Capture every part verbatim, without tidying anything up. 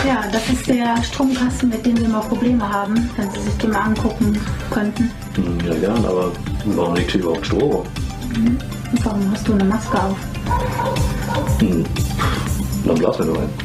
Ja, das ist der Stromkasten, mit dem wir immer Probleme haben, wenn Sie sich den mal angucken könnten. Ja, gern, aber warum liegt hier überhaupt Strom? Mhm. Und warum hast du eine Maske auf? Hm. Dann blasen wir nur ein.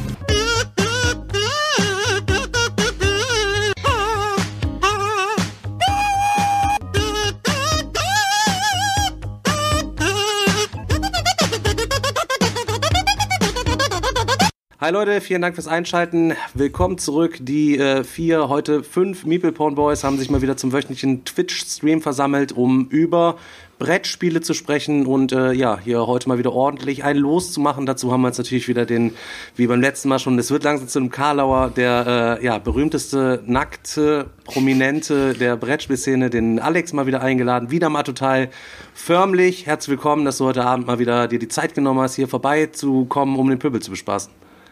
Hi Leute, vielen Dank fürs Einschalten. Willkommen zurück. Die äh, vier, heute fünf Meeple Porn Boys haben sich mal wieder zum wöchentlichen Twitch-Stream versammelt, um über Brettspiele zu sprechen und äh, ja, hier heute mal wieder ordentlich ein Los zu machen. Dazu haben wir jetzt natürlich wieder den, wie beim letzten Mal schon, es wird langsam zu einem Karlauer, der äh, ja, berühmteste, nackte, prominente der Brettspielszene, den Alex mal wieder eingeladen. Wieder mal total förmlich. Herzlich willkommen, dass du heute Abend mal wieder dir die Zeit genommen hast, hier vorbeizukommen, um den Pöbel zu bespaßen.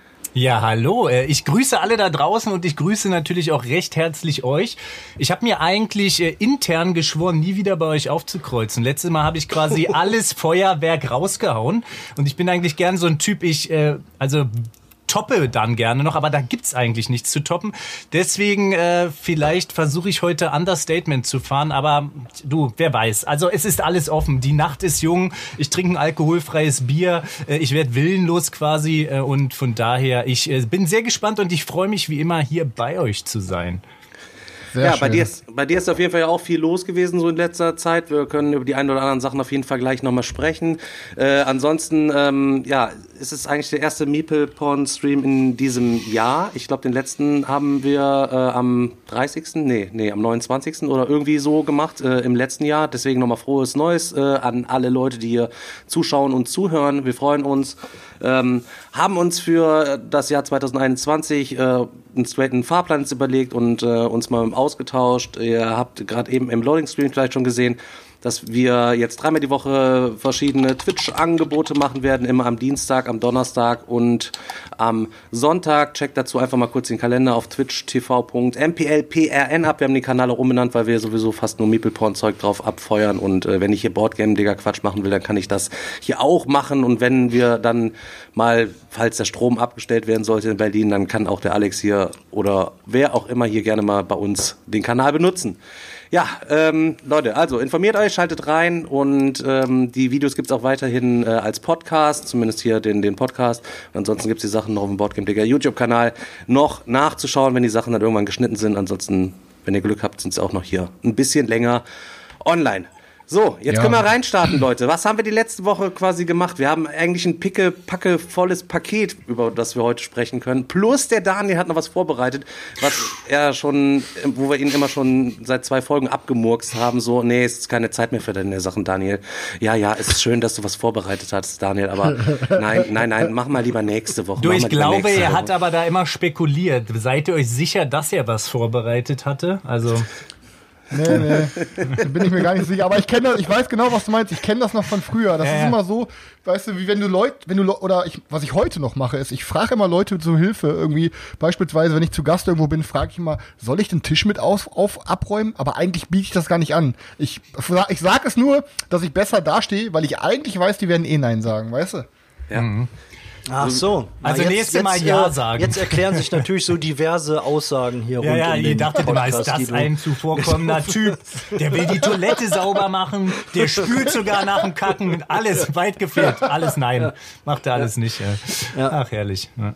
Ja, hallo. Ich grüße alle da draußen und ich grüße natürlich auch recht herzlich euch. Ich habe mir eigentlich äh, intern geschworen, nie wieder bei euch aufzukreuzen. Letztes Mal habe ich quasi alles Feuerwerk rausgehauen und ich bin eigentlich gern so ein Typ, ich, äh, also toppe dann gerne noch, aber da gibt's eigentlich nichts zu toppen. Deswegen äh, vielleicht versuche ich heute Understatement zu fahren, aber du, wer weiß. Also es ist alles offen. Die Nacht ist jung, ich trinke ein alkoholfreies Bier, äh, ich werde willenlos quasi äh, und von daher, ich äh, bin sehr gespannt und ich freue mich wie immer, hier bei euch zu sein. Sehr ja, bei dir, ist, bei dir ist auf jeden Fall ja auch viel los gewesen so in letzter Zeit. Wir können über die ein oder anderen Sachen auf jeden Fall gleich nochmal sprechen. Äh, ansonsten, ähm, ja, ist es eigentlich der erste Meeple-Porn-Stream in diesem Jahr. Ich glaube, den letzten haben wir äh, am dreißigsten Nee, nee, am neunundzwanzigsten oder irgendwie so gemacht äh, im letzten Jahr. Deswegen nochmal frohes Neues äh, an alle Leute, die hier zuschauen und zuhören. Wir freuen uns. Ähm, haben uns für das Jahr zwanzig einundzwanzig äh, einen straighten Fahrplan überlegt und äh, uns mal ausgetauscht. Ihr habt gerade eben im Loading-Stream vielleicht schon gesehen, dass wir jetzt dreimal die Woche verschiedene Twitch-Angebote machen werden, immer am Dienstag, am Donnerstag und am Sonntag. Checkt dazu einfach mal kurz den Kalender auf twitch punkt t v punkt m p l p r n ab. Wir haben den Kanal auch umbenannt, weil wir sowieso fast nur Meeple-Porn-Zeug drauf abfeuern und äh, wenn ich hier Boardgame-Digger-Quatsch machen will, dann kann ich das hier auch machen und wenn wir dann mal, falls der Strom abgestellt werden sollte in Berlin, dann kann auch der Alex hier oder wer auch immer hier gerne mal bei uns den Kanal benutzen. Ja, ähm, Leute, also informiert euch, schaltet rein und ähm, die Videos gibt's auch weiterhin äh, als Podcast, zumindest hier den, den Podcast. Und ansonsten gibt's die Sachen noch auf dem Boardgame Digger YouTube-Kanal noch nachzuschauen, wenn die Sachen dann irgendwann geschnitten sind. Ansonsten, wenn ihr Glück habt, sind sie auch noch hier ein bisschen länger online. So, jetzt ja. können wir reinstarten, Leute. Was haben wir die letzte Woche quasi gemacht? Wir haben eigentlich ein picke-packe volles Paket, über das wir heute sprechen können. Plus der Daniel hat noch was vorbereitet, was er schon, wo wir ihn immer schon seit zwei Folgen abgemurkst haben. So, nee, es ist keine Zeit mehr für deine Sachen, Daniel. Ja, ja, es ist schön, dass du was vorbereitet hast, Daniel, aber nein, nein, nein, mach mal lieber nächste Woche. Du, ich glaube, er Woche. hat aber da immer spekuliert. Seid ihr euch sicher, dass er was vorbereitet hatte? Also... Nee, nee, bin ich mir gar nicht sicher. Aber ich kenne das, ich weiß genau, was du meinst. Ich kenne das noch von früher. Das äh. ist immer so, weißt du, wie wenn du Leute, wenn du, oder ich, was ich heute noch mache, ist, ich frage immer Leute zur Hilfe irgendwie. Beispielsweise, wenn ich zu Gast irgendwo bin, frage ich immer, soll ich den Tisch mit auf, auf abräumen? Aber eigentlich biete ich das gar nicht an. Ich, ich sage es nur, dass ich besser dastehe, weil ich eigentlich weiß, die werden eh Nein sagen, weißt du? Ja. Mhm. Ach so. Also jetzt, nächstes Mal jetzt, Ja äh, sagen. Jetzt erklären sich natürlich so diverse Aussagen hier ja, rund ja, um ihr den dachtet immer, ist Podcast, das ein zuvorkommender Typ? Der will die Toilette sauber machen, der spült sogar nach dem Kacken. Alles weit gefehlt. Alles nein. Macht er alles nicht. Ja. Ach, herrlich. Ja.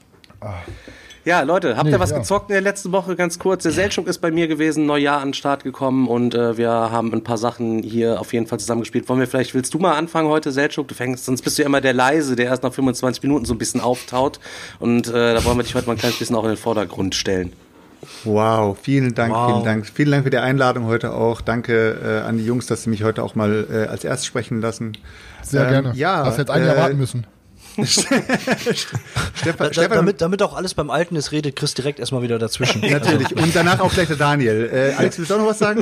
Ja, Leute, habt ihr Nee, was ja. gezockt in der letzten Woche? Ganz kurz, der Seltschuk ist bei mir gewesen, Neujahr an den Start gekommen und äh, wir haben ein paar Sachen hier auf jeden Fall zusammengespielt. Wollen wir vielleicht, willst du mal anfangen heute, Seltschuk? Du fängst, sonst bist du ja immer der Leise, der erst nach fünfundzwanzig Minuten so ein bisschen auftaut und äh, da wollen wir dich heute mal ein kleines bisschen auch in den Vordergrund stellen. Wow, vielen Dank, Wow. vielen Dank. Vielen Dank für die Einladung heute auch. Danke äh, an die Jungs, dass sie mich heute auch mal äh, als erstes sprechen lassen. Sehr Ähm, gerne. ja, Hast jetzt ein Jahr äh, warten müssen. Stefan, Da, Stefan damit, damit auch alles beim Alten ist, redet Chris direkt erstmal wieder dazwischen. natürlich. Und danach auch gleich der Daniel. Äh, Alex, willst du auch noch was sagen?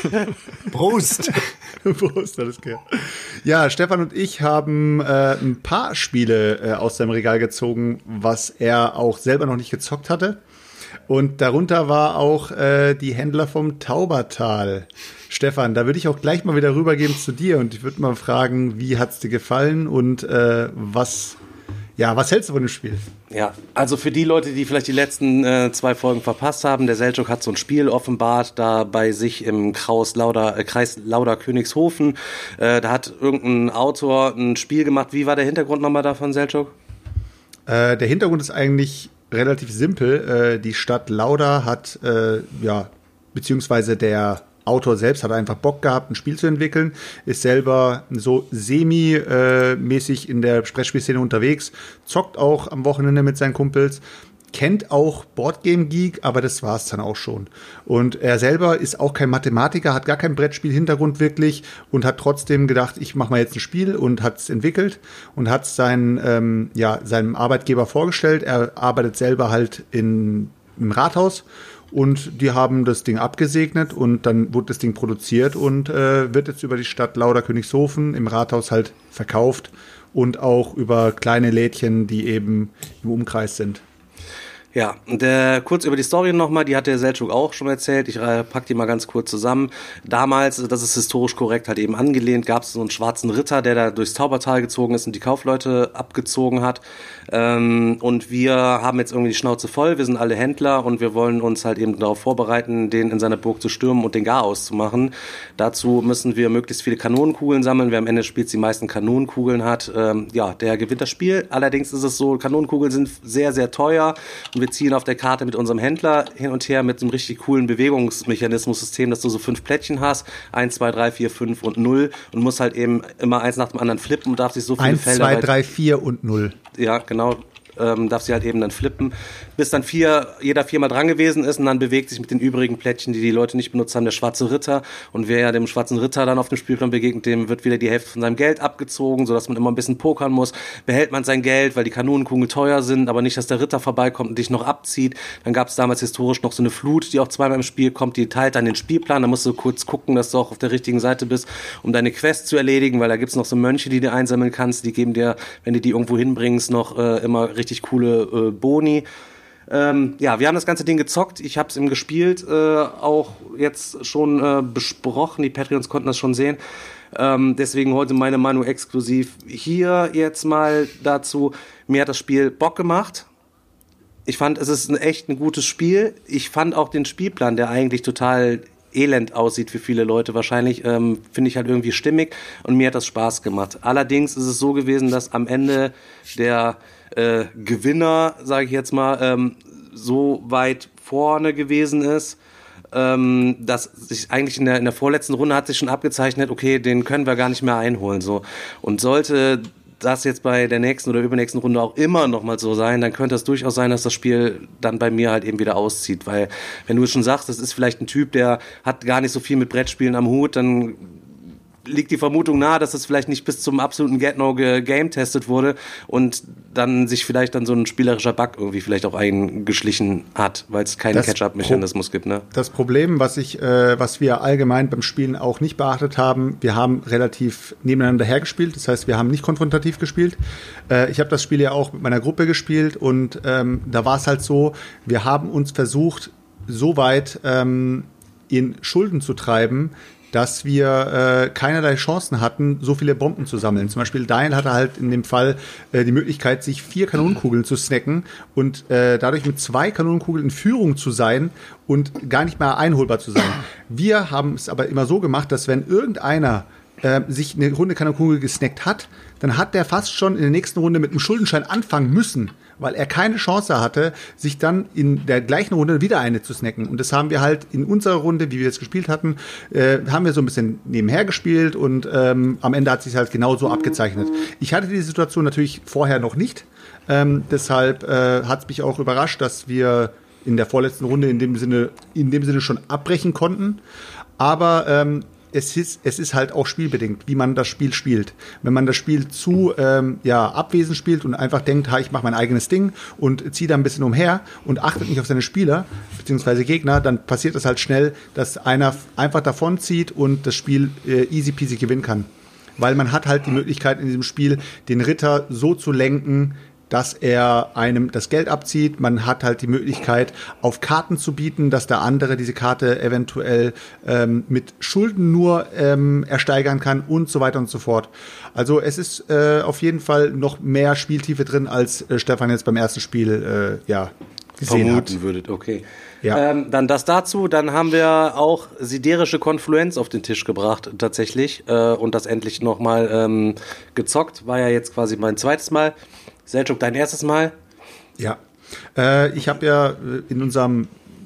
Prost! Prost, alles klar. Ja, Stefan und ich haben äh, ein paar Spiele äh, aus seinem Regal gezogen, was er auch selber noch nicht gezockt hatte. Und darunter war auch äh, die Händler vom Taubertal. Stefan, da würde ich auch gleich mal wieder rübergeben zu dir und ich würde mal fragen, wie hat's dir gefallen und äh, was Ja, was hältst du von dem Spiel? Ja, also für die Leute, die vielleicht die letzten äh, zwei Folgen verpasst haben, der Selçuk hat so ein Spiel offenbart, da bei sich im Kreis Lauder, äh, Kreis Lauder-Königshofen. Äh, da hat irgendein Autor ein Spiel gemacht. Wie war der Hintergrund nochmal davon, Selçuk? Äh, der Hintergrund ist eigentlich relativ simpel. Äh, die Stadt Lauda hat, äh, ja, beziehungsweise der Autor selbst hat einfach Bock gehabt, ein Spiel zu entwickeln, ist selber so semi-mäßig in der Brettspielszene unterwegs, zockt auch am Wochenende mit seinen Kumpels, kennt auch Boardgame Geek, aber das war's dann auch schon. Und er selber ist auch kein Mathematiker, hat gar keinen Brettspiel-Hintergrund wirklich und hat trotzdem gedacht, ich mache mal jetzt ein Spiel und hat es entwickelt und hat es seinen, ähm, ja, seinem Arbeitgeber vorgestellt. Er arbeitet selber halt in, im Rathaus. Und die haben das Ding abgesegnet und dann wurde das Ding produziert und äh, wird jetzt über die Stadt Lauder-Königshofen im Rathaus halt verkauft und auch über kleine Lädchen, die eben im Umkreis sind. Ja, der, kurz über die Story nochmal, die hat der Selçuk auch schon erzählt, ich äh, pack die mal ganz kurz zusammen. Damals, das ist historisch korrekt halt eben angelehnt, gab es so einen schwarzen Ritter, der da durchs Taubertal gezogen ist und die Kaufleute abgezogen hat. Ähm, und wir haben jetzt irgendwie die Schnauze voll, wir sind alle Händler und wir wollen uns halt eben darauf vorbereiten, den in seiner Burg zu stürmen und den Garaus zu machen. Dazu müssen wir möglichst viele Kanonenkugeln sammeln, wer am Ende des Spiels die meisten Kanonenkugeln hat, ähm, ja, der gewinnt das Spiel. Allerdings ist es so, Kanonenkugeln sind sehr, sehr teuer. Wir ziehen auf der Karte mit unserem Händler hin und her mit einem richtig coolen Bewegungsmechanismus-System, dass du so fünf Plättchen hast, eins, zwei, drei, vier, fünf und null und musst halt eben immer eins nach dem anderen flippen und darfst sich so viele eins, Felder... eins, zwei, drei, vier und null. Ja, genau. Ähm, darf sie halt eben dann flippen, bis dann vier, jeder viermal dran gewesen ist und dann bewegt sich mit den übrigen Plättchen, die die Leute nicht benutzt haben, der schwarze Ritter und wer ja dem schwarzen Ritter dann auf dem Spielplan begegnet, dem wird wieder die Hälfte von seinem Geld abgezogen, sodass man immer ein bisschen pokern muss, behält man sein Geld, weil die Kanonenkugeln teuer sind, aber nicht, dass der Ritter vorbeikommt und dich noch abzieht. Dann gab es damals historisch noch so eine Flut, die auch zweimal im Spiel kommt, die teilt dann den Spielplan, da musst du kurz gucken, dass du auch auf der richtigen Seite bist, um deine Quest zu erledigen, weil da gibt's noch so Mönche, die du einsammeln kannst, die geben dir, wenn du die irgendwo hinbringst, noch äh, immer richtig coole äh, Boni. Ähm, ja, wir haben das ganze Ding gezockt. Ich habe es im gespielt, äh, auch jetzt schon äh, besprochen. Die Patreons konnten das schon sehen. Ähm, deswegen heute meine Meinung exklusiv hier jetzt mal dazu. Mir hat das Spiel Bock gemacht. Ich fand, es ist ein echt ein gutes Spiel. Ich fand auch den Spielplan, der eigentlich total elend aussieht für viele Leute wahrscheinlich, ähm, finde ich halt irgendwie stimmig und mir hat das Spaß gemacht. Allerdings ist es so gewesen, dass am Ende der äh, Gewinner, sage ich jetzt mal, ähm, so weit vorne gewesen ist, ähm, dass sich eigentlich in der, in der vorletzten Runde hat sich schon abgezeichnet, okay, den können wir gar nicht mehr einholen. So. Und sollte das jetzt bei der nächsten oder übernächsten Runde auch immer noch mal so sein, dann könnte es durchaus sein, dass das Spiel dann bei mir halt eben wieder auszieht, weil wenn du schon sagst, das ist vielleicht ein Typ, der hat gar nicht so viel mit Brettspielen am Hut, dann liegt die Vermutung nahe, dass das vielleicht nicht bis zum absoluten Get-No game-testet wurde und dann sich vielleicht dann so ein spielerischer Bug irgendwie vielleicht auch eingeschlichen hat, weil es keinen Catch-up-Mechanismus Pro- gibt. Ne? Das Problem, was ich, äh, was wir allgemein beim Spielen auch nicht beachtet haben, wir haben relativ nebeneinander hergespielt, das heißt, wir haben nicht konfrontativ gespielt. Äh, ich habe das Spiel ja auch mit meiner Gruppe gespielt und ähm, da war es halt so, wir haben uns versucht, so weit ähm, in Schulden zu treiben, dass wir äh, keinerlei Chancen hatten, so viele Bomben zu sammeln. Zum Beispiel Diane hatte halt in dem Fall äh, die Möglichkeit, sich vier Kanonenkugeln zu snacken und äh, dadurch mit zwei Kanonenkugeln in Führung zu sein und gar nicht mehr einholbar zu sein. Wir haben es aber immer so gemacht, dass wenn irgendeiner äh, sich eine Runde Kanonenkugel gesnackt hat, dann hat der fast schon in der nächsten Runde mit einem Schuldenschein anfangen müssen, weil er keine Chance hatte, sich dann in der gleichen Runde wieder eine zu snacken. Und das haben wir halt in unserer Runde, wie wir jetzt gespielt hatten, äh, haben wir so ein bisschen nebenher gespielt und ähm, am Ende hat es sich halt genauso abgezeichnet. Ich hatte die Situation natürlich vorher noch nicht. Ähm, deshalb äh, hat es mich auch überrascht, dass wir in der vorletzten Runde in dem Sinne, in dem Sinne schon abbrechen konnten. Aber ähm, Es ist, es ist halt auch spielbedingt, wie man das Spiel spielt. Wenn man das Spiel zu ähm, ja, abwesend spielt und einfach denkt, ha, ich mache mein eigenes Ding und ziehe da ein bisschen umher und achtet nicht auf seine Spieler bzw. Gegner, dann passiert es halt schnell, dass einer einfach davonzieht und das Spiel äh, easy peasy gewinnen kann. Weil man hat halt die Möglichkeit in diesem Spiel, den Ritter so zu lenken, dass er einem das Geld abzieht. Man hat halt die Möglichkeit, auf Karten zu bieten, dass der andere diese Karte eventuell ähm, mit Schulden nur ähm, ersteigern kann und so weiter und so fort. Also es ist äh, auf jeden Fall noch mehr Spieltiefe drin, als äh, Stefan jetzt beim ersten Spiel äh, ja, gesehen vermuten hat. würdet, okay. Ja. Ähm, dann das dazu, dann haben wir auch siderische Konfluenz auf den Tisch gebracht, tatsächlich, äh, und das endlich nochmal ähm, gezockt. War ja jetzt quasi mein zweites Mal. Selçuk, dein erstes Mal? Ja, äh, ich habe ja in unserem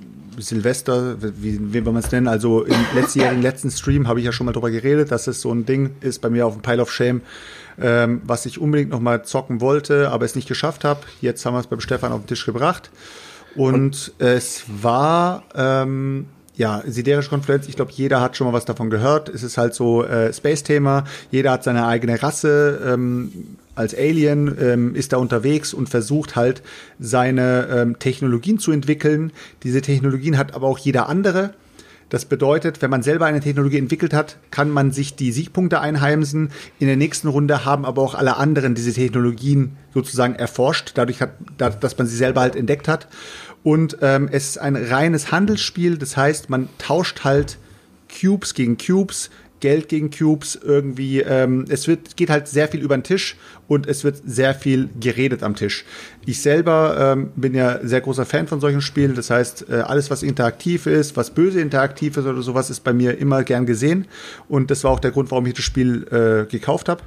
Silvester, wie, wie wir es nennen, also im letztjährigen letzten Stream habe ich ja schon mal drüber geredet, dass es so ein Ding ist bei mir auf dem Pile of Shame, ähm, was ich unbedingt noch mal zocken wollte, aber es nicht geschafft habe. Jetzt haben wir es beim Stefan auf den Tisch gebracht und, und es war ähm, ja, siderische Konfluenz, ich glaube, jeder hat schon mal was davon gehört. Es ist halt so äh, Space-Thema, jeder hat seine eigene Rasse, ähm, als Alien ähm, ist da unterwegs und versucht halt seine ähm, Technologien zu entwickeln. Diese Technologien hat aber auch jeder andere. Das bedeutet, wenn man selber eine Technologie entwickelt hat, kann man sich die Siegpunkte einheimsen. In der nächsten Runde haben aber auch alle anderen diese Technologien sozusagen erforscht, dadurch, hat, dass man sie selber halt entdeckt hat. Und ähm, es ist ein reines Handelsspiel, das heißt, man tauscht halt Cubes gegen Cubes, Geld gegen Cubes irgendwie. Ähm, es wird, geht halt sehr viel über den Tisch und es wird sehr viel geredet am Tisch. Ich selber ähm, bin ja sehr großer Fan von solchen Spielen. Das heißt, äh, alles, was interaktiv ist, was böse interaktiv ist oder sowas, ist bei mir immer gern gesehen. Und das war auch der Grund, warum ich das Spiel äh, gekauft habe.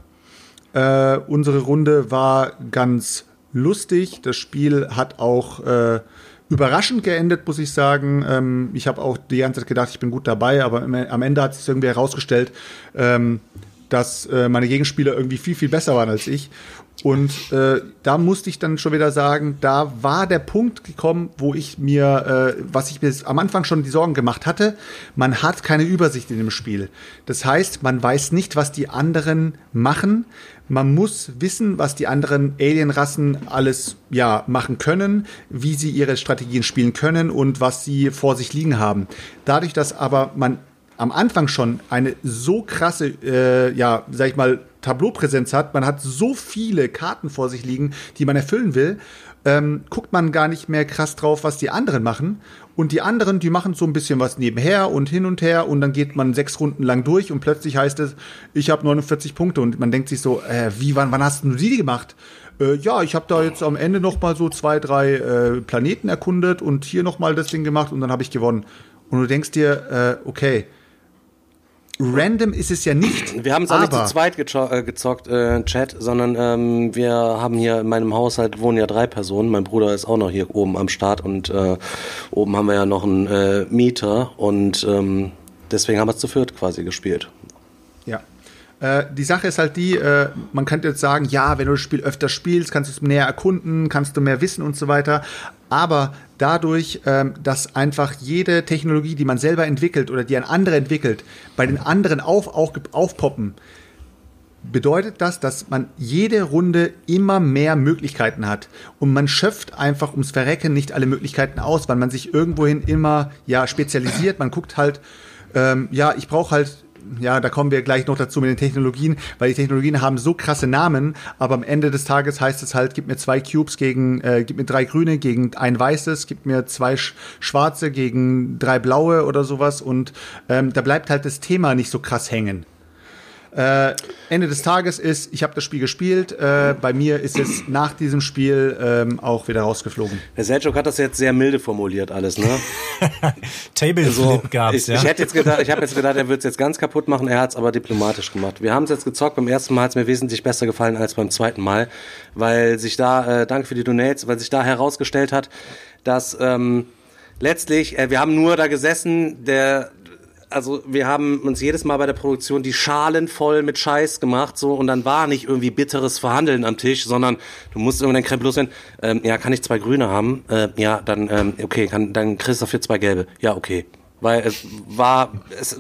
Äh, unsere Runde war ganz lustig. Das Spiel hat auch äh, überraschend geendet, muss ich sagen. Ähm, ich habe auch die ganze Zeit gedacht, ich bin gut dabei, aber im, am Ende hat sich irgendwie herausgestellt, ähm, dass äh, meine Gegenspieler irgendwie viel, viel besser waren als ich. Und äh, da musste ich dann schon wieder sagen, da war der Punkt gekommen, wo ich mir, äh, was ich mir am Anfang schon die Sorgen gemacht hatte, man hat keine Übersicht in dem Spiel. Das heißt, man weiß nicht, was die anderen machen. Man muss wissen, was die anderen Alienrassen alles ja machen können, wie sie ihre Strategien spielen können und was sie vor sich liegen haben. Dadurch, dass aber man am Anfang schon eine so krasse, äh, ja, sag ich mal, Tableaupräsenz hat, man hat so viele Karten vor sich liegen, die man erfüllen will, ähm, guckt man gar nicht mehr krass drauf, was die anderen machen. Und die anderen, die machen so ein bisschen was nebenher und hin und her und dann geht man sechs Runden lang durch und plötzlich heißt es, ich habe neunundvierzig Punkte und man denkt sich so, äh, wie, wann, wann hast du die gemacht? Äh, ja, ich habe da jetzt am Ende noch mal so zwei, drei äh, Planeten erkundet und hier noch mal das Ding gemacht und dann habe ich gewonnen. Und du denkst dir, äh, okay, random ist es ja nicht. Wir haben es auch nicht zu zweit gezo- äh, gezockt, äh, Chat, sondern ähm, wir haben hier in meinem Haushalt wohnen ja drei Personen. Mein Bruder ist auch noch hier oben am Start und äh, oben haben wir ja noch einen äh, Mieter und ähm, deswegen haben wir es zu viert quasi gespielt. Ja. Äh, die Sache ist halt die, äh, man könnte jetzt sagen, ja, wenn du das Spiel öfter spielst, kannst du es näher erkunden, kannst du mehr wissen und so weiter. Aber dadurch, ähm, dass einfach jede Technologie, die man selber entwickelt oder die ein anderer entwickelt, bei den anderen auf, auch, aufpoppen, bedeutet das, dass man jede Runde immer mehr Möglichkeiten hat. Und man schöpft einfach ums Verrecken nicht alle Möglichkeiten aus, weil man sich irgendwohin immer ja spezialisiert. Man guckt halt, ähm, ja, ich brauche halt, ja, da kommen wir gleich noch dazu mit den Technologien, weil die Technologien haben so krasse Namen, aber am Ende des Tages heißt es halt, gib mir zwei Cubes gegen, äh, gib mir drei grüne gegen ein weißes, gib mir zwei sch- schwarze gegen drei blaue oder sowas und ähm, da bleibt halt das Thema nicht so krass hängen. Äh, Ende des Tages ist, ich habe das Spiel gespielt, äh, bei mir ist es nach diesem Spiel ähm, auch wieder rausgeflogen. Der Selçuk hat das jetzt sehr milde formuliert alles, ne? Table so, Flip gab's, ich, ja. Ich hätte jetzt gedacht, ich habe jetzt gedacht, er wird es jetzt ganz kaputt machen, er hat es aber diplomatisch gemacht. Wir haben es jetzt gezockt, beim ersten Mal hat es mir wesentlich besser gefallen als beim zweiten Mal, weil sich da, äh, danke für die Donates, weil sich da herausgestellt hat, dass ähm, letztlich, äh, wir haben nur da gesessen, der Also wir haben uns jedes Mal bei der Produktion die Schalen voll mit Scheiß gemacht, so, und dann war nicht irgendwie bitteres Verhandeln am Tisch, sondern du musst irgendwann Krempel loswerden, ähm, ja, kann ich zwei Grüne haben? Äh, ja, dann, ähm, okay, kann, dann kriegst du dafür zwei Gelbe. Ja, okay. Weil es war, es,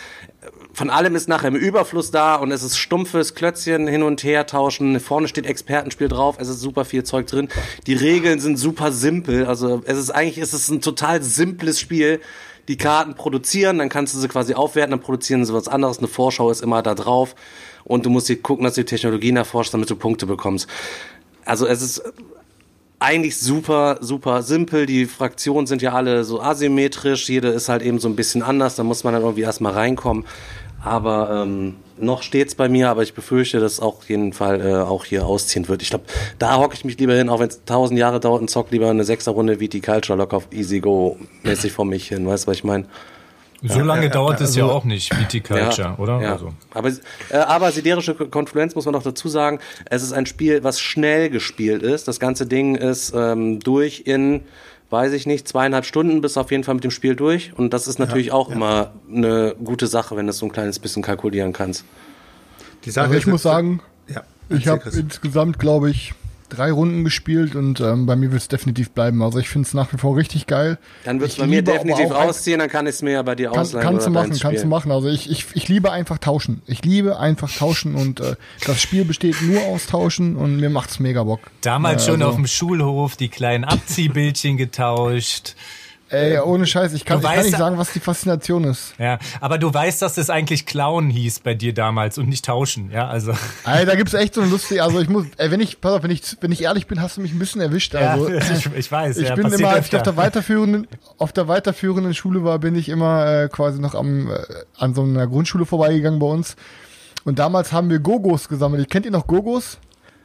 von allem ist nachher im Überfluss da und es ist stumpfes Klötzchen hin und her tauschen. Vorne steht Expertenspiel drauf, es ist super viel Zeug drin. Die Regeln sind super simpel, also es ist eigentlich, es ist ein total simples Spiel. Die Karten produzieren, dann kannst du sie quasi aufwerten, dann produzieren sie was anderes. Eine Vorschau ist immer da drauf und du musst dir gucken, dass du die Technologien erforschst, damit du Punkte bekommst. also es ist eigentlich super, super simpel. Die Fraktionen sind ja alle so asymmetrisch. Jede ist halt eben so ein bisschen anders. Da muss man dann irgendwie erstmal reinkommen. Aber ähm, noch steht's bei mir, aber ich befürchte, dass auch auf jeden Fall äh, auch hier ausziehen wird. Ich glaube, da hocke ich mich lieber hin, auch wenn es tausend Jahre dauert und zock lieber eine Sechser-Runde Viticulture locker auf Easy Go mäßig vor mich hin. Weißt du, was ich meine? So ja, lange ja, dauert ja, es ja also, auch nicht, Viticulture, ja, oder? Ja. Also. Aber, äh, aber siderische Konfluenz muss man noch dazu sagen, es ist ein Spiel, was schnell gespielt ist. Das ganze Ding ist ähm, durch in, weiß ich nicht, zweieinhalb Stunden bist auf jeden Fall mit dem Spiel durch. Und das ist natürlich ja, auch ja. immer eine gute Sache, wenn du so ein kleines bisschen kalkulieren kannst. Die Sache also ich muss sagen, ja, ich habe insgesamt, glaube ich, drei Runden gespielt und ähm, bei mir wird es definitiv bleiben. Also ich finde es nach wie vor richtig geil. Dann wird es bei mir definitiv ausziehen, dann kann ich es mir ja bei dir kann, ausleihen. Kannst du machen, kannst du machen. Also ich, ich, ich liebe einfach tauschen. Ich liebe einfach tauschen und äh, das Spiel besteht nur aus Tauschen und mir macht's mega Bock. Damals äh, schon also, auf dem Schulhof die kleinen Abziehbildchen getauscht. Ey, ohne Scheiß, ich kann, ich weißt, kann nicht sagen, was die Faszination ist. Ja, aber du weißt, dass das eigentlich Klauen hieß bei dir damals und nicht tauschen, ja, also. Ey, da gibt's echt so eine lustige, also ich muss, ey, wenn ich, pass auf, wenn ich, wenn ich ehrlich bin, hast du mich ein bisschen erwischt, also. Ja, ich, ich weiß, ich ja, bin immer, als ich öfter. auf der weiterführenden, auf der weiterführenden Schule war, bin ich immer äh, quasi noch am, äh, an so einer Grundschule vorbeigegangen bei uns. Und damals haben wir Gogos gesammelt. Kennt ihr noch Gogos?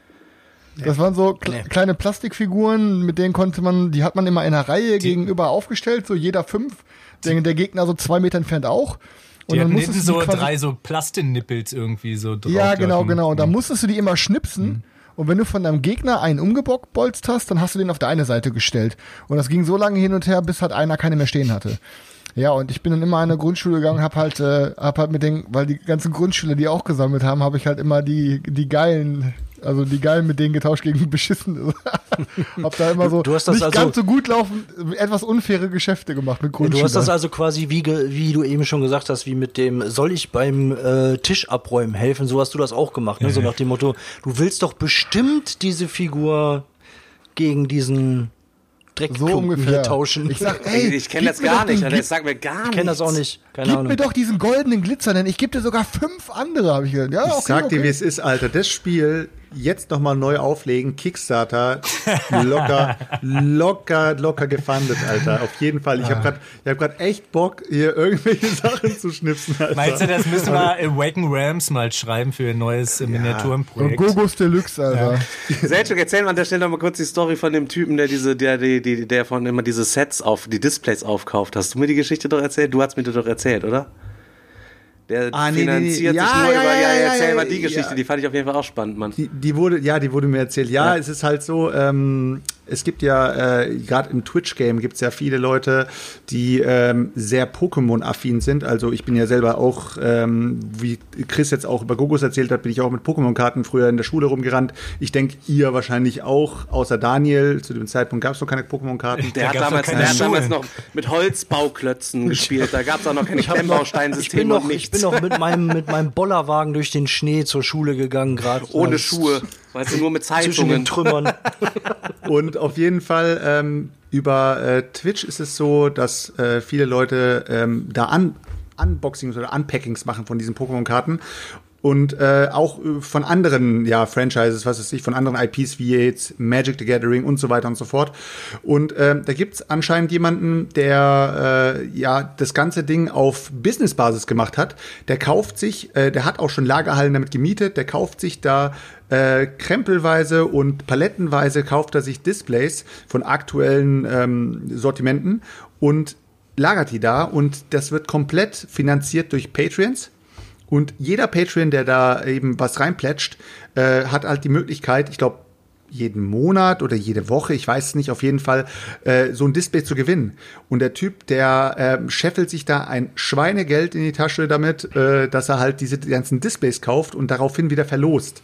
Das waren so kle- nee. kleine Plastikfiguren, mit denen konnte man, die hat man immer in einer Reihe die, gegenüber aufgestellt, so jeder fünf, der, der Gegner so zwei Meter entfernt auch. Und die dann musstest musstest du so quasi, drei so Plastinnippels irgendwie so drauf. Ja, genau, dürfen. genau. Und dann musstest du die immer schnipsen. Mhm. Und wenn du von deinem Gegner einen umgebolzt hast, dann hast du den auf der eine Seite gestellt. Und das ging so lange hin und her, bis halt einer keine mehr stehen hatte. Ja, und ich bin dann immer an der Grundschule gegangen, hab halt, äh, hab halt mit den, weil die ganzen Grundschüler, die auch gesammelt haben, habe ich halt immer die, die geilen, also die geilen mit denen getauscht gegen beschissen. Hab da immer so du hast das nicht also, ganz so gut laufen, etwas unfaire Geschäfte gemacht mit Grundschülern. Du hast das also quasi, wie, wie du eben schon gesagt hast, wie mit dem, soll ich beim äh, Tisch abräumen helfen? So hast du das auch gemacht, ne? So nach dem Motto, du willst doch bestimmt diese Figur gegen diesen Dreckklumpen so ungefähr hier tauschen. Ich sag, ey, ich kenne das gar nicht, das sagt mir gar nichts. Ich kenne das auch nicht. Keine Gib Ahnung. mir doch diesen goldenen Glitzer, denn ich gebe dir sogar fünf andere, habe ich gehört. Ja, ich okay, sag okay. dir, wie es ist, Alter. Das Spiel jetzt nochmal neu auflegen, Kickstarter, locker, locker, locker gefundet, Alter. Auf jeden Fall. Ich habe gerade hab grad echt Bock, hier irgendwelche Sachen zu schnipsen, Alter. Meinst du, das müssen wir Awaken Realms mal schreiben für ein neues ja. Miniaturenprojekt? Und Gogos Deluxe, Alter. Ja. Selchuk, erzähl mal an der Stelle noch mal kurz die Story von dem Typen, der diese, der, die, die, der von immer diese Sets auf, die Displays aufkauft. Hast du mir die Geschichte doch erzählt? Du hast mir die doch erzählt, oder? Der ah, nee, finanziert nee, nee. sich Ja, nur ja, über, ja, ja, ja, erzähl ja, mal die Geschichte, ja. die fand ich auf jeden Fall auch spannend, Mann. Die, die wurde, ja, die wurde mir erzählt. Ja, ja. Es ist halt so, ähm, es gibt ja, äh, gerade im Twitch-Game gibt es ja viele Leute, die ähm, sehr Pokémon-affin sind. Also ich bin ja selber auch, ähm, wie Chris jetzt auch über Gogos erzählt hat, bin ich auch mit Pokémon-Karten früher in der Schule rumgerannt. Ich denke, ihr wahrscheinlich auch, außer Daniel. Zu dem Zeitpunkt gab es noch keine Pokémon-Karten. Der, hat damals, der hat damals noch mit Holzbauklötzen gespielt. Da gab es auch noch keine Klemmbausteinsysteme und nichts. Ich bin noch mit meinem, mit meinem Bollerwagen durch den Schnee zur Schule gegangen, gerade. Ohne Schuhe. Weißt du, nur mit Zeitungen. Zwischen den Trümmern. Und auf jeden Fall ähm, über äh, Twitch ist es so, dass äh, viele Leute ähm, da Un- Unboxings oder Unpackings machen von diesen Pokémon-Karten. Und äh, auch von anderen ja, Franchises, was weiß ich, von anderen I Ps wie jetzt Magic the Gathering und so weiter und so fort. Und äh, da gibt's anscheinend jemanden, der äh, ja das ganze Ding auf Business-Basis gemacht hat. Der kauft sich, äh, der hat auch schon Lagerhallen damit gemietet, der kauft sich da äh, krempelweise und palettenweise kauft er sich Displays von aktuellen ähm, Sortimenten und lagert die da. Und das wird komplett finanziert durch Patreons. Und jeder Patreon, der da eben was reinplätscht, äh, hat halt die Möglichkeit, ich glaube, jeden Monat oder jede Woche, ich weiß es nicht, auf jeden Fall, äh, so ein Display zu gewinnen. Und der Typ, der äh, scheffelt sich da ein Schweinegeld in die Tasche damit, äh, dass er halt diese ganzen Displays kauft und daraufhin wieder verlost.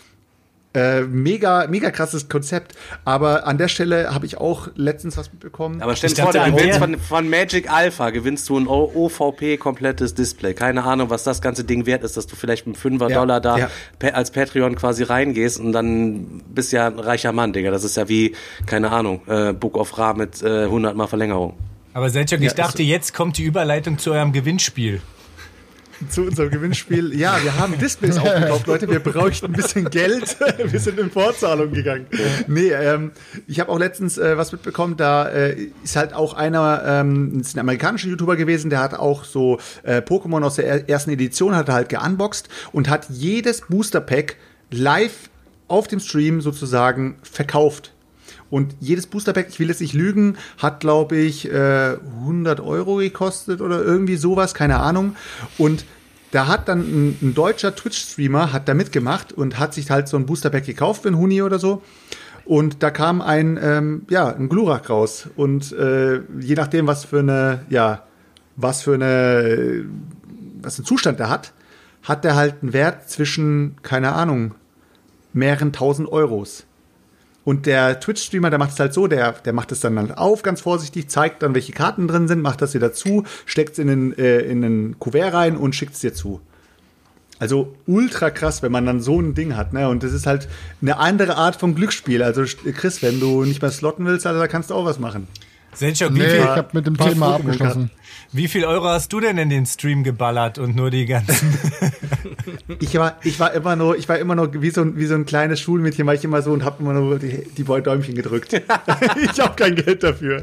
Äh, mega, mega krasses Konzept. Aber an der Stelle habe ich auch letztens was mitbekommen. Aber stell dir vor, du gewinnst von, von Magic Alpha, gewinnst du ein O V P-komplettes Display. Keine Ahnung, was das ganze Ding wert ist, dass du vielleicht mit fünfer Ja, Dollar da ja. pe- als Patreon quasi reingehst und dann bist ja ein reicher Mann, Digga. Das ist ja wie, keine Ahnung, äh, Book of Ra mit äh, hundert Mal Verlängerung. Aber Selchuk, Ja, ich dachte, ist so. jetzt kommt die Überleitung zu eurem Gewinnspiel. zu unserem Gewinnspiel. Ja, wir haben Displays aufgekauft, Leute. Wir bräuchten ein bisschen Geld. Wir sind in Vorzahlung gegangen. Nee, ähm, ich habe auch letztens äh, was mitbekommen. Da äh, ist halt auch einer, ähm, ist ein amerikanischer YouTuber gewesen, der hat auch so äh, Pokémon aus der ersten Edition, hat er halt geunboxed und hat jedes Booster-Pack live auf dem Stream sozusagen verkauft. Und jedes Boosterpack, ich will jetzt nicht lügen, hat, glaube ich, äh, hundert Euro gekostet oder irgendwie sowas, keine Ahnung. Und da hat dann ein, ein deutscher Twitch-Streamer hat da mitgemacht und hat sich halt so ein Boosterpack gekauft für einen Huni oder so. Und da kam ein, ähm, ja, ein Glurak raus. Und äh, je nachdem, was für eine, ja, was für eine, was für einen Zustand der hat, hat der halt einen Wert zwischen, keine Ahnung, mehreren tausend Euros. Und der Twitch-Streamer, der macht es halt so, der, der macht es dann halt auf, ganz vorsichtig, zeigt dann, welche Karten drin sind, macht das wieder zu, steckt es in den, äh, in den Kuvert rein und schickt es dir zu. Also ultra krass, wenn man dann so ein Ding hat, ne? Und das ist halt eine andere Art von Glücksspiel. Also Chris, wenn du nicht mehr slotten willst, also, da kannst du auch was machen. Selchuk, nee, ich hab mit dem Thema abgeschlossen. Wie viel Euro hast du denn in den Stream geballert und nur die ganzen? ich war, ich war immer nur, ich war immer nur wie so ein, wie so ein kleines Schulmädchen, war ich immer so und hab immer nur die, die Däumchen gedrückt. Ich habe kein Geld dafür.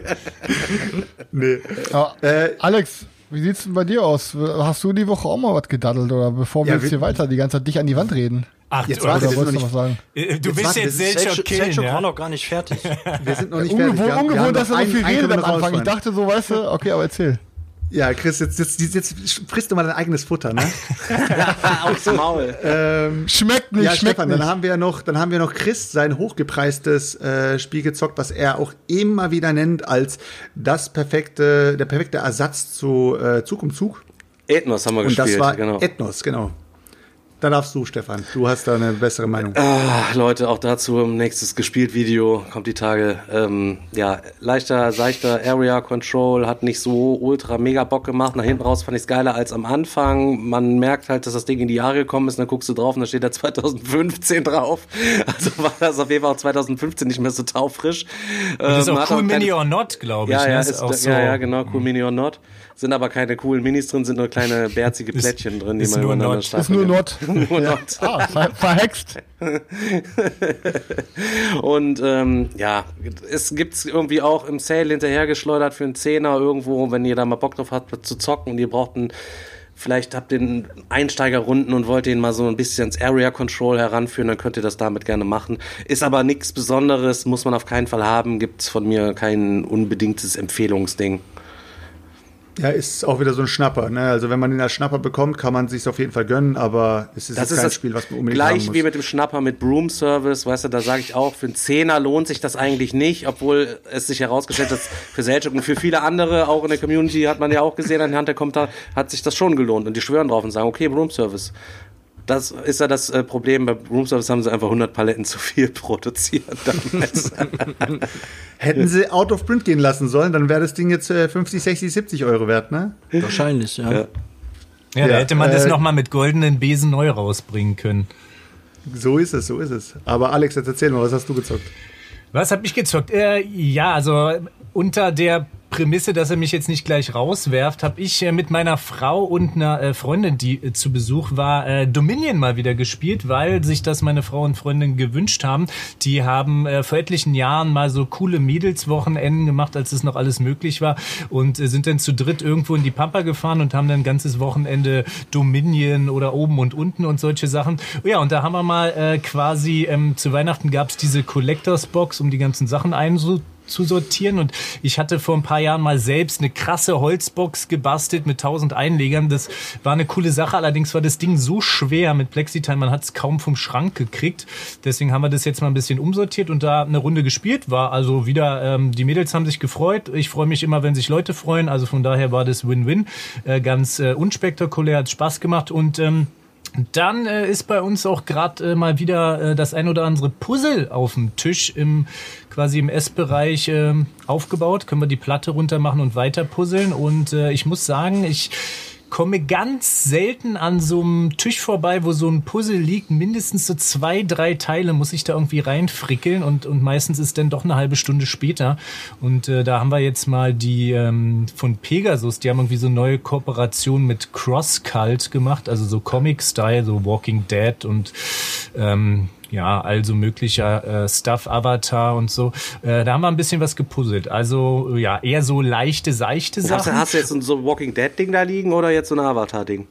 Nee. Ja, äh, Alex, wie sieht's denn bei dir aus? Hast du die Woche auch mal was gedaddelt oder bevor wir ja, jetzt hier weiter die ganze Zeit dich an die Wand reden? Ach, jetzt warte, oder wolltest du was sagen? Du jetzt willst jetzt Selchuk killen, Selchuk ja? war noch gar nicht fertig. Wir sind noch nicht ungewohnt, fertig. Wir, ungewohnt, wir dass er so viel redet am Anfang. Ich dachte, dachte so, weißt du, okay, aber erzähl. Ja, Chris, jetzt, jetzt, jetzt frisst du mal dein eigenes Futter, ne? Aufs Maul. Ähm, schmeckt nicht, ja, schmeckt Stefan, nicht. Dann haben wir noch, dann haben wir noch Chris, sein hochgepreistes äh, Spiel gezockt, was er auch immer wieder nennt als das perfekte, der perfekte Ersatz zu äh, Zug um Zug. Ethnos haben wir Und gespielt. das war genau. Ethnos, genau. Da darfst du, Stefan. Du hast da eine bessere Meinung. Ah, Leute, auch dazu im nächstes Gespielt-Video kommt die Tage. Ähm, ja, leichter, seichter Area Control, hat nicht so ultra mega Bock gemacht. Nach hinten raus fand ich es geiler als am Anfang. Man merkt halt, dass das Ding in die Jahre gekommen ist. Und dann guckst du drauf und da steht da zwanzig fünfzehn drauf. Also war das auf jeden Fall auch zwanzig fünfzehn nicht mehr so taufrisch. Das ist ähm, auch Cool Mini or Not, glaube ich. Ja, ne? ja, ist ist, auch so. ja, ja, genau, Cool Mini or Not. Sind aber keine coolen Minis drin, sind nur kleine bärzige Plättchen drin, die ist man nur übereinander Not. stapeln Ist nur kann. Not. Nur Ja. Not. Ah, ver verhext. Und ähm, ja, es gibt's irgendwie auch im Sale hinterhergeschleudert für einen Zehner irgendwo, wenn ihr da mal Bock drauf habt zu zocken und ihr braucht einen, vielleicht habt ihr einen Einsteigerrunden und wollt den mal so ein bisschen ins Area Control heranführen, dann könnt ihr das damit gerne machen. Ist aber nichts Besonderes, muss man auf keinen Fall haben, gibt's von mir kein unbedingtes Empfehlungsding. Ja, ist auch wieder so ein Schnapper. Ne? Also wenn man den als Schnapper bekommt, kann man sich auf jeden Fall gönnen, aber es ist, Das jetzt ist kein das Spiel, was man unbedingt haben gleich muss. wie mit dem Schnapper mit Broom Service, weißt du, da sage ich auch, für einen Zehner lohnt sich das eigentlich nicht, obwohl es sich herausgestellt hat, für Selchuk und für viele andere, auch in der Community, hat man ja auch gesehen, anhand der Kommentare, hat sich das schon gelohnt und die schwören drauf und sagen, okay, Broom Service. Das ist ja das äh, Problem, bei Room Service haben sie einfach hundert Paletten zu viel produziert damals. Hätten sie out of print gehen lassen sollen, dann wäre das Ding jetzt äh, fünfzig, sechzig, siebzig Euro wert, ne? Wahrscheinlich, ja. Ja. Ja, da Ja, hätte man äh, das nochmal mit goldenen Besen neu rausbringen können. So ist es, so ist es. Aber Alex, jetzt erzähl mal, was hast du gezockt? Was hab ich gezockt? Äh, ja, also unter der Prämisse, dass er mich jetzt nicht gleich rauswerft, habe ich äh, mit meiner Frau und einer äh, Freundin, die äh, zu Besuch war, äh, Dominion mal wieder gespielt, weil sich das meine Frau und Freundin gewünscht haben. Die haben äh, vor etlichen Jahren mal so coole Mädelswochenenden gemacht, als es noch alles möglich war und äh, sind dann zu dritt irgendwo in die Pampa gefahren und haben dann ein ganzes Wochenende Dominion oder oben und unten und solche Sachen. Ja, und da haben wir mal äh, quasi, ähm, zu Weihnachten gab's diese Collectors Box, um die ganzen Sachen einzusortieren. zu sortieren und ich hatte vor ein paar Jahren mal selbst eine krasse Holzbox gebastelt mit tausend Einlegern. Das war eine coole Sache, allerdings war das Ding so schwer mit Plexital, man hat es kaum vom Schrank gekriegt. Deswegen haben wir das jetzt mal ein bisschen umsortiert und da eine Runde gespielt. War also wieder, ähm, die Mädels haben sich gefreut. Ich freue mich immer, wenn sich Leute freuen, also von daher war das Win-Win. Äh, ganz äh, unspektakulär, hat Spaß gemacht und ähm, dann äh, ist bei uns auch gerade äh, mal wieder äh, das ein oder andere Puzzle auf dem Tisch im quasi im Essbereich äh, aufgebaut. Können wir die Platte runter machen und weiter puzzeln. Und äh, ich muss sagen, ich komme ganz selten an so einem Tisch vorbei, wo so ein Puzzle liegt. Mindestens so zwei, drei Teile muss ich da irgendwie reinfrickeln und, und meistens ist dann doch eine halbe Stunde später. Und äh, da haben wir jetzt mal die ähm, von Pegasus, die haben irgendwie so eine neue Kooperation mit CrossCult gemacht, also so Comic-Style, so Walking Dead und ähm, ja, also möglicher äh, Stuff, Avatar und so. Äh, da haben wir ein bisschen was gepuzzelt. Also ja, eher so leichte, seichte Sachen. Hast du, hast du jetzt so ein Walking Dead-Ding da liegen oder jetzt so ein Avatar-Ding?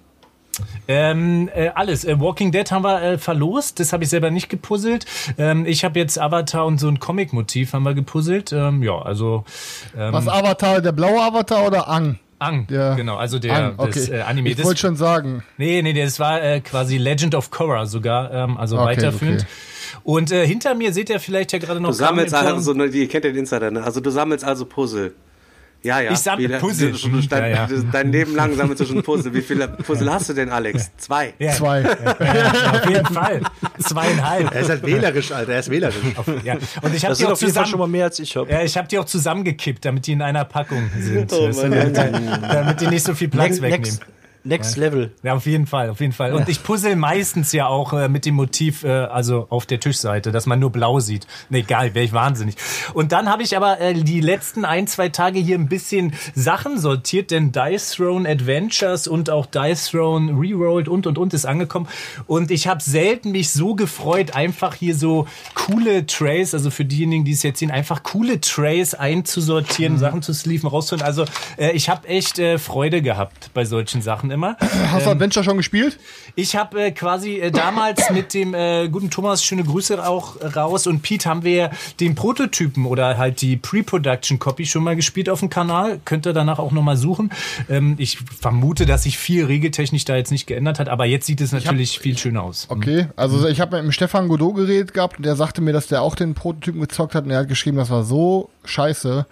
Ähm, äh, alles. Äh, Walking Dead haben wir äh, verlost. Das habe ich selber nicht gepuzzelt. Ähm, ich habe jetzt Avatar und so ein Comic-Motiv haben wir gepuzzelt. Ähm, ja, also. Ähm, was Avatar? Der blaue Avatar oder Ang? Ang, der genau, also der Ang, okay. das, äh, Anime. Ich wollte schon sagen. Nee, nee, das war äh, quasi Legend of Korra sogar, ähm, also okay, weiterführend. Okay. Und äh, hinter mir seht ihr vielleicht ja gerade noch... Du sammelst also, so, ihr kennt den Insider, ne? Also du sammelst also Puzzle. Ja, ja. Ich sammle Puzzle. Du, du, dein, ja, ja. dein Leben lang sammelst du schon Puzzle. Wie viele Puzzle hast du denn, Alex? Zwei. Ja. Zwei. Ja, ja, auf jeden Fall. Zweieinhalb. Er ist halt wählerisch, Alter. Er ist wählerisch. Auf, ja. Und ich habe die auch auf jeden Fall zusammen, schon mal mehr als ich habe. ja, ich habe die auch zusammengekippt, damit die in einer Packung sind. Oh, weißt du, damit, damit die nicht so viel Platz Next, wegnehmen. next, next Level. Ja, auf jeden Fall, auf jeden Fall. Und ich puzzle meistens ja auch äh, mit dem Motiv, äh, also auf der Tischseite, dass man nur blau sieht. Nee, egal, wäre ich wahnsinnig. Und dann habe ich aber äh, die letzten ein, zwei Tage hier ein bisschen Sachen sortiert, denn Dice Throne Adventures und auch Dice Throne Rerolled und und und ist angekommen. Und ich habe selten mich so gefreut, einfach hier so coole Trays, also für diejenigen, die es jetzt sehen, einfach coole Trays einzusortieren, mhm. Sachen zu sleeven, rauszuholen. Also äh, ich habe echt äh, Freude gehabt bei solchen Sachen immer. Hast du Adventure schon gespielt? Ich habe äh, quasi äh, damals mit dem äh, guten Thomas, schöne Grüße auch äh, raus, und Pete haben wir den Prototypen oder halt die Pre-Production-Copy schon mal gespielt auf dem Kanal. Könnt ihr danach auch nochmal suchen. Ähm, ich vermute, dass sich viel regeltechnisch da jetzt nicht geändert hat, aber jetzt sieht es natürlich hab, viel schöner aus. Okay, also ich habe mit dem Stefan Godot geredet gehabt und der sagte mir, dass der auch den Prototypen gezockt hat und er hat geschrieben, das war so scheiße.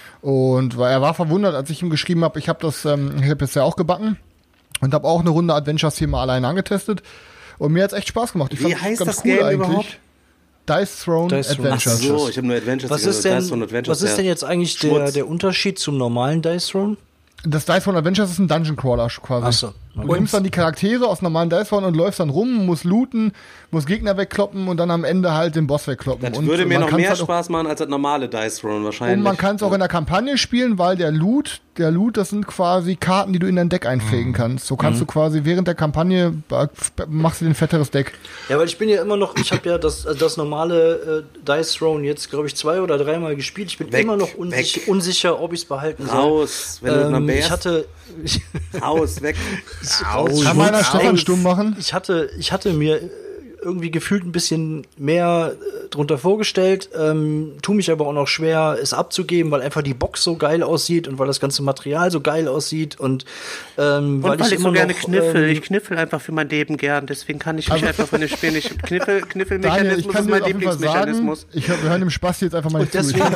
Und weil er war verwundert, als ich ihm geschrieben habe, ich habe das, ähm, ich habe das ja auch gebacken. Und habe auch eine Runde Adventures hier mal alleine angetestet. Und mir hat es echt Spaß gemacht. Ich Wie heißt das Game eigentlich. Überhaupt? Dice Throne Dice Adventures. Ach so, ich habe nur Adventures. Was ist denn, Adventures, was ist denn jetzt eigentlich der, der Unterschied zum normalen Dice Throne? Das Dice Throne Adventures ist ein Dungeon Crawler quasi. Ach so. Okay. Du nimmst dann die Charaktere aus normalen Dice Throne und läufst dann rum, musst looten, musst Gegner wegkloppen und dann am Ende halt den Boss wegkloppen. Das und würde mir noch mehr halt Spaß machen als das normale Dice Throne wahrscheinlich. Und man kann es auch in der Kampagne spielen, weil der Loot, der Loot, das sind quasi Karten, die du in dein Deck einpflegen kannst. So kannst mhm. du quasi während der Kampagne machst du den fetteres Deck. Ja, weil ich bin ja immer noch, ich habe ja das, also das normale äh, Dice Throne jetzt, glaube ich, zwei oder dreimal gespielt. Ich bin weg, immer noch unsich- unsicher, ob ich es behalten soll. Raus, wenn du ähm, ich hatte ich Raus, weg. Raus. Kann meiner Stefan stumm machen? Ich hatte, ich hatte mir irgendwie gefühlt ein bisschen mehr äh, drunter vorgestellt, ähm, tu mich aber auch noch schwer, es abzugeben, weil einfach die Box so geil aussieht und weil das ganze Material so geil aussieht und, ähm, und weil, weil ich, ich immer so gerne noch, kniffel. Ähm, ich kniffel einfach für mein Leben gern, deswegen kann ich mich also, einfach von dem Spiel nicht kniffel, Daniel, ich Kniffelmechanismus kann ist mein dir Lieblingsmechanismus. Sagen, ich, wir hören dem Spaß jetzt einfach mal und zu. deswegen,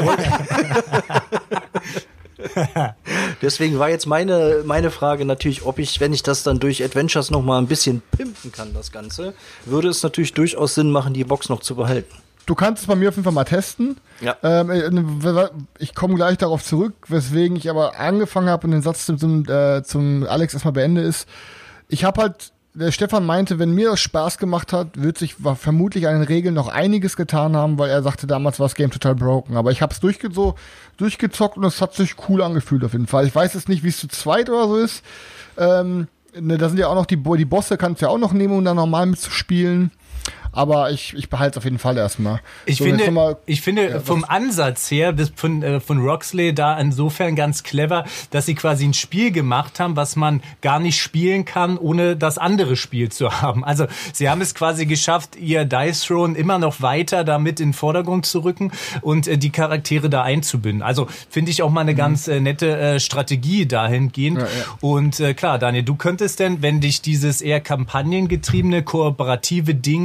deswegen war jetzt meine, meine Frage natürlich, ob ich, wenn ich das dann durch Adventures noch mal ein bisschen pimpen kann, das Ganze, würde es natürlich durchaus Sinn machen, die Box noch zu behalten. Du kannst es bei mir auf jeden Fall mal testen. Ja. Ähm, ich komme gleich darauf zurück, weswegen ich aber angefangen habe und den Satz zum, zum, äh, zum Alex erstmal beende ist. Ich habe halt, der Stefan meinte, wenn mir das Spaß gemacht hat, wird sich vermutlich an den Regeln noch einiges getan haben, weil er sagte, damals war das Game total broken. Aber ich habe es durchge so, durchgezockt und es hat sich cool angefühlt auf jeden Fall. Ich weiß jetzt nicht, wie es zu zweit oder so ist. Ähm, ne, da sind ja auch noch die, die Bosse, kannst du ja auch noch nehmen, um da normal mitzuspielen. Aber ich, ich behalte es auf jeden Fall erstmal. Ich so, finde, mal, ich finde ja, vom Ansatz her das von, äh, von Roxley da insofern ganz clever, dass sie quasi ein Spiel gemacht haben, was man gar nicht spielen kann, ohne das andere Spiel zu haben. Also sie haben es quasi geschafft, ihr Dice Throne immer noch weiter damit in den Vordergrund zu rücken und äh, die Charaktere da einzubinden. Also finde ich auch mal eine mhm. ganz äh, nette äh, Strategie dahingehend. Ja, ja. Und äh, klar, Daniel, du könntest denn, wenn dich dieses eher kampagnengetriebene, kooperative Ding äh,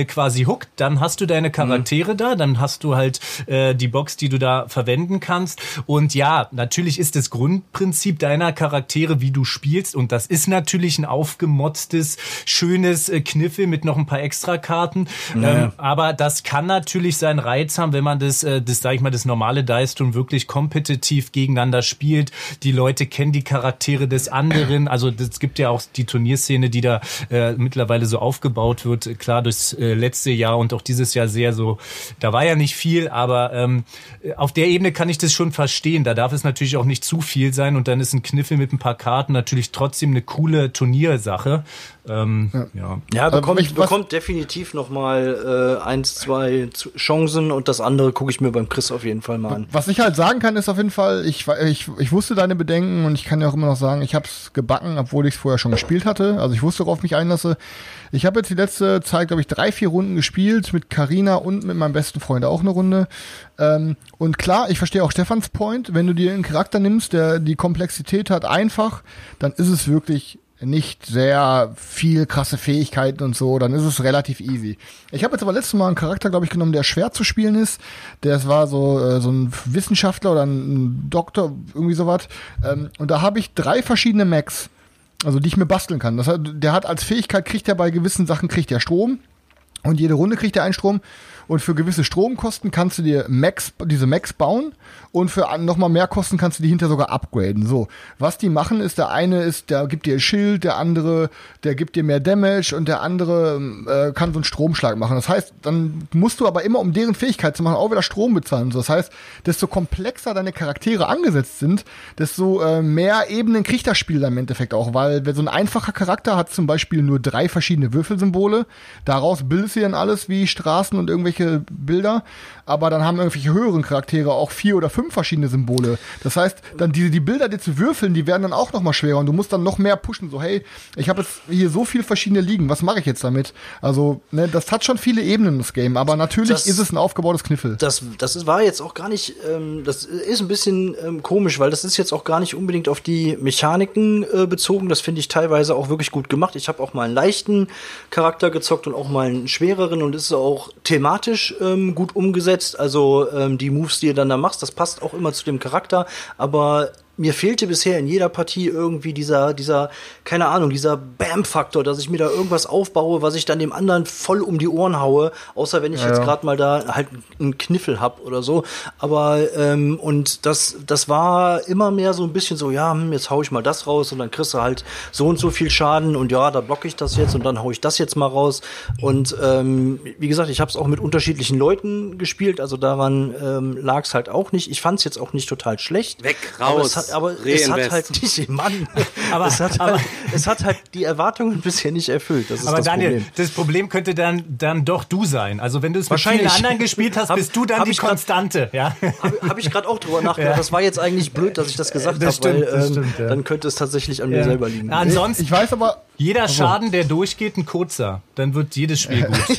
äh, quasi hookt. Dann hast du deine Charaktere mhm. da, dann hast du halt äh, die Box, die du da verwenden kannst. Und ja, natürlich ist das Grundprinzip deiner Charaktere, wie du spielst. Und das ist natürlich ein aufgemotztes, schönes äh, Kniffel mit noch ein paar Extrakarten. Naja. Ähm, aber das kann natürlich seinen Reiz haben, wenn man das, äh, das sag ich mal, das normale Dice Tone wirklich kompetitiv gegeneinander spielt. Die Leute kennen die Charaktere des anderen. Also es gibt ja auch die Turnierszene, die da äh, mittlerweile so aufgebaut wird. Klar, durchs äh, letzte Jahr und auch dieses Jahr sehr so, da war ja nicht viel, aber ähm, auf der Ebene kann ich das schon verstehen. Da darf es natürlich auch nicht zu viel sein und dann ist ein Kniffel mit ein paar Karten natürlich trotzdem eine coole Turniersache. Ähm, ja. ja. Ja, bekommt, ich, bekommt definitiv nochmal äh, eins, zwei Chancen und das andere gucke ich mir beim Chris auf jeden Fall mal an. Was ich halt sagen kann, ist auf jeden Fall, ich, ich, ich wusste deine Bedenken und ich kann ja auch immer noch sagen, ich habe es gebacken, obwohl ich es vorher schon gespielt hatte. Also ich wusste, worauf ich mich einlasse. Ich habe jetzt die letzte Zeit, glaube ich, drei, vier Runden gespielt mit Carina und mit meinem besten Freund auch eine Runde. Ähm, und klar, ich verstehe auch Stefans Point. Wenn du dir einen Charakter nimmst, der die Komplexität hat, einfach, dann ist es wirklich nicht sehr viel krasse Fähigkeiten und so, dann ist es relativ easy. Ich habe jetzt aber letztes Mal einen Charakter, glaube ich, genommen, der schwer zu spielen ist. Der war so äh, so ein Wissenschaftler oder ein Doktor, irgendwie sowas. Ähm, und da habe ich drei verschiedene Mechs, also die ich mir basteln kann. Das hat, der hat als Fähigkeit, kriegt er bei gewissen Sachen, kriegt er Strom. Und jede Runde kriegt er einen Strom. Und für gewisse Stromkosten kannst du dir Max, diese Max bauen. Und für nochmal mehr Kosten kannst du die hinter sogar upgraden. So. Was die machen ist, der eine ist, der gibt dir Schild, der andere, der gibt dir mehr Damage und der andere äh, kann so einen Stromschlag machen. Das heißt, dann musst du aber immer, um deren Fähigkeit zu machen, auch wieder Strom bezahlen. So. Das heißt, desto komplexer deine Charaktere angesetzt sind, desto äh, mehr Ebenen kriegt das Spiel dann im Endeffekt auch. Weil so ein einfacher Charakter hat zum Beispiel nur drei verschiedene Würfelsymbole. Daraus bildest du dann alles wie Straßen und irgendwelche Bilder, aber dann haben irgendwelche höheren Charaktere auch vier oder fünf verschiedene Symbole. Das heißt, dann die, die Bilder, die zu würfeln, die werden dann auch noch mal schwerer und du musst dann noch mehr pushen. So, hey, ich habe jetzt hier so viele verschiedene liegen, was mache ich jetzt damit? Also, ne, das hat schon viele Ebenen, das Game, aber natürlich das, ist es ein aufgebautes Kniffel. Das, das war jetzt auch gar nicht, ähm, das ist ein bisschen ähm, komisch, weil das ist jetzt auch gar nicht unbedingt auf die Mechaniken äh, bezogen. Das finde ich teilweise auch wirklich gut gemacht. Ich habe auch mal einen leichten Charakter gezockt und auch mal einen schwereren und ist auch thematisch ähm, gut umgesetzt. Also ähm, die Moves, die ihr dann da machst, das passt auch immer zu dem Charakter, aber mir fehlte bisher in jeder Partie irgendwie dieser, dieser, keine Ahnung, dieser Bam-Faktor, dass ich mir da irgendwas aufbaue, was ich dann dem anderen voll um die Ohren haue, außer wenn ich ja, jetzt gerade mal da halt einen Kniffel hab oder so. Aber, ähm, und das, das war immer mehr so ein bisschen so, ja, jetzt hau ich mal das raus und dann kriegst du halt so und so viel Schaden und ja, da blocke ich das jetzt und dann hau ich das jetzt mal raus. Und, ähm, wie gesagt, ich habe es auch mit unterschiedlichen Leuten gespielt, also daran ähm, lag es halt auch nicht. Ich fand es jetzt auch nicht total schlecht. Weg, raus. Aber es hat halt nicht, Mann, aber, es, hat aber, halt, es hat halt die Erwartungen bisher nicht erfüllt. Das ist aber das Daniel, Problem. Das Problem könnte dann, dann doch du sein. Also wenn du es mit vielen anderen gespielt hast, bist du dann hab die Konstante. Ja? Habe hab ich gerade auch drüber nachgedacht. Ja. Das war jetzt eigentlich blöd, dass ich das gesagt habe, weil ähm, stimmt, ja. dann könnte es tatsächlich an ja. mir selber liegen. Ja, ansonsten, ich weiß aber, jeder Schaden, der durchgeht, ein kurzer. Dann wird jedes Spiel gut.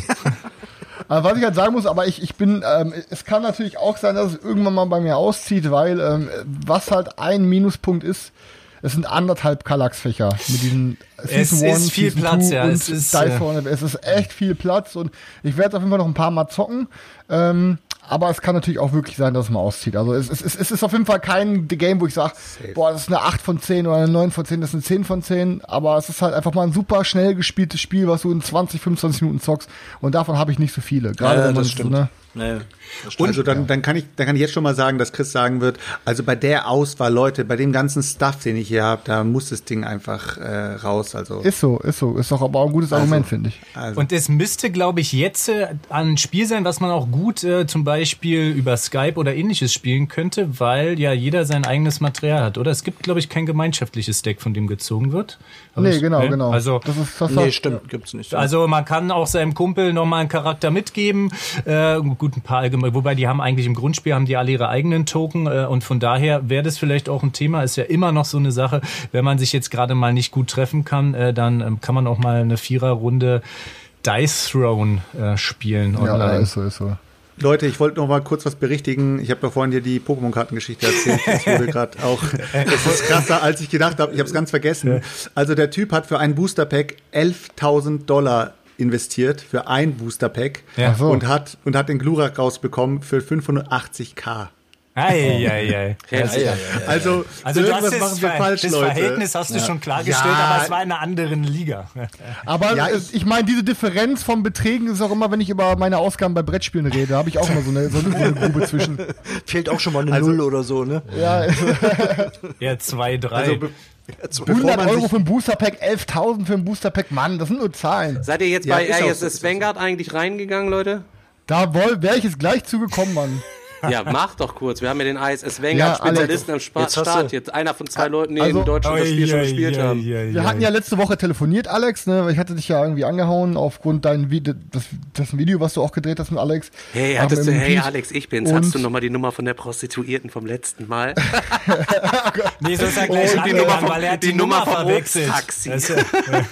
Also was ich halt sagen muss, aber ich, ich bin, ähm, es kann natürlich auch sein, dass es irgendwann mal bei mir auszieht, weil ähm, was halt ein Minuspunkt ist, es sind anderthalb Kallax-Fächer mit diesen Season Es ist viel Season Platz, ja. Es ist, äh es ist echt viel Platz und ich werde auf jeden Fall noch ein paar Mal zocken. Ähm, aber es kann natürlich auch wirklich sein, dass es mal auszieht. Also es, es, es, es ist auf jeden Fall kein Game, wo ich sage, boah, das ist eine acht von zehn oder eine neun von zehn, das ist eine zehn von zehn. Aber es ist halt einfach mal ein super schnell gespieltes Spiel, was du in zwanzig, fünfundzwanzig Minuten zockst. Und davon habe ich nicht so viele. Gerade ja, wenn man das stimmt. So, ne? Nee, und also dann, dann kann ich, dann kann ich jetzt schon mal sagen, dass Chris sagen wird, also bei der Auswahl, Leute, bei dem ganzen Stuff, den ich hier habe, da muss das Ding einfach äh, raus. Also ist so, ist so, ist doch aber auch ein gutes also, Argument, finde ich. Also. Und es müsste, glaube ich, jetzt äh, ein Spiel sein, was man auch gut äh, zum Beispiel über Skype oder ähnliches spielen könnte, weil ja jeder sein eigenes Material hat, oder? Es gibt, glaube ich, kein gemeinschaftliches Deck, von dem gezogen wird. Aber nee, genau, ne? genau. Also, das ist, das nee, stimmt, gibt's nicht. Also man kann auch seinem Kumpel nochmal einen Charakter mitgeben, äh, gut, ein paar allgemein, wobei die haben eigentlich im Grundspiel haben die alle ihre eigenen Token äh, und von daher wäre das vielleicht auch ein Thema, ist ja immer noch so eine Sache, wenn man sich jetzt gerade mal nicht gut treffen kann, äh, dann ähm, kann man auch mal eine Viererrunde Dice Throne äh, spielen online. Ja, ist so, ist so. Leute, ich wollte noch mal kurz was berichtigen. Ich habe ja vorhin dir die Pokémon-Kartengeschichte erzählt. Das wurde gerade auch, das ist krasser, als ich gedacht habe. Ich habe es ganz vergessen. Also der Typ hat für ein Booster-Pack elftausend Dollar investiert für ein Booster-Pack Ja. so. und hat und hat den Glurak rausbekommen für fünfhundertachtzig K. Eieiei. Also, Also du hast irgendwas das, machen wir Ver falsch, das Leute. Verhältnis hast du schon klargestellt, Ja. aber es war in einer anderen Liga. Aber Ja, äh, ich- ich meine, diese Differenz von Beträgen ist auch immer, wenn ich über meine Ausgaben bei Brettspielen rede, da habe ich auch immer so eine, so eine, so eine Grube zwischen. Fehlt auch schon mal eine Also- Null oder so, ne? Ja, Ja, zwei, drei. Also, be hundert man Euro sich- für ein Booster-Pack, elftausend für ein Booster-Pack, Mann, das sind nur Zahlen. Seid ihr jetzt Ja, bei ist auch I S so, S ist auch Vanguard eigentlich reingegangen, Leute? Da wäre ich jetzt gleich zugekommen, Mann. Ja, mach doch kurz. Wir haben ja den I S S Ja, Vanguard-Spezialisten am Spa- jetzt hast Start. du- Jetzt einer von zwei Leuten, die Also- in Deutschland das Spiel schon gespielt haben. Wir hatten ja letzte Woche telefoniert, Alex, ne? Ich hatte dich ja irgendwie angehauen aufgrund dein Video, das, das Video, was du auch gedreht hast mit Alex. Hey, Haben hattest du, wir hey im Alex, ich bin's. Und- Hast du nochmal die Nummer von der Prostituierten vom letzten Mal? Nee, so ist er gleich Und die rangegangen, Nummer vom- weil er hat die die, Nummer, Nummer vom verwechselt. Obsttaxi. Das, äh,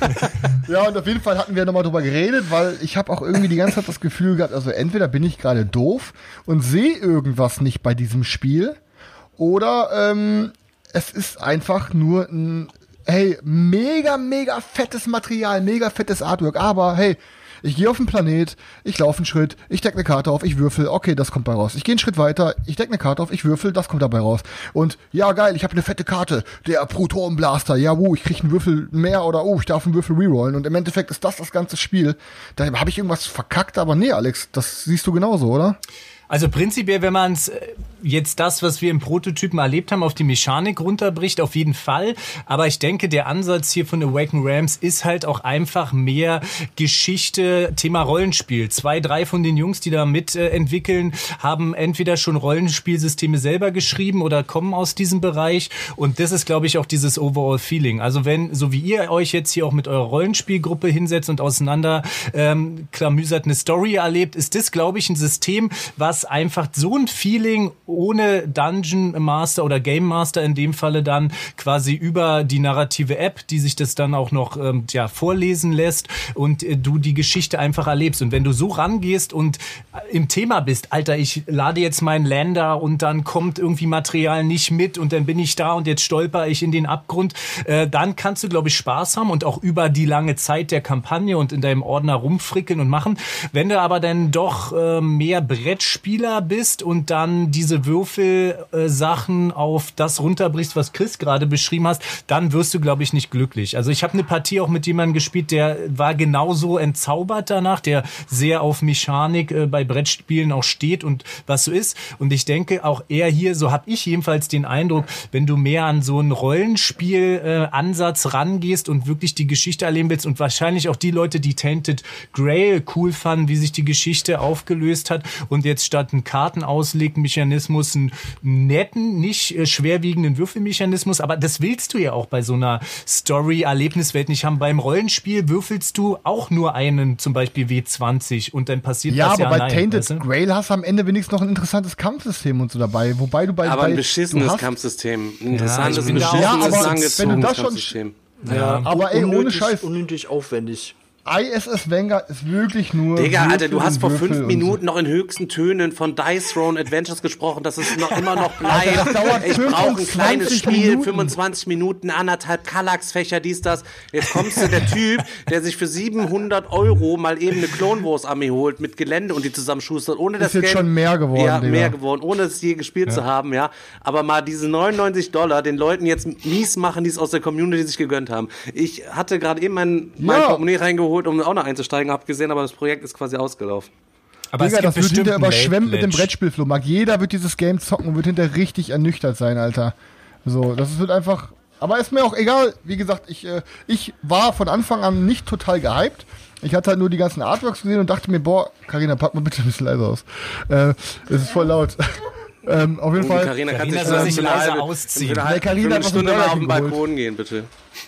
Ja, und auf jeden Fall hatten wir nochmal drüber geredet, weil ich habe auch irgendwie die ganze Zeit das Gefühl gehabt, also entweder bin ich gerade doof und sehe irgendwas nicht bei diesem Spiel oder ähm, es ist einfach nur ein, hey, mega, mega fettes Material, mega fettes Artwork, aber hey, ich gehe auf den Planet, ich laufe einen Schritt, ich decke eine Karte auf, ich würfel, okay, das kommt bei raus. Ich gehe einen Schritt weiter, ich decke eine Karte auf, ich würfel, das kommt dabei raus. Und ja, geil, ich habe eine fette Karte, der Proton-Blaster, ja, wuh, ich kriege einen Würfel mehr oder oh, ich darf einen Würfel rerollen. Und im Endeffekt ist das das ganze Spiel. Da habe ich irgendwas verkackt, aber nee, Alex, das siehst du genauso, oder? Also prinzipiell, wenn man es jetzt das, was wir im Prototypen erlebt haben, auf die Mechanik runterbricht, auf jeden Fall. Aber ich denke, der Ansatz hier von Awaken Realms ist halt auch einfach mehr Geschichte, Thema Rollenspiel. Zwei, drei von den Jungs, die da mitentwickeln, haben entweder schon Rollenspielsysteme selber geschrieben oder kommen aus diesem Bereich. Und das ist, glaube ich, auch dieses Overall Feeling. Also wenn, so wie ihr euch jetzt hier auch mit eurer Rollenspielgruppe hinsetzt und auseinander ähm, klamüsert eine Story erlebt, ist das, glaube ich, ein System, was einfach so ein Feeling ohne Dungeon Master oder Game Master in dem Falle dann quasi über die narrative App, die sich das dann auch noch ähm, ja, vorlesen lässt und äh, du die Geschichte einfach erlebst. Und wenn du so rangehst und äh, im Thema bist, Alter, ich lade jetzt meinen Lander und dann kommt irgendwie Material nicht mit und dann bin ich da und jetzt stolper ich in den Abgrund, äh, dann kannst du, glaube ich, Spaß haben und auch über die lange Zeit der Kampagne und in deinem Ordner rumfrickeln und machen. Wenn du aber dann doch äh, mehr Brettspiel Spieler bist und dann diese Würfelsachen auf das runterbrichst, was Chris gerade beschrieben hast, dann wirst du, glaube ich, nicht glücklich. Also ich habe eine Partie auch mit jemandem gespielt, der war genauso entzaubert danach, der sehr auf Mechanik äh, bei Brettspielen auch steht und was so ist. Und ich denke, auch er hier, so habe ich jedenfalls den Eindruck, wenn du mehr an so einen Rollenspiel-Ansatz äh, rangehst und wirklich die Geschichte erleben willst und wahrscheinlich auch die Leute, die Tainted Grail cool fanden, wie sich die Geschichte aufgelöst hat und jetzt statt einen Kartenauslegmechanismus einen netten, nicht äh, schwerwiegenden Würfelmechanismus, aber das willst du ja auch bei so einer Story-Erlebniswelt nicht haben. Beim Rollenspiel würfelst du auch nur einen, zum Beispiel W zwanzig und dann passiert Ja, was aber ja bei nein, Tainted weißt du? Grail hast du am Ende wenigstens noch ein interessantes Kampfsystem und so dabei, wobei du bei... Aber bei, ein du beschissenes hast- Kampfsystem. Ein interessantes, ich bin da auch- beschissenes, Ja, aber wenn du langgezogenes das schon- Kampfsystem. Ja, aber ey, ohne unnötig, Scheiß. unnötig aufwendig. I S S Vanguard ist wirklich nur... Digga, Alter, Würfel du hast und vor Würfel fünf und Minuten noch in höchsten Tönen von Dice Throne Adventures gesprochen, dass es noch immer noch bleibt. das dauert Ich brauche ein kleines fünfundzwanzig Spiel, Minuten. fünfundzwanzig Minuten, anderthalb Kallax-Fächer, dies, das. Jetzt kommst du, der Typ, der sich für siebenhundert Euro mal eben eine Clone Wars Armee holt mit Gelände und die zusammenschustert, ohne das jetzt Geld. schon mehr geworden, Ja, Digga. mehr geworden, ohne es je gespielt zu haben, ja. Aber mal diese neunundneunzig Dollar den Leuten jetzt mies machen, die es aus der Community sich gegönnt haben. Ich hatte gerade eben mein, mein Ja. Portemonnaie reingeholt, um auch noch einzusteigen, hab gesehen, aber das Projekt ist quasi ausgelaufen. Aber Digga, es gibt das wird bestimmt hinterher einen überschwemmt mit dem Late Brettspielflohmarkt. Jeder wird dieses Game zocken und wird hinterher richtig ernüchtert sein, Alter. So, das wird einfach... Aber ist mir auch egal. Wie gesagt, ich, äh, ich war von Anfang an nicht total gehypt. Ich hatte halt nur die ganzen Artworks gesehen und dachte mir, boah, Carina, pack mal bitte ein bisschen leiser aus. Äh, es ist voll laut. ähm, auf jeden Fall... Carina kann Carina sich soll ähm, sich für eine leise halbe- ausziehen. für eine Nee, Carina halbe hat was Stunde mit mal auf den Burger King Balkon gehen, bitte.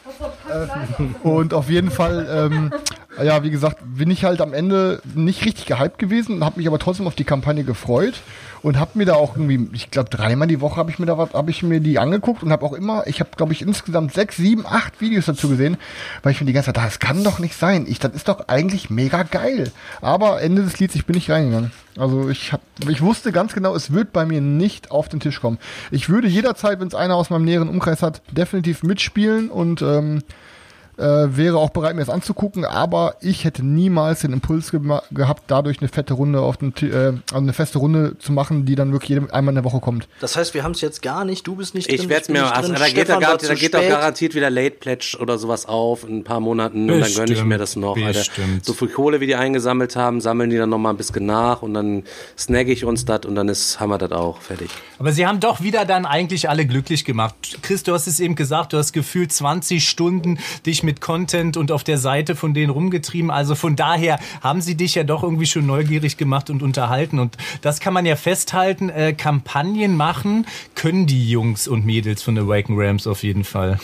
Und auf jeden Fall, ähm, ja, wie gesagt, bin ich halt am Ende nicht richtig gehypt gewesen, habe mich aber trotzdem auf die Kampagne gefreut und habe mir da auch irgendwie, ich glaube dreimal die Woche habe ich mir da was, habe ich mir die angeguckt und habe auch immer, ich habe glaube ich insgesamt sechs, sieben, acht Videos dazu gesehen, weil ich mir die ganze Zeit, das kann doch nicht sein, ich, das ist doch eigentlich mega geil. Aber Ende des Lieds, ich bin nicht reingegangen. Also ich hab, ich wusste ganz genau, es wird bei mir nicht auf den Tisch kommen. Ich würde jederzeit, wenn es einer aus meinem näheren Umkreis hat, definitiv mitspielen und ähm, äh, wäre auch bereit, mir das anzugucken, aber ich hätte niemals den Impuls ge- gehabt, dadurch eine fette Runde auf den, äh, also eine feste Runde zu machen, die dann wirklich jede, einmal in der Woche kommt. Das heißt, wir haben es jetzt gar nicht, du bist nicht ich drin, werde es mir, nicht also, drin, da geht, da, gar, da geht doch spät. garantiert wieder Late Pledge oder sowas auf in ein paar Monaten bestimmt, und dann gönne ich mir das noch, Alter. So viel Kohle, wie die eingesammelt haben, sammeln die dann nochmal ein bisschen nach und dann snagge ich uns das und dann ist, haben wir das auch fertig. Aber sie haben doch wieder dann eigentlich alle glücklich gemacht. Chris, du hast es eben gesagt, du hast gefühlt zwanzig Stunden dich mit Content und auf der Seite von denen rumgetrieben. Also von daher haben sie dich ja doch irgendwie schon neugierig gemacht und unterhalten. Und das kann man ja festhalten. Äh, Kampagnen machen können die Jungs und Mädels von Awaken Realms auf jeden Fall.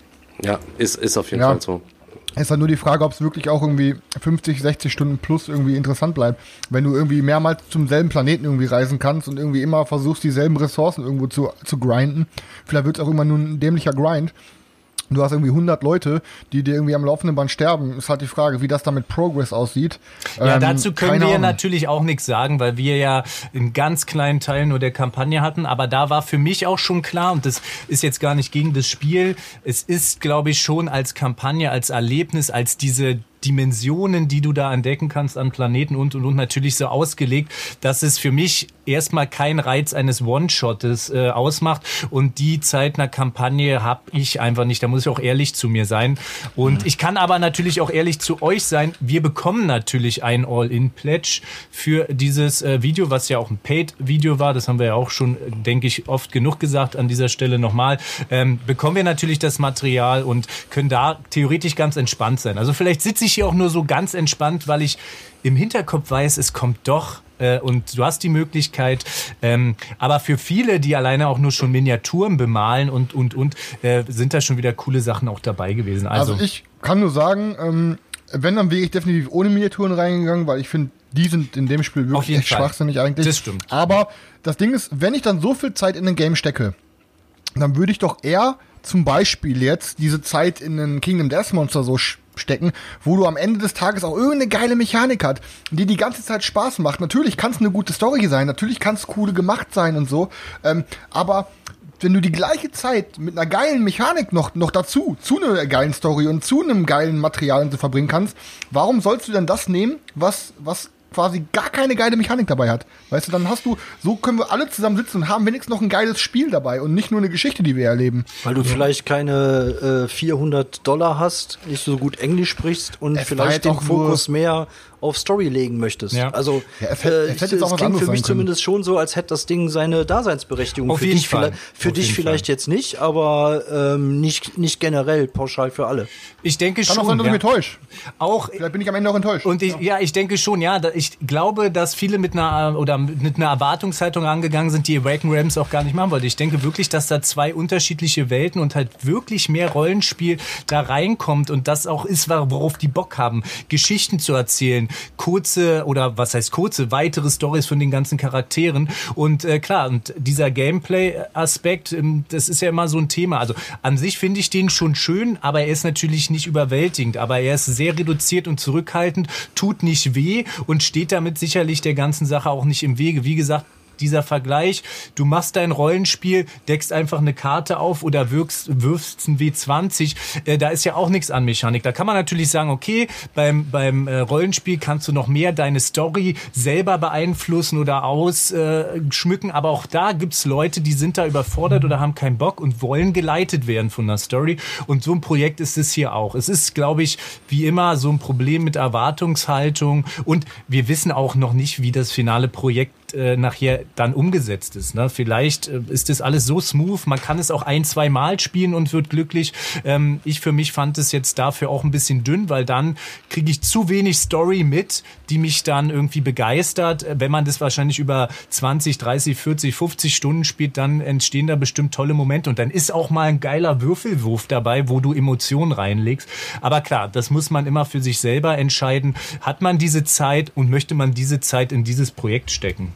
Ja, ist, ist auf jeden ja. Fall so. Es ist halt nur die Frage, ob es wirklich auch irgendwie fünfzig, sechzig Stunden plus irgendwie interessant bleibt. Wenn du irgendwie mehrmals zum selben Planeten irgendwie reisen kannst und irgendwie immer versuchst, dieselben Ressourcen irgendwo zu, zu grinden, vielleicht wird es auch immer nur ein dämlicher Grind. Du hast irgendwie hundert Leute, die dir irgendwie am laufenden Band sterben. Ist halt die Frage, wie das da mit Progress aussieht. Ja, ähm, dazu können wir Ahnung. natürlich auch nichts sagen, weil wir ja einen ganz kleinen Teil nur der Kampagne hatten. Aber da war für mich auch schon klar, und das ist jetzt gar nicht gegen das Spiel, es ist, glaube ich, schon als Kampagne, als Erlebnis, als diese Dimensionen, die du da entdecken kannst an Planeten und und und natürlich so ausgelegt, dass es für mich erstmal kein Reiz eines One-Shottes äh, ausmacht und die Zeit einer Kampagne habe ich einfach nicht, da muss ich auch ehrlich zu mir sein und mhm. ich kann aber natürlich auch ehrlich zu euch sein, wir bekommen natürlich ein All-In-Pledge für dieses äh, Video, was ja auch ein Paid-Video war, das haben wir ja auch schon, denke ich, oft genug gesagt an dieser Stelle nochmal, ähm, bekommen wir natürlich das Material und können da theoretisch ganz entspannt sein. Also vielleicht sitze ich hier auch nur so ganz entspannt, weil ich im Hinterkopf weiß, es kommt doch äh, und du hast die Möglichkeit. Ähm, aber für viele, die alleine auch nur schon Miniaturen bemalen und, und, und, äh, sind da schon wieder coole Sachen auch dabei gewesen. Also, also ich kann nur sagen, ähm, wenn, dann wäre ich definitiv ohne Miniaturen reingegangen, weil ich finde, die sind in dem Spiel wirklich echt schwachsinnig eigentlich. Das stimmt. Aber das Ding ist, wenn ich dann so viel Zeit in ein Game stecke, dann würde ich doch eher zum Beispiel jetzt diese Zeit in ein Kingdom Death Monster so stecken, wo du am Ende des Tages auch irgendeine geile Mechanik hat, die die ganze Zeit Spaß macht. Natürlich kann es eine gute Story sein, natürlich kann es cool gemacht sein und so, ähm, aber wenn du die gleiche Zeit mit einer geilen Mechanik noch, noch dazu, zu einer geilen Story und zu einem geilen Material und so verbringen kannst, warum sollst du denn das nehmen, was, was quasi gar keine geile Mechanik dabei hat? Weißt du, dann hast du, so können wir alle zusammen sitzen und haben wenigstens noch ein geiles Spiel dabei und nicht nur eine Geschichte, die wir erleben. Weil du ja. vielleicht keine äh, vierhundert Dollar hast, nicht so gut Englisch sprichst und es vielleicht den Fokus mehr auf Story legen möchtest. Ja. Also ja, es, hätte, es, hätte äh, es klingt für mich zumindest schon so, als hätte das Ding seine Daseinsberechtigung. Auf für jeden dich, Fall. Für auf dich vielleicht Fall. jetzt nicht, aber ähm, nicht, nicht generell pauschal für alle. Ich denke Kann schon. auch sein, dass ja. ich mich täusche. Auch, Vielleicht bin ich am Ende auch enttäuscht. Und ich, ja, ich denke schon, ja. Ich glaube, dass viele mit einer oder mit einer Erwartungshaltung angegangen sind, die Awaken Realms auch gar nicht machen wollte. Ich denke wirklich, dass da zwei unterschiedliche Welten und halt wirklich mehr Rollenspiel da reinkommt und das auch ist, worauf die Bock haben, Geschichten zu erzählen, kurze oder was heißt kurze, weitere Storys von den ganzen Charakteren und äh, klar, und dieser Gameplay-Aspekt, ähm, das ist ja immer so ein Thema. Also an sich finde ich den schon schön, aber er ist natürlich nicht überwältigend, aber er ist sehr reduziert und zurückhaltend, tut nicht weh und steht damit sicherlich der ganzen Sache auch nicht im Wege. Wie gesagt, dieser Vergleich, du machst dein Rollenspiel, deckst einfach eine Karte auf oder wirkst, wirfst ein W zwanzig, äh, da ist ja auch nichts an Mechanik. Da kann man natürlich sagen, okay, beim, beim äh, Rollenspiel kannst du noch mehr deine Story selber beeinflussen oder ausschmücken, äh, aber auch da gibt's Leute, die sind da überfordert oder haben keinen Bock und wollen geleitet werden von der Story und so ein Projekt ist es hier auch. Es ist, glaube ich, wie immer so ein Problem mit Erwartungshaltung und wir wissen auch noch nicht, wie das finale Projekt äh, nachher dann umgesetzt ist. Ne? Vielleicht äh, ist das alles so smooth, man kann es auch ein, zwei Mal spielen und wird glücklich. Ähm, ich für mich fand es jetzt dafür auch ein bisschen dünn, weil dann kriege ich zu wenig Story mit, die mich dann irgendwie begeistert. Wenn man das wahrscheinlich über zwanzig, dreißig, vierzig, fünfzig Stunden spielt, dann entstehen da bestimmt tolle Momente und dann ist auch mal ein geiler Würfelwurf dabei, wo du Emotionen reinlegst. Aber klar, das muss man immer für sich selber entscheiden. Hat man diese Zeit und möchte man diese Zeit in dieses Projekt stecken?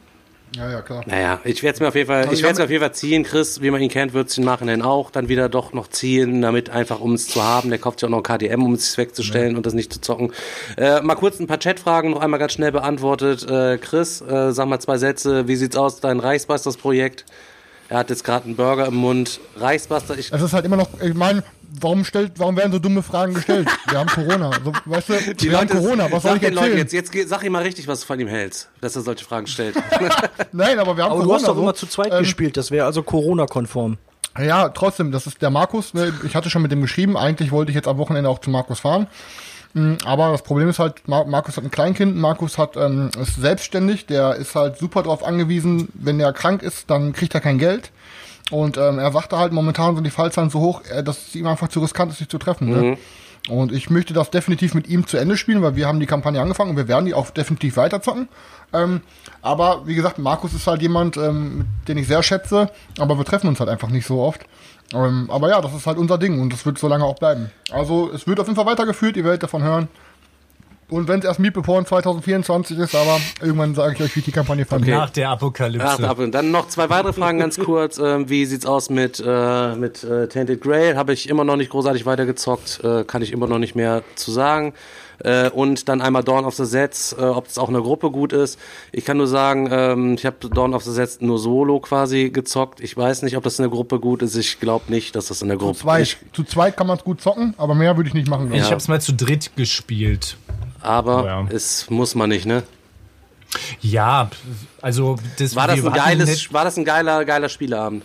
Ja, ja, klar. Naja, ich werde es mir auf jeden Fall, also ich werde es mir auf jeden Fall ziehen. Chris, wie man ihn kennt, wird es im Nachhinein auch dann wieder doch noch ziehen, damit einfach, um es zu haben. Der kauft sich auch noch ein K D M, um es wegzustellen ja. und das nicht zu zocken. Äh, mal kurz ein paar Chatfragen noch einmal ganz schnell beantwortet. Äh, Chris, äh, sag mal zwei Sätze. Wie sieht's aus, dein Reichsmeisters-Projekt? er hat jetzt gerade einen Burger im Mund. Reichsbuster, ich... Es ist halt immer noch, ich meine, warum stellt, warum werden so dumme Fragen gestellt? Wir haben Corona. So, weißt du, Die wir Leute, haben Corona, was soll ich den erzählen? Leuten jetzt, jetzt geh- sag ihm mal richtig, was du von ihm hältst, dass er solche Fragen stellt. Nein, aber wir haben Aber Corona. du hast doch so. immer zu zweit Ähm, gespielt, das wäre also Corona-konform. Ja, trotzdem, das ist der Markus. Ne? Ich hatte schon mit dem geschrieben. Eigentlich wollte ich jetzt am Wochenende auch zu Markus fahren. Mm, Aber das Problem ist halt, Mar- Markus hat ein Kleinkind. Markus hat, ähm, ist selbstständig. Der ist halt super drauf angewiesen. Wenn der krank ist, dann kriegt er kein Geld. Und ähm, er sagte halt, momentan sind die Fallzahlen so hoch, äh, dass es ihm einfach zu riskant ist, sich zu treffen. Mhm. Ne? Und ich möchte das definitiv mit ihm zu Ende spielen, weil wir haben die Kampagne angefangen und wir werden die auch definitiv weiterzocken. Ähm, aber wie gesagt, Markus ist halt jemand, ähm, den ich sehr schätze, aber wir treffen uns halt einfach nicht so oft. Ähm, aber ja, das ist halt unser Ding und das wird so lange auch bleiben. Also es wird auf jeden Fall weitergeführt, ihr werdet davon hören. Und wenn es erst Meeple Porn zwanzig vierundzwanzig ist, aber irgendwann sage ich euch, wie ich die Kampagne fand. Nach der Apokalypse. Ach, ab und dann noch zwei weitere Fragen ganz kurz. Ähm, wie sieht's aus mit, äh, mit äh, Tainted Grail? Habe ich immer noch nicht großartig weitergezockt, äh, kann ich immer noch nicht mehr zu sagen. Äh, und dann einmal Dawn of the Sets, äh, ob es auch in der Gruppe gut ist. Ich kann nur sagen, ähm, ich habe Dawn of the Sets nur solo quasi gezockt. Ich weiß nicht, ob das in der Gruppe gut ist. Ich glaube nicht, dass das in der Gruppe Zu zweit, ist. zu zweit kann man es gut zocken, aber mehr würde ich nicht machen. glaub Ich ich. habe es mal zu dritt gespielt. Aber Ja. es muss man nicht, ne? Ja, also das War das wir ein hatten geiles, nicht- war das ein geiler, geiler Spieleabend?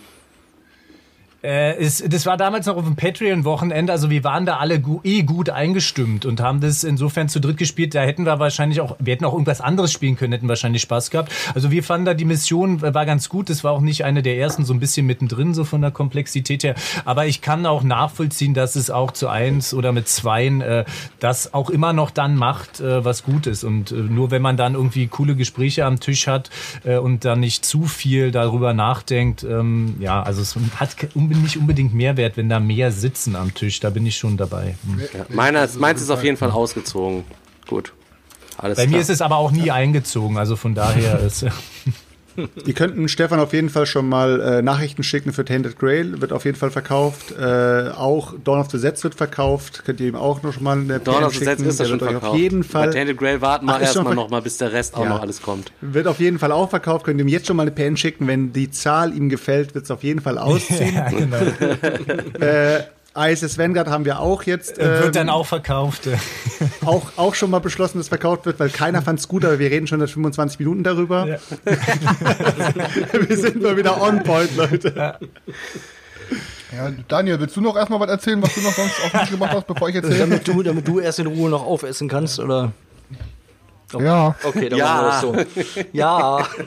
Äh, ist, das war damals noch auf dem Patreon-Wochenende, also wir waren da alle gu eh gut eingestimmt und haben das insofern zu dritt gespielt. Da hätten wir wahrscheinlich auch, wir hätten auch irgendwas anderes spielen können, hätten wahrscheinlich Spaß gehabt. Also wir fanden da die Mission war ganz gut. Das war auch nicht eine der ersten, so ein bisschen mittendrin, so von der Komplexität her. Aber ich kann auch nachvollziehen, dass es auch zu eins oder mit zweien äh, das auch immer noch dann macht, äh, was gut ist. Und äh, nur wenn man dann irgendwie coole Gespräche am Tisch hat äh, und dann nicht zu viel darüber nachdenkt, ähm, ja, also es hat nicht unbedingt Mehrwert, wenn da mehr sitzen am Tisch. Da bin ich schon dabei. Hm. Ja, meiner, meins ist auf jeden Fall ausgezogen. Gut. Alles Bei klar. mir ist es aber auch nie eingezogen, also von daher ist Die könnten Stefan auf jeden Fall schon mal äh, Nachrichten schicken für Tainted Grail, wird auf jeden Fall verkauft. Äh, auch Dawn of the Sets wird verkauft, könnt ihr ihm auch noch mal eine Dawn P M of the Sets schicken. ist ja Der schon wird euch verkauft. Auf jeden Bei Fall, Tainted Grail warten wir Ach, ist schon erstmal ver- noch mal, bis der Rest auch Ja. noch alles kommt. wird auf jeden Fall auch verkauft, könnt ihr ihm jetzt schon mal eine P M schicken. Wenn die Zahl ihm gefällt, wird es auf jeden Fall ausziehen. ja, genau. äh, I S S Vanguard haben wir auch jetzt Wird ähm, dann auch verkauft. auch, auch schon mal beschlossen, dass verkauft wird, weil keiner fand es gut, aber wir reden schon seit fünfundzwanzig Minuten darüber. Ja. Wir sind mal wieder on point, Leute. Ja, Daniel, willst du noch erstmal was erzählen, was du noch sonst auf mich gemacht hast, bevor ich erzähle? Damit du, damit du erst in Ruhe noch aufessen kannst, oder? Ja. Okay, dann Ja. machen wir das so. Ja.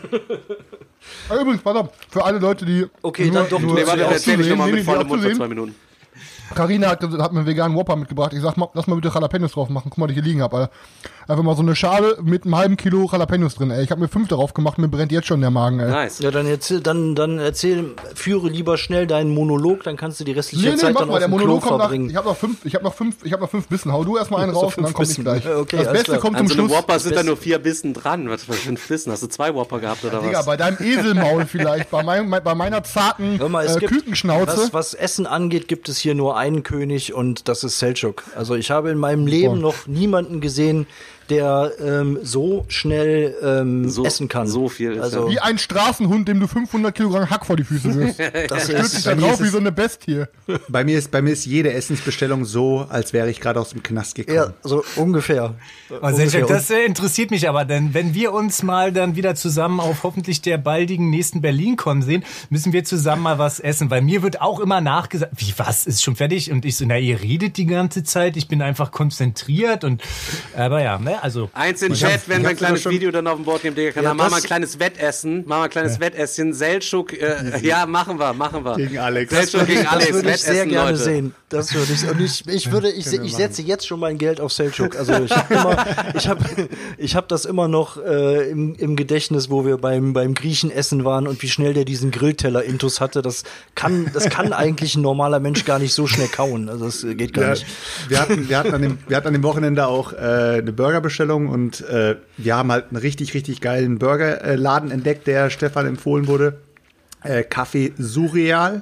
Ah, übrigens, pass auf, für alle Leute, die. Okay, dann doch, nur Nee, warte, die erzähl ich aufzusehen, noch mal nee, mit die vollem Mund vor aufzusehen. zwei Minuten. Carina hat, gesagt- hat mir einen veganen Whopper mitgebracht. Ich sag mal, lass mal bitte Jalapenos drauf machen. Guck mal, die ich hier liegen habe, Alter. Einfach mal so eine Schale mit einem halben Kilo Jalapenos drin, ey. Ich habe mir fünf darauf gemacht, mir brennt jetzt schon der Magen, ey. Nice. Ja, dann erzähl, dann, dann erzähl, führe lieber schnell deinen Monolog, dann kannst du die restliche Nee, nee, Zeit mach dann mal, auf der dem Klo Monolog kommt nach. verbringen. Ich habe noch fünf, ich habe noch fünf, ich habe noch fünf Bissen. Hau du erstmal einen So raus und fünf dann komm ich Bissen. gleich. Okay, das alles Beste klar. kommt An zum so einem Schluss. Whopper sind da nur vier Bissen dran. Was für fünf Bissen? Hast du zwei Whopper gehabt oder Digga, was? bei deinem Eselmaul vielleicht, bei, mein, bei meiner zarten Hör mal, es äh, gibt, Kükenschnauze. was, was Essen angeht, gibt es hier nur einen König und das ist Selçuk. Also ich habe in meinem Leben Boah. noch niemanden gesehen, der ähm, so schnell ähm, So- essen kann. so viel ist also, Wie ein Straßenhund, dem du fünfhundert Kilogramm Hack vor die Füße wirst. das Stürzt sich ist, da bei mir drauf ist wie es- so eine Bestie. Bei mir, ist, bei mir ist jede Essensbestellung so, als wäre ich gerade aus dem Knast gekommen. ja, so ungefähr. Also ungefähr. das äh, interessiert mich aber, denn wenn wir uns mal dann wieder zusammen auf hoffentlich der baldigen nächsten BerlinCon sehen, müssen wir zusammen mal was essen, weil mir wird auch immer nachgesagt, wie was, ist schon fertig? Und ich so, na, ihr redet die ganze Zeit, ich bin einfach konzentriert und, aber ja, ne, also. Eins in Ich Chat, hab's- wenn ich wir ein hab's kleines aber schon- Video dann auf dem Board nehmen, Digga, kann Ja, dann machen wir das- ein kleines Wettessen, machen wir ein kleines Wettessen, Selçuk, äh, ja, machen wir, machen wir. Gegen Alex. Selçuk gegen Das Alex, würde ich sehr Wettessen, gerne Leute. sehen. Das würde ich, und ich, ich würde, ich, ich setze jetzt schon mein Geld auf Selçuk. Also ich habe immer, ich habe, ich habe das immer noch äh, im, im Gedächtnis, wo wir beim beim Griechen essen waren und wie schnell der diesen Grillteller-Intus hatte. Das kann, das kann eigentlich ein normaler Mensch gar nicht so schnell kauen. Also das äh, geht gar Ja, nicht. wir, hatten, wir, hatten an dem, wir hatten an dem Wochenende auch äh, eine Burgerbestellung und äh, wir haben halt einen richtig, richtig geilen Burgerladen entdeckt, der Stefan empfohlen wurde. Äh, Café Surreal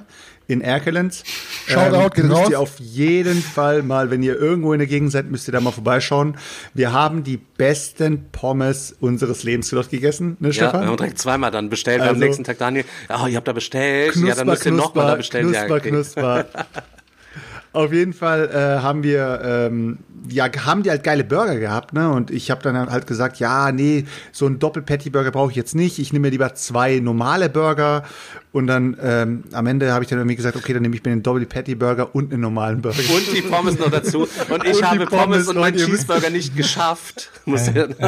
in Erkelenz. Shoutout, ähm, geht müsst raus. ihr auf jeden Fall mal, wenn ihr irgendwo in der Gegend seid, müsst ihr da mal vorbeischauen. Wir haben die besten Pommes unseres Lebens dort gegessen, ne, Ja, Stefan? wir haben direkt zweimal dann bestellt. Also, am nächsten Tag Daniel, oh, ihr habt da bestellt. Knusper, ja, dann müsst ihr nochmal da bestellen. Knusper, ja, okay. knusper. Auf jeden Fall äh, haben wir ähm, ja haben die halt geile Burger gehabt, ne? Und ich habe dann halt gesagt, ja, nee, so einen Doppel-Patty-Burger brauche ich jetzt nicht. Ich nehme mir lieber zwei normale Burger. Und dann ähm, am Ende habe ich dann irgendwie gesagt, okay, dann nehme ich mir den Doppel-Patty-Burger und einen normalen Burger. Und die Pommes noch dazu. Und ich Und habe die Pommes, Pommes und meinen und ihr- Cheeseburger nicht geschafft. Muss ich dann-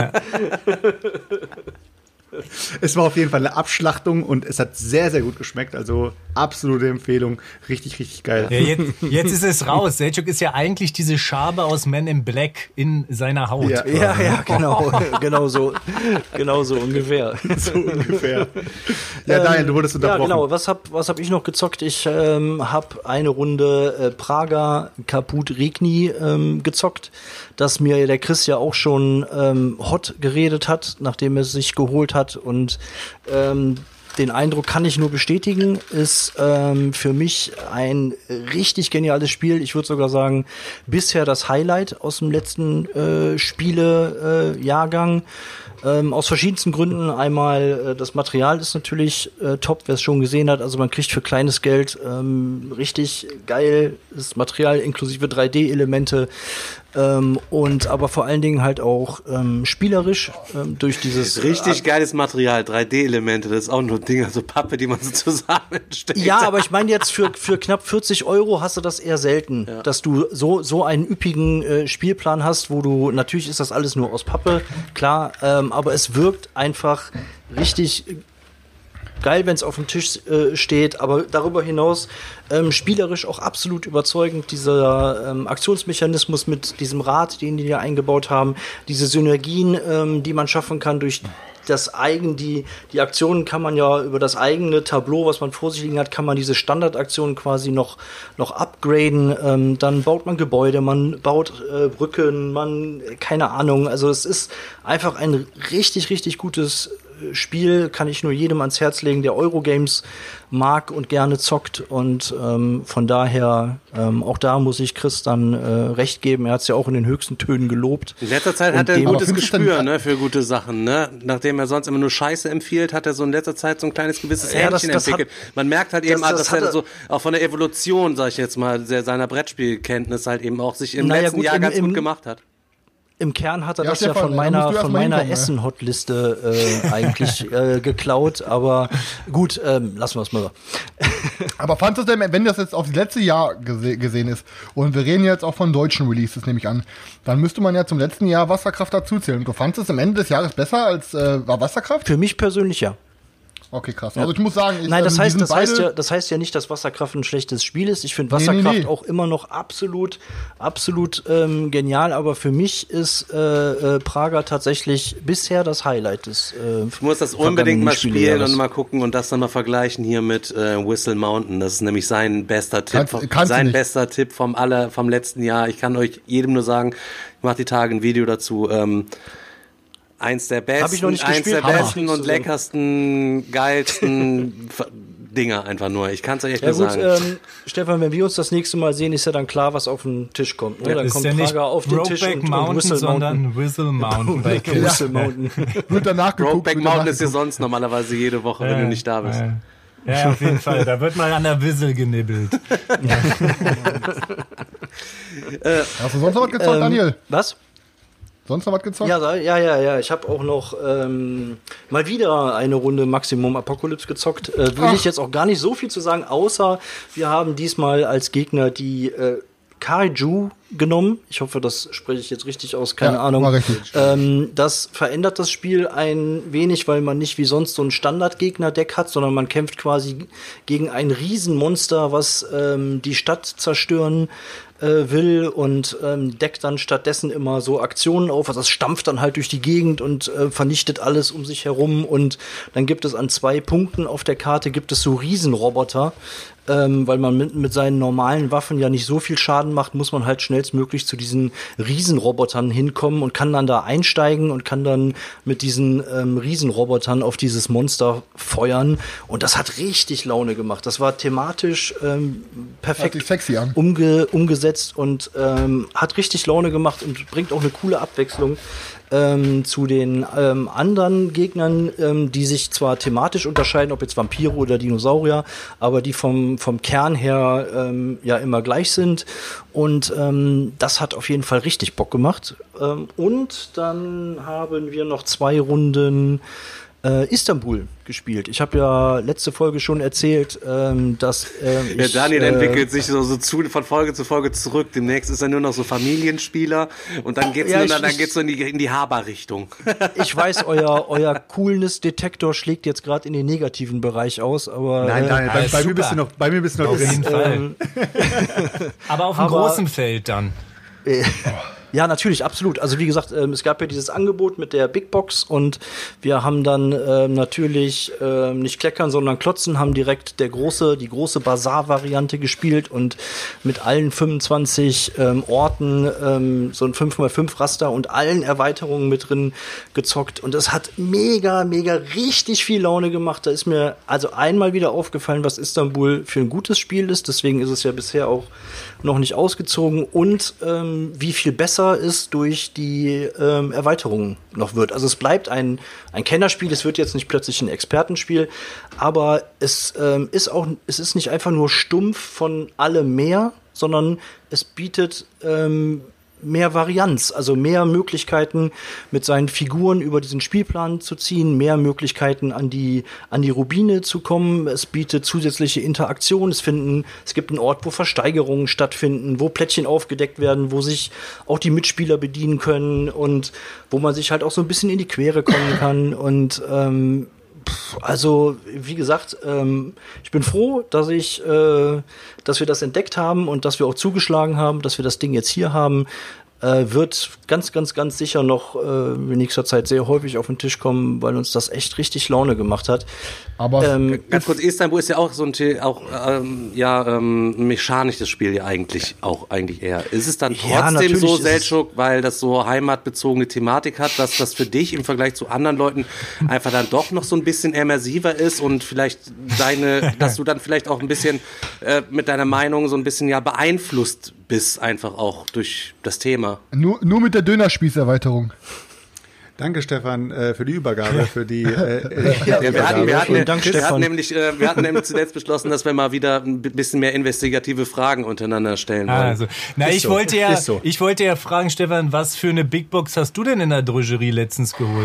Es war auf jeden Fall eine Abschlachtung und es hat sehr, sehr gut geschmeckt. Also absolute Empfehlung. Richtig, richtig geil. Ja, jetzt, jetzt ist es raus. Selçuk ist ja eigentlich diese Schabe aus Men in Black in seiner Haut. Ja. Ja, ja, genau, genau so, genau so ungefähr. So ungefähr. Ja, Daniel, du wurdest unterbrochen. Ja, genau. Was hab, was hab ich noch gezockt? Ich ähm, habe eine Runde äh, Praga Kaput Regni ähm, gezockt, das mir der Chris ja auch schon ähm, hot geredet hat, nachdem er es sich geholt hat. Und ähm, den Eindruck kann ich nur bestätigen, ist ähm, für mich ein richtig geniales Spiel. Ich würde sogar sagen, bisher das Highlight aus dem letzten äh, Spiele-Jahrgang. Äh, Jahrgang. Ähm, aus verschiedensten Gründen. Einmal, äh, das Material ist natürlich äh, top, wer es schon gesehen hat. Also man kriegt für kleines Geld ähm, richtig geil das Material inklusive drei D-Elemente. Ähm, und aber vor allen Dingen halt auch ähm, spielerisch ähm, durch dieses Richtig geiles Material, drei D-Elemente, das ist auch nur Dinger, so Pappe, die man so zusammenstellt. Ja, aber ich meine jetzt für für knapp vierzig Euro hast du das eher selten, Ja. dass du so so einen üppigen äh, Spielplan hast, wo du, natürlich ist das alles nur aus Pappe, klar, ähm, aber es wirkt einfach richtig geil, wenn es auf dem Tisch äh, steht, aber darüber hinaus ähm, spielerisch auch absolut überzeugend. Dieser ähm, Aktionsmechanismus mit diesem Rad, den die ja eingebaut haben, diese Synergien, ähm, die man schaffen kann durch das eigen, die, die Aktionen kann man ja über das eigene Tableau, was man vor sich liegen hat, kann man diese Standardaktionen quasi noch, noch upgraden. Ähm, dann baut man Gebäude, man baut äh, Brücken, man, keine Ahnung. Also es ist einfach ein richtig, richtig gutes Spiel, kann ich nur jedem ans Herz legen, der Eurogames mag und gerne zockt, und ähm, von daher ähm, auch da muss ich Chris dann äh, recht geben. Er hat es ja auch in den höchsten Tönen gelobt. In letzter Zeit Und hat er ein dem- gutes Aber findest du Gespür, denn- ne, für gute Sachen, ne? Nachdem er sonst immer nur Scheiße empfiehlt, hat er so in letzter Zeit so ein kleines gewisses Ja, das- Händchen das hat- entwickelt. Man merkt halt eben, das- dass das er hat er- so auch von der Evolution, sag ich jetzt mal, der, seiner Brettspielkenntnis halt eben auch sich im Naja, letzten gut, Jahr im- ganz im- gut gemacht hat. Im Kern hat er Ja, das ja Stefan, von da meiner, musst du erst von mal meiner hinkommen, ja. Essen-Hotliste äh, eigentlich äh, geklaut, aber gut, ähm, lassen wir es mal. Aber fandest du denn, wenn das jetzt aufs letzte Jahr gese gesehen ist, und wir reden jetzt auch von deutschen Releases, nehme ich an, dann müsste man ja zum letzten Jahr Wasserkraft dazuzählen. Du fandest es am Ende des Jahres besser als äh, war Wasserkraft? Für mich persönlich ja. Okay, krass. Also ich muss sagen, ich, Nein, das ähm, die heißt, sind das heißt beide- ja, das heißt ja nicht, dass Wasserkraft ein schlechtes Spiel ist. Ich finde Nee, nee, Wasserkraft nee. auch immer noch absolut, absolut ähm, genial. Aber für mich ist äh, äh, Praga tatsächlich bisher das Highlight des. Äh, Ich muss das vergangenen unbedingt mal spielen Spielejahres. und mal gucken und das dann mal vergleichen hier mit äh, Whistle Mountain. Das ist nämlich sein bester Tipp, Kannst- vom- kannst du sein nicht. bester Tipp vom aller, vom letzten Jahr. Ich kann euch jedem nur sagen, ich mache die Tage ein Video dazu. Ähm, eins der besten, ich noch nicht eins gespielt, der Hammer. besten und Nichts zu sagen. leckersten, geilsten F- Dinger einfach nur. Ich kann es euch echt Ja nur gut, sagen. ähm, Stefan, wenn wir uns das nächste Mal sehen, ist ja dann klar, was auf den Tisch kommt. Ne? Ja, Dann ist kommt ja nicht Praga auf den Tisch Brokeback und, und Mountain, Whistle Mountain. sondern Whistle Mountain bei Chris. Whistle Mountain. wird danach geguckt. Brokeback wird danach Mountain ist ja geguckt. sonst normalerweise jede Woche, wenn du nicht da bist. Ja, ja, auf jeden Fall. Da wird mal an der Whistle genibbelt. Hast du sonst noch was gezockt, Ähm, Daniel? Was? Sonst noch was gezockt? Ja, da- ja, ja, ja. Ich habe auch noch ähm, mal wieder eine Runde Maximum Apocalypse gezockt. Äh, will Ach. ich jetzt auch gar nicht so viel zu sagen, außer wir haben diesmal als Gegner die äh, Kaiju genommen. Ich hoffe, das spreche ich jetzt richtig aus, keine Ja, Ahnung. war richtig. Ähm, das verändert das Spiel ein wenig, weil man nicht wie sonst so ein Standardgegner-Deck hat, sondern man kämpft quasi gegen ein Riesenmonster, was ähm, die Stadt zerstören äh, will, und ähm, deckt dann stattdessen immer so Aktionen auf. Also es stampft dann halt durch die Gegend und äh, vernichtet alles um sich herum, und dann gibt es an zwei Punkten auf der Karte gibt es so Riesenroboter. Ähm, weil man mit, mit seinen normalen Waffen ja nicht so viel Schaden macht, muss man halt schnell schnellstmöglich zu diesen Riesenrobotern hinkommen und kann dann da einsteigen und kann dann mit diesen ähm, Riesenrobotern auf dieses Monster feuern. Und das hat richtig Laune gemacht. Das war thematisch ähm, perfekt sexy an. Umge- umgesetzt und ähm, hat richtig Laune gemacht und bringt auch eine coole Abwechslung ähm, zu den ähm, anderen Gegnern, ähm, die sich zwar thematisch unterscheiden, ob jetzt Vampire oder Dinosaurier, aber die vom, vom Kern her ähm, ja immer gleich sind. Und ähm, das hat auf jeden Fall richtig Bock gemacht. Ähm, und dann haben wir noch zwei Runden Äh, Istanbul gespielt. Ich habe ja letzte Folge schon erzählt, ähm, dass äh, Der ich, Daniel äh, entwickelt sich so, so zu, von Folge zu Folge zurück. Demnächst ist er nur noch so Familienspieler und dann geht's Ja, nur, ich- dann ich- geht's so in die, in die Haber-Richtung. Ich weiß, euer, euer Coolness-Detektor schlägt jetzt gerade in den negativen Bereich aus, aber Nein, äh, nein, bei, ist bei, mir super. bist du noch, bei mir bist du noch Auf jeden drin. Fall. ähm, Aber auf dem Aber- großen Feld dann. ja, natürlich, absolut. Also wie gesagt, ähm, es gab ja dieses Angebot mit der Big Box und wir haben dann ähm, natürlich ähm, nicht kleckern, sondern klotzen, haben direkt der große, die große Bazar-Variante gespielt und mit allen fünfundzwanzig ähm, Orten ähm, so ein fünf mal fünf Raster und allen Erweiterungen mit drin gezockt und es hat mega, mega richtig viel Laune gemacht. Da ist mir also einmal wieder aufgefallen, was Istanbul für ein gutes Spiel ist, deswegen ist es ja bisher auch noch nicht ausgezogen und ähm, wie viel besser es durch die ähm, Erweiterungen noch wird. Also es bleibt ein, ein Kennerspiel, es wird jetzt nicht plötzlich ein Expertenspiel, aber es ähm, ist auch, es ist nicht einfach nur stumpf von allem mehr, sondern es bietet ähm, mehr Varianz, also mehr Möglichkeiten mit seinen Figuren über diesen Spielplan zu ziehen, mehr Möglichkeiten an die an die Rubine zu kommen. Es bietet zusätzliche Interaktion. Es finden, es gibt einen Ort, wo Versteigerungen stattfinden, wo Plättchen aufgedeckt werden, wo sich auch die Mitspieler bedienen können und wo man sich halt auch so ein bisschen in die Quere kommen kann und ähm, also, wie gesagt, ähm, ich bin froh, dass ich, äh, dass wir das entdeckt haben und dass wir auch zugeschlagen haben, dass wir das Ding jetzt hier haben. Äh, wird ganz, ganz, ganz sicher noch äh, in nächster Zeit sehr häufig auf den Tisch kommen, weil uns das echt richtig Laune gemacht hat. Aber Ähm, Ganz kurz, Istanbul ist ja auch so ein The- auch ähm, ja ähm, mechanisch das Spiel ja eigentlich auch eigentlich eher. Ist es dann Ja, trotzdem natürlich so ist es- Selçuk, weil das so heimatbezogene Thematik hat, dass das für dich im Vergleich zu anderen Leuten einfach dann doch noch so ein bisschen immersiver ist und vielleicht deine, dass du dann vielleicht auch ein bisschen äh, mit deiner Meinung so ein bisschen ja beeinflusst bist einfach auch durch das Thema. nur, nur mit der Dönerspießerweiterung. Danke, Stefan, äh, für die Übergabe, für die äh, Ja, wir, hatten, wir, hatten, Vielen Dank, wir, hatten Stefan. nämlich, äh, wir hatten nämlich zuletzt beschlossen, dass wir mal wieder ein bisschen mehr investigative Fragen untereinander stellen wollen. Also, na, Ist ich so. wollte ja, Ist so. ich wollte ja fragen, Stefan, was für eine Big Box hast du denn in der Drogerie letztens geholt?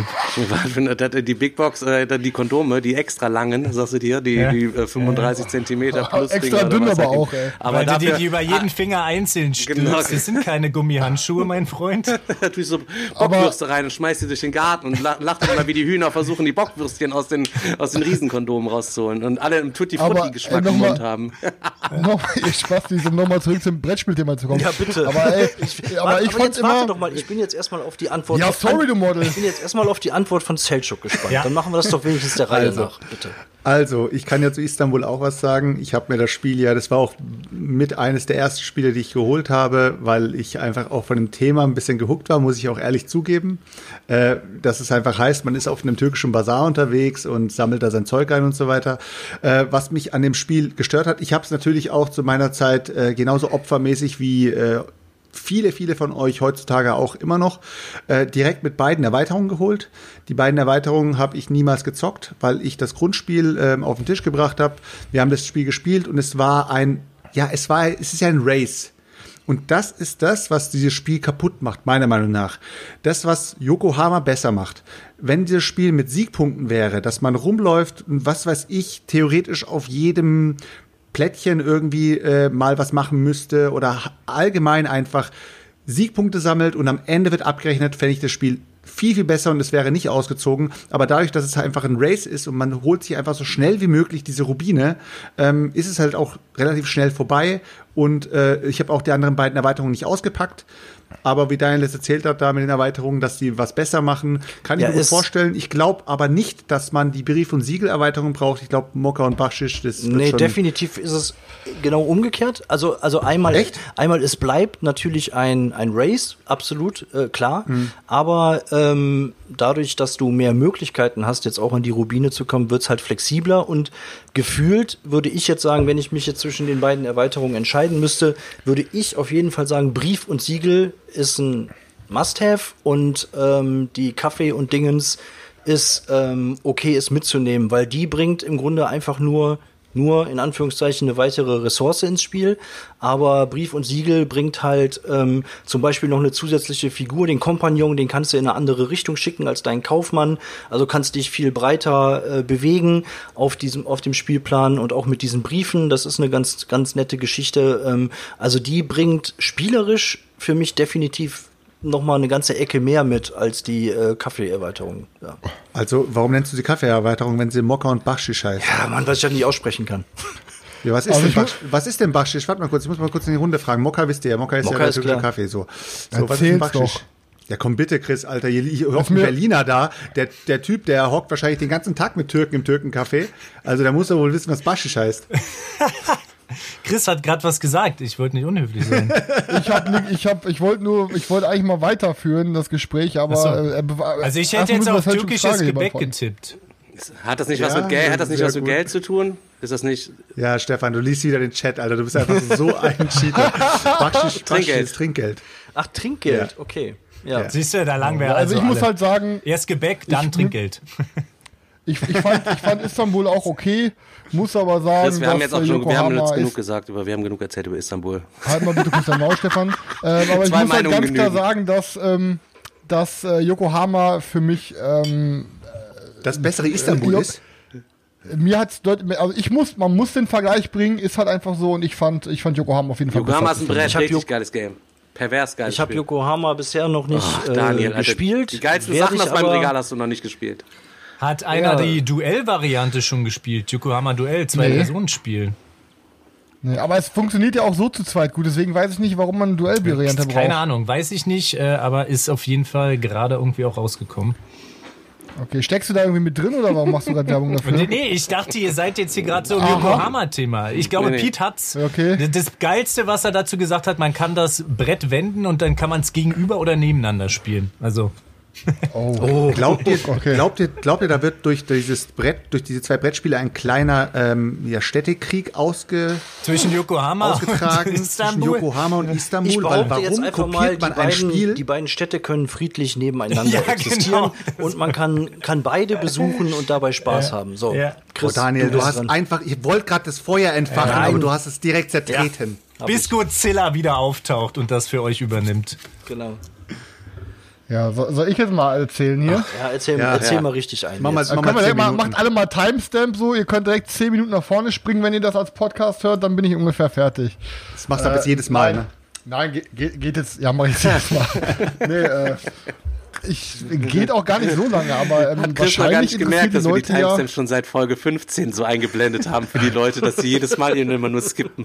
Die Big Box, äh, die Kondome, die extra langen, sagst du dir, die, Ja. die äh, fünfunddreißig Zentimeter plus Extra Finger oder dünn was aber da auch, gibt. ey. Aber Weil du dafür dir die über jeden Finger einzeln stülpst. Genau. Das sind keine Gummihandschuhe, mein Freund. da tue ich so Bockwürste rein und schmeiß die durch den Garten und la- lacht immer, wie die Hühner versuchen, die Bockwürstchen aus den, aus den Riesenkondomen rauszuholen und alle im Aber, Tutti-Frutti-Geschmack äh, im noch mal- Mund haben. Nochmal, ihr Spastis, um nochmal zurück zum Brettspielthema zu kommen. Ja, bitte. Aber ey, ich, aber Warte, ich aber fand jetzt warte immer... doch mal, ich bin jetzt erstmal auf die Antwort. Ja, sorry, du Model. Ich bin jetzt erstmal auf die Antwort von Selçuk gespannt. Ja. Dann machen wir das doch wenigstens der Reihe Also. nach, bitte. Also, ich kann ja zu Istanbul auch was sagen. Ich habe mir das Spiel ja, das war auch mit eines der ersten Spiele, die ich geholt habe, weil ich einfach auch von dem Thema ein bisschen gehuckt war, muss ich auch ehrlich zugeben. Äh, dass es einfach heißt, man ist auf einem türkischen Bazar unterwegs und sammelt da sein Zeug ein und so weiter. Äh, was mich an dem Spiel gestört hat, ich habe es natürlich auch zu meiner Zeit äh, genauso opfermäßig wie äh, viele, viele von euch heutzutage auch immer noch äh, direkt mit beiden Erweiterungen geholt. Die beiden Erweiterungen habe ich niemals gezockt, weil ich das Grundspiel ähm, auf den Tisch gebracht habe. Wir haben das Spiel gespielt und es war ein, ja, es war, es ist ja ein Race. Und das ist das, was dieses Spiel kaputt macht, meiner Meinung nach. Das, was Yokohama besser macht. Wenn dieses Spiel mit Siegpunkten wäre, dass man rumläuft und was weiß ich, theoretisch auf jedem Plättchen irgendwie äh, mal was machen müsste oder allgemein einfach Siegpunkte sammelt und am Ende wird abgerechnet, fände ich das Spiel viel, viel besser und es wäre nicht ausgezogen. Aber dadurch, dass es halt einfach ein Race ist und man holt sich einfach so schnell wie möglich diese Rubine, ähm, ist es halt auch relativ schnell vorbei Und äh, ich habe auch die anderen beiden Erweiterungen nicht ausgepackt. Aber wie Daniel es erzählt hat, da mit den Erweiterungen, dass die was besser machen, kann ich Ja, mir gut ist- vorstellen. Ich glaube aber nicht, dass man die Brief- und Siegel-Erweiterung braucht. Ich glaube, Mokka und Bakschisch, das wird Nee, schon definitiv ist es genau umgekehrt. Also, also einmal, Echt? einmal, es bleibt natürlich ein, ein Race, absolut, äh, klar. Aber ähm, dadurch, dass du mehr Möglichkeiten hast, jetzt auch an die Rubine zu kommen, wird's halt flexibler. Und gefühlt würde ich jetzt sagen, wenn ich mich jetzt zwischen den beiden Erweiterungen entscheiden müsste, würde ich auf jeden Fall sagen, Brief und Siegel ist ein Must-Have und ähm, die Kaffee und Dingens ist ähm, okay, es mitzunehmen, weil die bringt im Grunde einfach nur nur in Anführungszeichen eine weitere Ressource ins Spiel, aber Brief und Siegel bringt halt ähm, zum Beispiel noch eine zusätzliche Figur, den Kompagnon, den kannst du in eine andere Richtung schicken als deinen Kaufmann, also kannst dich viel breiter äh, bewegen auf diesem auf dem Spielplan und auch mit diesen Briefen, das ist eine ganz ganz nette Geschichte, ähm, also die bringt spielerisch für mich definitiv noch mal eine ganze Ecke mehr mit als die äh, Kaffee-Erweiterung. Ja. Also, warum nennst du sie Kaffee-Erweiterung, wenn sie Mokka und Bakschisch heißt? ja, Mann, was ich ja nicht aussprechen kann. Ja, was ist Also denn ich Bakschisch? Was ist denn Bakschisch? Warte mal kurz, ich muss mal kurz in die Runde fragen. Mokka wisst ihr ja, Mokka ist Mokka ja der ist türkische klar. Kaffee. So, so was ist Erzähl's denn Bakschisch? doch. Ja, komm bitte, Chris, Alter, hier, hier hockt ein mir- Berliner da. Der, der Typ, der hockt wahrscheinlich den ganzen Tag mit Türken im Türkencafé. Also, der muss ja wohl wissen, was Bakschisch heißt. Chris hat gerade was gesagt. Ich wollte nicht unhöflich sein. Ich hab, ni- ich hab, ich wollte nur, ich wollte eigentlich mal weiterführen, das Gespräch, aber. Ach so. äh, äh, Also ich erstmal hätte jetzt müssen wir auf das halt schon türkisches Frage hier Gebäck beantworten. getippt. Hat das nicht was Ja, mit Geld, hat das nicht sehr was mit gut. Geld zu tun? Ist das nicht Ja, Stefan, du liest wieder den Chat, Alter. Du bist einfach so ein Cheater. Bakschisch, Bakschisch Trinkgeld. ist Trinkgeld. Ach, Trinkgeld, Ja. okay. Ja. Ja. Siehst du, da lagen wir Also also ich muss alle. halt sagen, Erst Gebäck, dann Ich- Trinkgeld. ich, ich, fand, ich fand Istanbul auch okay, muss aber sagen, Chris, wir haben jetzt auch dass, äh, schon, wir haben jetzt Yokohama genug ist, gesagt über, wir haben genug erzählt über Istanbul. halt mal bitte kurz dein Maul, Stefan. Ähm, aber ich Zwei muss halt Meinungen ganz klar genügen. sagen, dass, ähm, dass äh, Yokohama für mich ähm, Das bessere Istanbul Jo- ist. mir hat's deutlich, also ich muss, man muss den Vergleich bringen, ist halt einfach so und ich fand, ich fand Yokohama auf jeden Fall Yokohama ist besser. ein Brett, Ich hab richtig Yok- geiles Game. Pervers geiles Ich habe Spiel. Yokohama bisher noch nicht Ach, äh, Daniel, Alter, gespielt. Die geilsten Werd Sachen ich aus meinem aber- Regal hast du noch nicht gespielt. Hat einer Ja. die Duell-Variante schon gespielt? Yokohama Duell, zwei Nee. Personen-Spiel. Nee, aber es funktioniert ja auch so zu zweit gut, deswegen weiß ich nicht, warum man eine Duellvariante braucht. Keine Ahnung, weiß ich nicht, äh, aber ist auf jeden Fall gerade irgendwie auch rausgekommen. Okay, steckst du da irgendwie mit drin oder warum machst du gerade Werbung dafür? Nee, nee, ich dachte, ihr seid jetzt hier gerade so im Aha. Yokohama-Thema. Ich glaube, Nee, nee. Pete hat's. Okay. Das Geilste, was er dazu gesagt hat, man kann das Brett wenden und dann kann man es gegenüber oder nebeneinander spielen. Also, Oh. Glaubt ihr, Okay. glaubt ihr, glaubt ihr, da wird durch dieses Brett, durch diese zwei Brettspiele ein kleiner ähm, ja, Städtekrieg ausge, zwischen Yokohama ausgetragen und zwischen Istanbul. Yokohama und Istanbul? Ich Weil behaupte warum jetzt einfach kopiert mal, die man ein beiden, Spiel? die beiden Städte können friedlich nebeneinander Ja, existieren genau. und man kann, kann beide besuchen und dabei Spaß haben. So, Ja. Oh, Daniel, du, bist hast dran. einfach, ich wollte gerade das Feuer entfachen, Nein. aber du hast es direkt zertreten. Hab Bis ich. Godzilla wieder auftaucht und das für euch übernimmt. Genau. Ja, so, soll ich jetzt mal erzählen hier? Ja, erzähl, Ja, erzähl ja. mal richtig ein. Mach mal, jetzt. mach Dann mal können wir zehn direkt mal, Minuten. macht alle mal Timestamp so, ihr könnt direkt zehn Minuten nach vorne springen, wenn ihr das als Podcast hört, dann bin ich ungefähr fertig. Das machst du aber jetzt jedes Mal, nein, ne? Nein, geht, geht, geht jetzt, ja, mach ich jetzt mal. nee, äh, ich, geht auch gar nicht so lange, aber ähm, Hat Chris noch gar wahrscheinlich nicht gemerkt, dass interessiert wir die die Leute ja, Timestamps schon seit Folge fünfzehn so eingeblendet haben für die Leute, dass sie jedes Mal ihn immer nur skippen.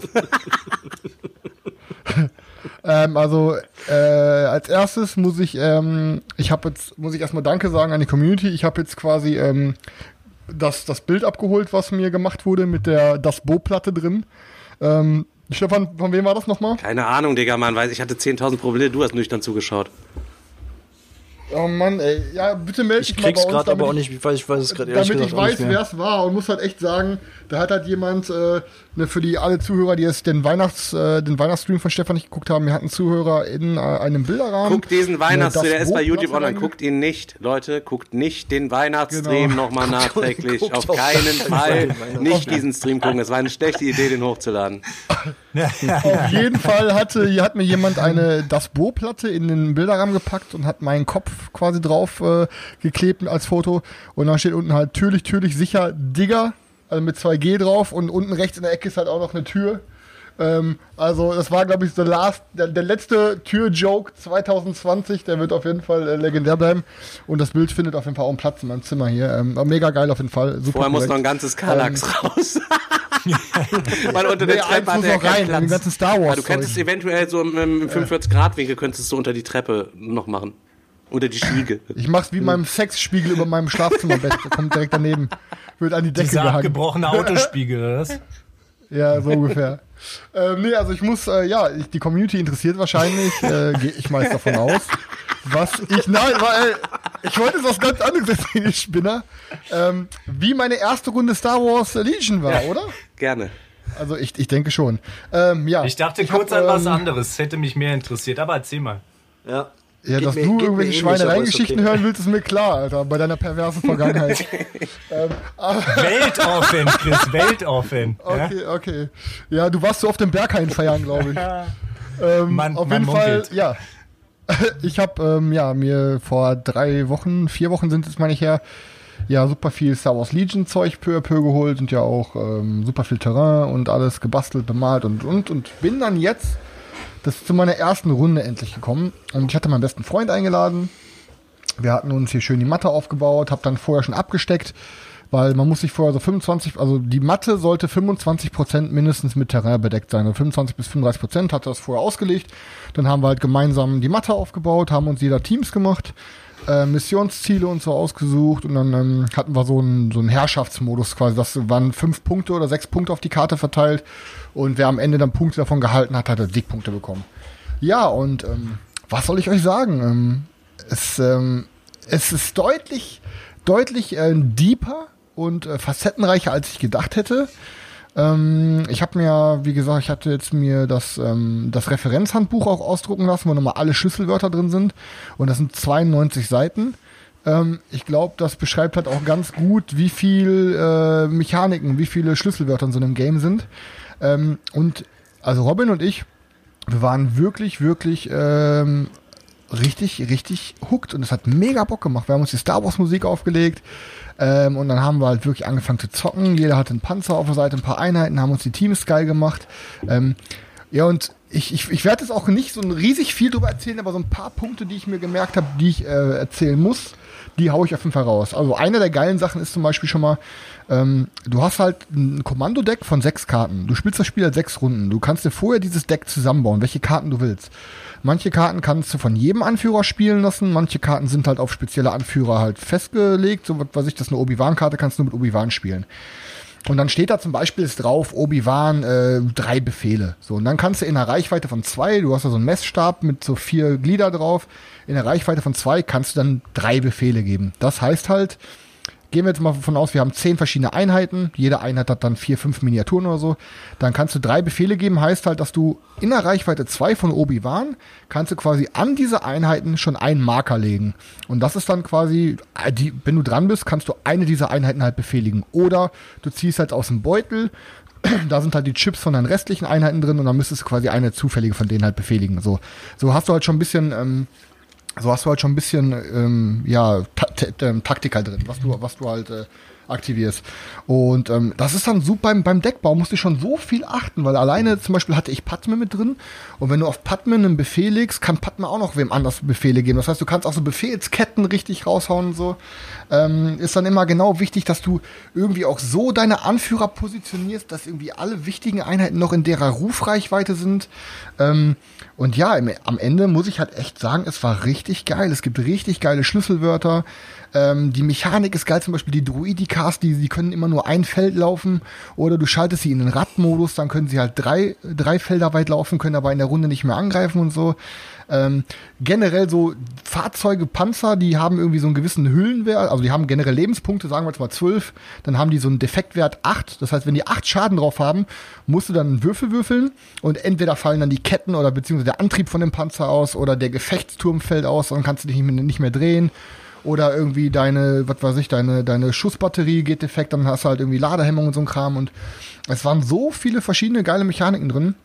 Ähm, also äh, als erstes muss ich, ähm, ich habe jetzt, muss ich erstmal Danke sagen an die Community. Ich habe jetzt quasi ähm, das, das Bild abgeholt, was mir gemacht wurde mit der Das Bo-Platte drin. Ähm, Stefan, von wem war das nochmal? Keine Ahnung, Digga, Mann, weiß ich hatte zehntausend Probleme, du hast nüchtern zugeschaut. Oh Mann, ey, ja, bitte melde Ich dich mal bei krieg's uns, gerade damit aber auch ich- nicht, weil ich weiß es gerade ehrlich damit ich gesagt auch weiß, nicht wer mehr. es war und muss halt echt sagen, da hat halt jemand, äh, ne, für die alle Zuhörer, die jetzt den Weihnachts, äh, den Weihnachtsstream von Stefan nicht geguckt haben, wir hatten Zuhörer in äh, einem Bilderrahmen. Guckt diesen Weihnachtsstream, Ne, der ist bei das YouTube Brotplatz online, rein- guckt ihn nicht. Leute, guckt nicht den Weihnachtsstream Genau. nochmal nachträglich. guckt Auf auf keinen keinen Fall Fall den Weihnachtsstream. nicht diesen Stream gucken. Es war eine schlechte Idee, den hochzuladen. Auf jeden Fall hatte, hier hat mir jemand eine Das Bo-Platte in den Bilderrahmen gepackt und hat meinen Kopf quasi drauf äh, geklebt als Foto. Und dann steht unten halt türlich, türlich, sicher, Digger, also mit zwei G drauf und unten rechts in der Ecke ist halt auch noch eine Tür. Ähm, also das war, glaube ich, the last, der, der letzte Tür-Joke zwanzig zwanzig, der wird auf jeden Fall äh, legendär bleiben. Und das Bild findet auf jeden Fall auch einen Platz in meinem Zimmer hier. Ähm, aber mega geil auf jeden Fall. Super Vorher muss korrekt. noch ein ganzes Kallax raus. Weil unter der Nee, Treppe eins hat muss er noch keinen rein, in Platz. den ganzen Star Wars. Ja, du könntest eventuell so im, im fünfundvierzig Grad Winkel könntest du unter die Treppe noch machen. Unter die Stiege. Ich mach's wie meinem Sexspiegel über meinem Schlafzimmerbett. Der kommt direkt daneben. Wird an die Decke Dieser gehangen. abgebrochene Autospiegel, oder was? Ja, so ungefähr. ähm, nee, also ich muss, äh, ja, ich, die Community interessiert wahrscheinlich, äh, gehe ich meist davon aus. Was ich, nein, weil, ich wollte jetzt was ganz anderes erzählen, ich Spinner. Ähm, wie meine erste Runde Star Wars Legion war, Ja. oder? Gerne. Also ich, ich denke schon. Ähm, ja. Ich dachte ich kurz hab, an was ähm, anderes, hätte mich mehr interessiert, aber erzähl mal. Ja. Ja, Geht dass mir- du geht mir irgendwelche ähnlich, Schweinereigeschichten aber ist okay. hören willst, ist mir klar, Alter, bei deiner perversen Vergangenheit. ähm, aber, Weltoffen, Chris, Weltoffen. Ja? okay, okay. Ja, du warst so auf dem Berghain feiern, glaube ich. Ähm, Man- auf man jeden Fall, munkelt. ja. Ich habe ähm, ja, mir vor drei Wochen, vier Wochen sind es, meine ich, her, ja, super viel Star Wars Legion Zeug peu à peu geholt und ja auch ähm, super viel Terrain und alles gebastelt, bemalt und, und, und bin dann jetzt, das ist zu meiner ersten Runde endlich gekommen und ich hatte meinen besten Freund eingeladen. Wir hatten uns hier schön die Matte aufgebaut, habe dann vorher schon abgesteckt, weil man muss sich vorher so fünfundzwanzig, also die Matte sollte fünfundzwanzig Prozent mindestens mit Terrain bedeckt sein. Also fünfundzwanzig bis fünfunddreißig Prozent hatte das vorher ausgelegt. Dann haben wir halt gemeinsam die Matte aufgebaut, haben uns jeder Teams gemacht, äh, Missionsziele und so ausgesucht und dann ähm, hatten wir so einen, so einen Herrschaftsmodus quasi. Das waren fünf Punkte oder sechs Punkte auf die Karte verteilt und wer am Ende dann Punkte davon gehalten hat, hat er Siegpunkte bekommen. Ja, und ähm, was soll ich euch sagen? Ähm, es, ähm, es ist deutlich, deutlich äh, deeper und äh, facettenreicher, als ich gedacht hätte. Ähm, ich habe mir, wie gesagt, ich hatte jetzt mir das, ähm, das Referenzhandbuch auch ausdrucken lassen, wo nochmal alle Schlüsselwörter drin sind. Und das sind zweiundneunzig Seiten. Ähm, ich glaube, das beschreibt halt auch ganz gut, wie viel äh, Mechaniken, wie viele Schlüsselwörter in so einem Game sind. Ähm, und also Robin und ich, wir waren wirklich, wirklich ähm, richtig, richtig hooked und es hat mega Bock gemacht. Wir haben uns die Star Wars Musik aufgelegt ähm, und dann haben wir halt wirklich angefangen zu zocken. Jeder hatte einen Panzer auf der Seite, ein paar Einheiten, haben uns die Teams geil gemacht. Ähm, ja, und ich, ich, ich werde jetzt auch nicht so riesig viel drüber erzählen, aber so ein paar Punkte, die ich mir gemerkt habe, die ich äh, erzählen muss, die hau ich auf jeden Fall raus. Also eine der geilen Sachen ist zum Beispiel schon mal, ähm, du hast halt ein Kommandodeck von sechs Karten. Du spielst das Spiel halt sechs Runden. Du kannst dir vorher dieses Deck zusammenbauen, welche Karten du willst. Manche Karten kannst du von jedem Anführer spielen lassen, manche Karten sind halt auf spezielle Anführer halt festgelegt. So was weiß ich, das ist eine Obi-Wan-Karte, kannst du mit Obi-Wan spielen. Und dann steht da zum Beispiel ist drauf, Obi-Wan, äh, drei Befehle. So, und dann kannst du in einer Reichweite von zwei, du hast da so einen Messstab mit so vier Glieder drauf, in einer Reichweite von zwei kannst du dann drei Befehle geben. Das heißt halt, gehen wir jetzt mal davon aus, wir haben zehn verschiedene Einheiten, jede Einheit hat dann vier, fünf Miniaturen oder so, dann kannst du drei Befehle geben, heißt halt, dass du in der Reichweite zwei von Obi-Wan kannst du quasi an diese Einheiten schon einen Marker legen. Und das ist dann quasi, die, wenn du dran bist, kannst du eine dieser Einheiten halt befehligen. Oder du ziehst halt aus dem Beutel, da sind halt die Chips von deinen restlichen Einheiten drin und dann müsstest du quasi eine zufällige von denen halt befehligen. So, so hast du halt schon ein bisschen... Ähm, So hast du halt schon ein bisschen ähm, ja, ta ta Taktik halt drin, was du, was du halt äh, aktivierst. Und ähm, das ist dann super, beim, beim Deckbau musst du schon so viel achten, weil alleine zum Beispiel hatte ich Padme mit drin und wenn du auf Padme einen Befehl legst, kann Padme auch noch wem anders Befehle geben. Das heißt, du kannst auch so Befehlsketten richtig raushauen und so. Ähm, ist dann immer genau wichtig, dass du irgendwie auch so deine Anführer positionierst, dass irgendwie alle wichtigen Einheiten noch in derer Rufreichweite sind. Ähm, und ja, im, am Ende muss ich halt echt sagen, es war richtig geil. Es gibt richtig geile Schlüsselwörter. Ähm, die Mechanik ist geil, zum Beispiel die Druidikas, die, die können immer nur ein Feld laufen oder du schaltest sie in den Radmodus, dann können sie halt drei, drei Felder weit laufen, können aber in der Runde nicht mehr angreifen und so. Ähm, generell so Fahrzeuge, Panzer, die haben irgendwie so einen gewissen Hüllenwert, also die haben generell Lebenspunkte, sagen wir jetzt mal zwölf, dann haben die so einen Defektwert acht, das heißt, wenn die acht Schaden drauf haben, musst du dann einen Würfel würfeln und entweder fallen dann die Ketten oder beziehungsweise der Antrieb von dem Panzer aus oder der Gefechtsturm fällt aus und dann kannst du dich nicht mehr, nicht mehr drehen. Oder irgendwie deine, was weiß ich, deine, deine Schussbatterie geht defekt, dann hast du halt irgendwie Ladehemmung und so ein Kram. Und es waren so viele verschiedene geile Mechaniken drin.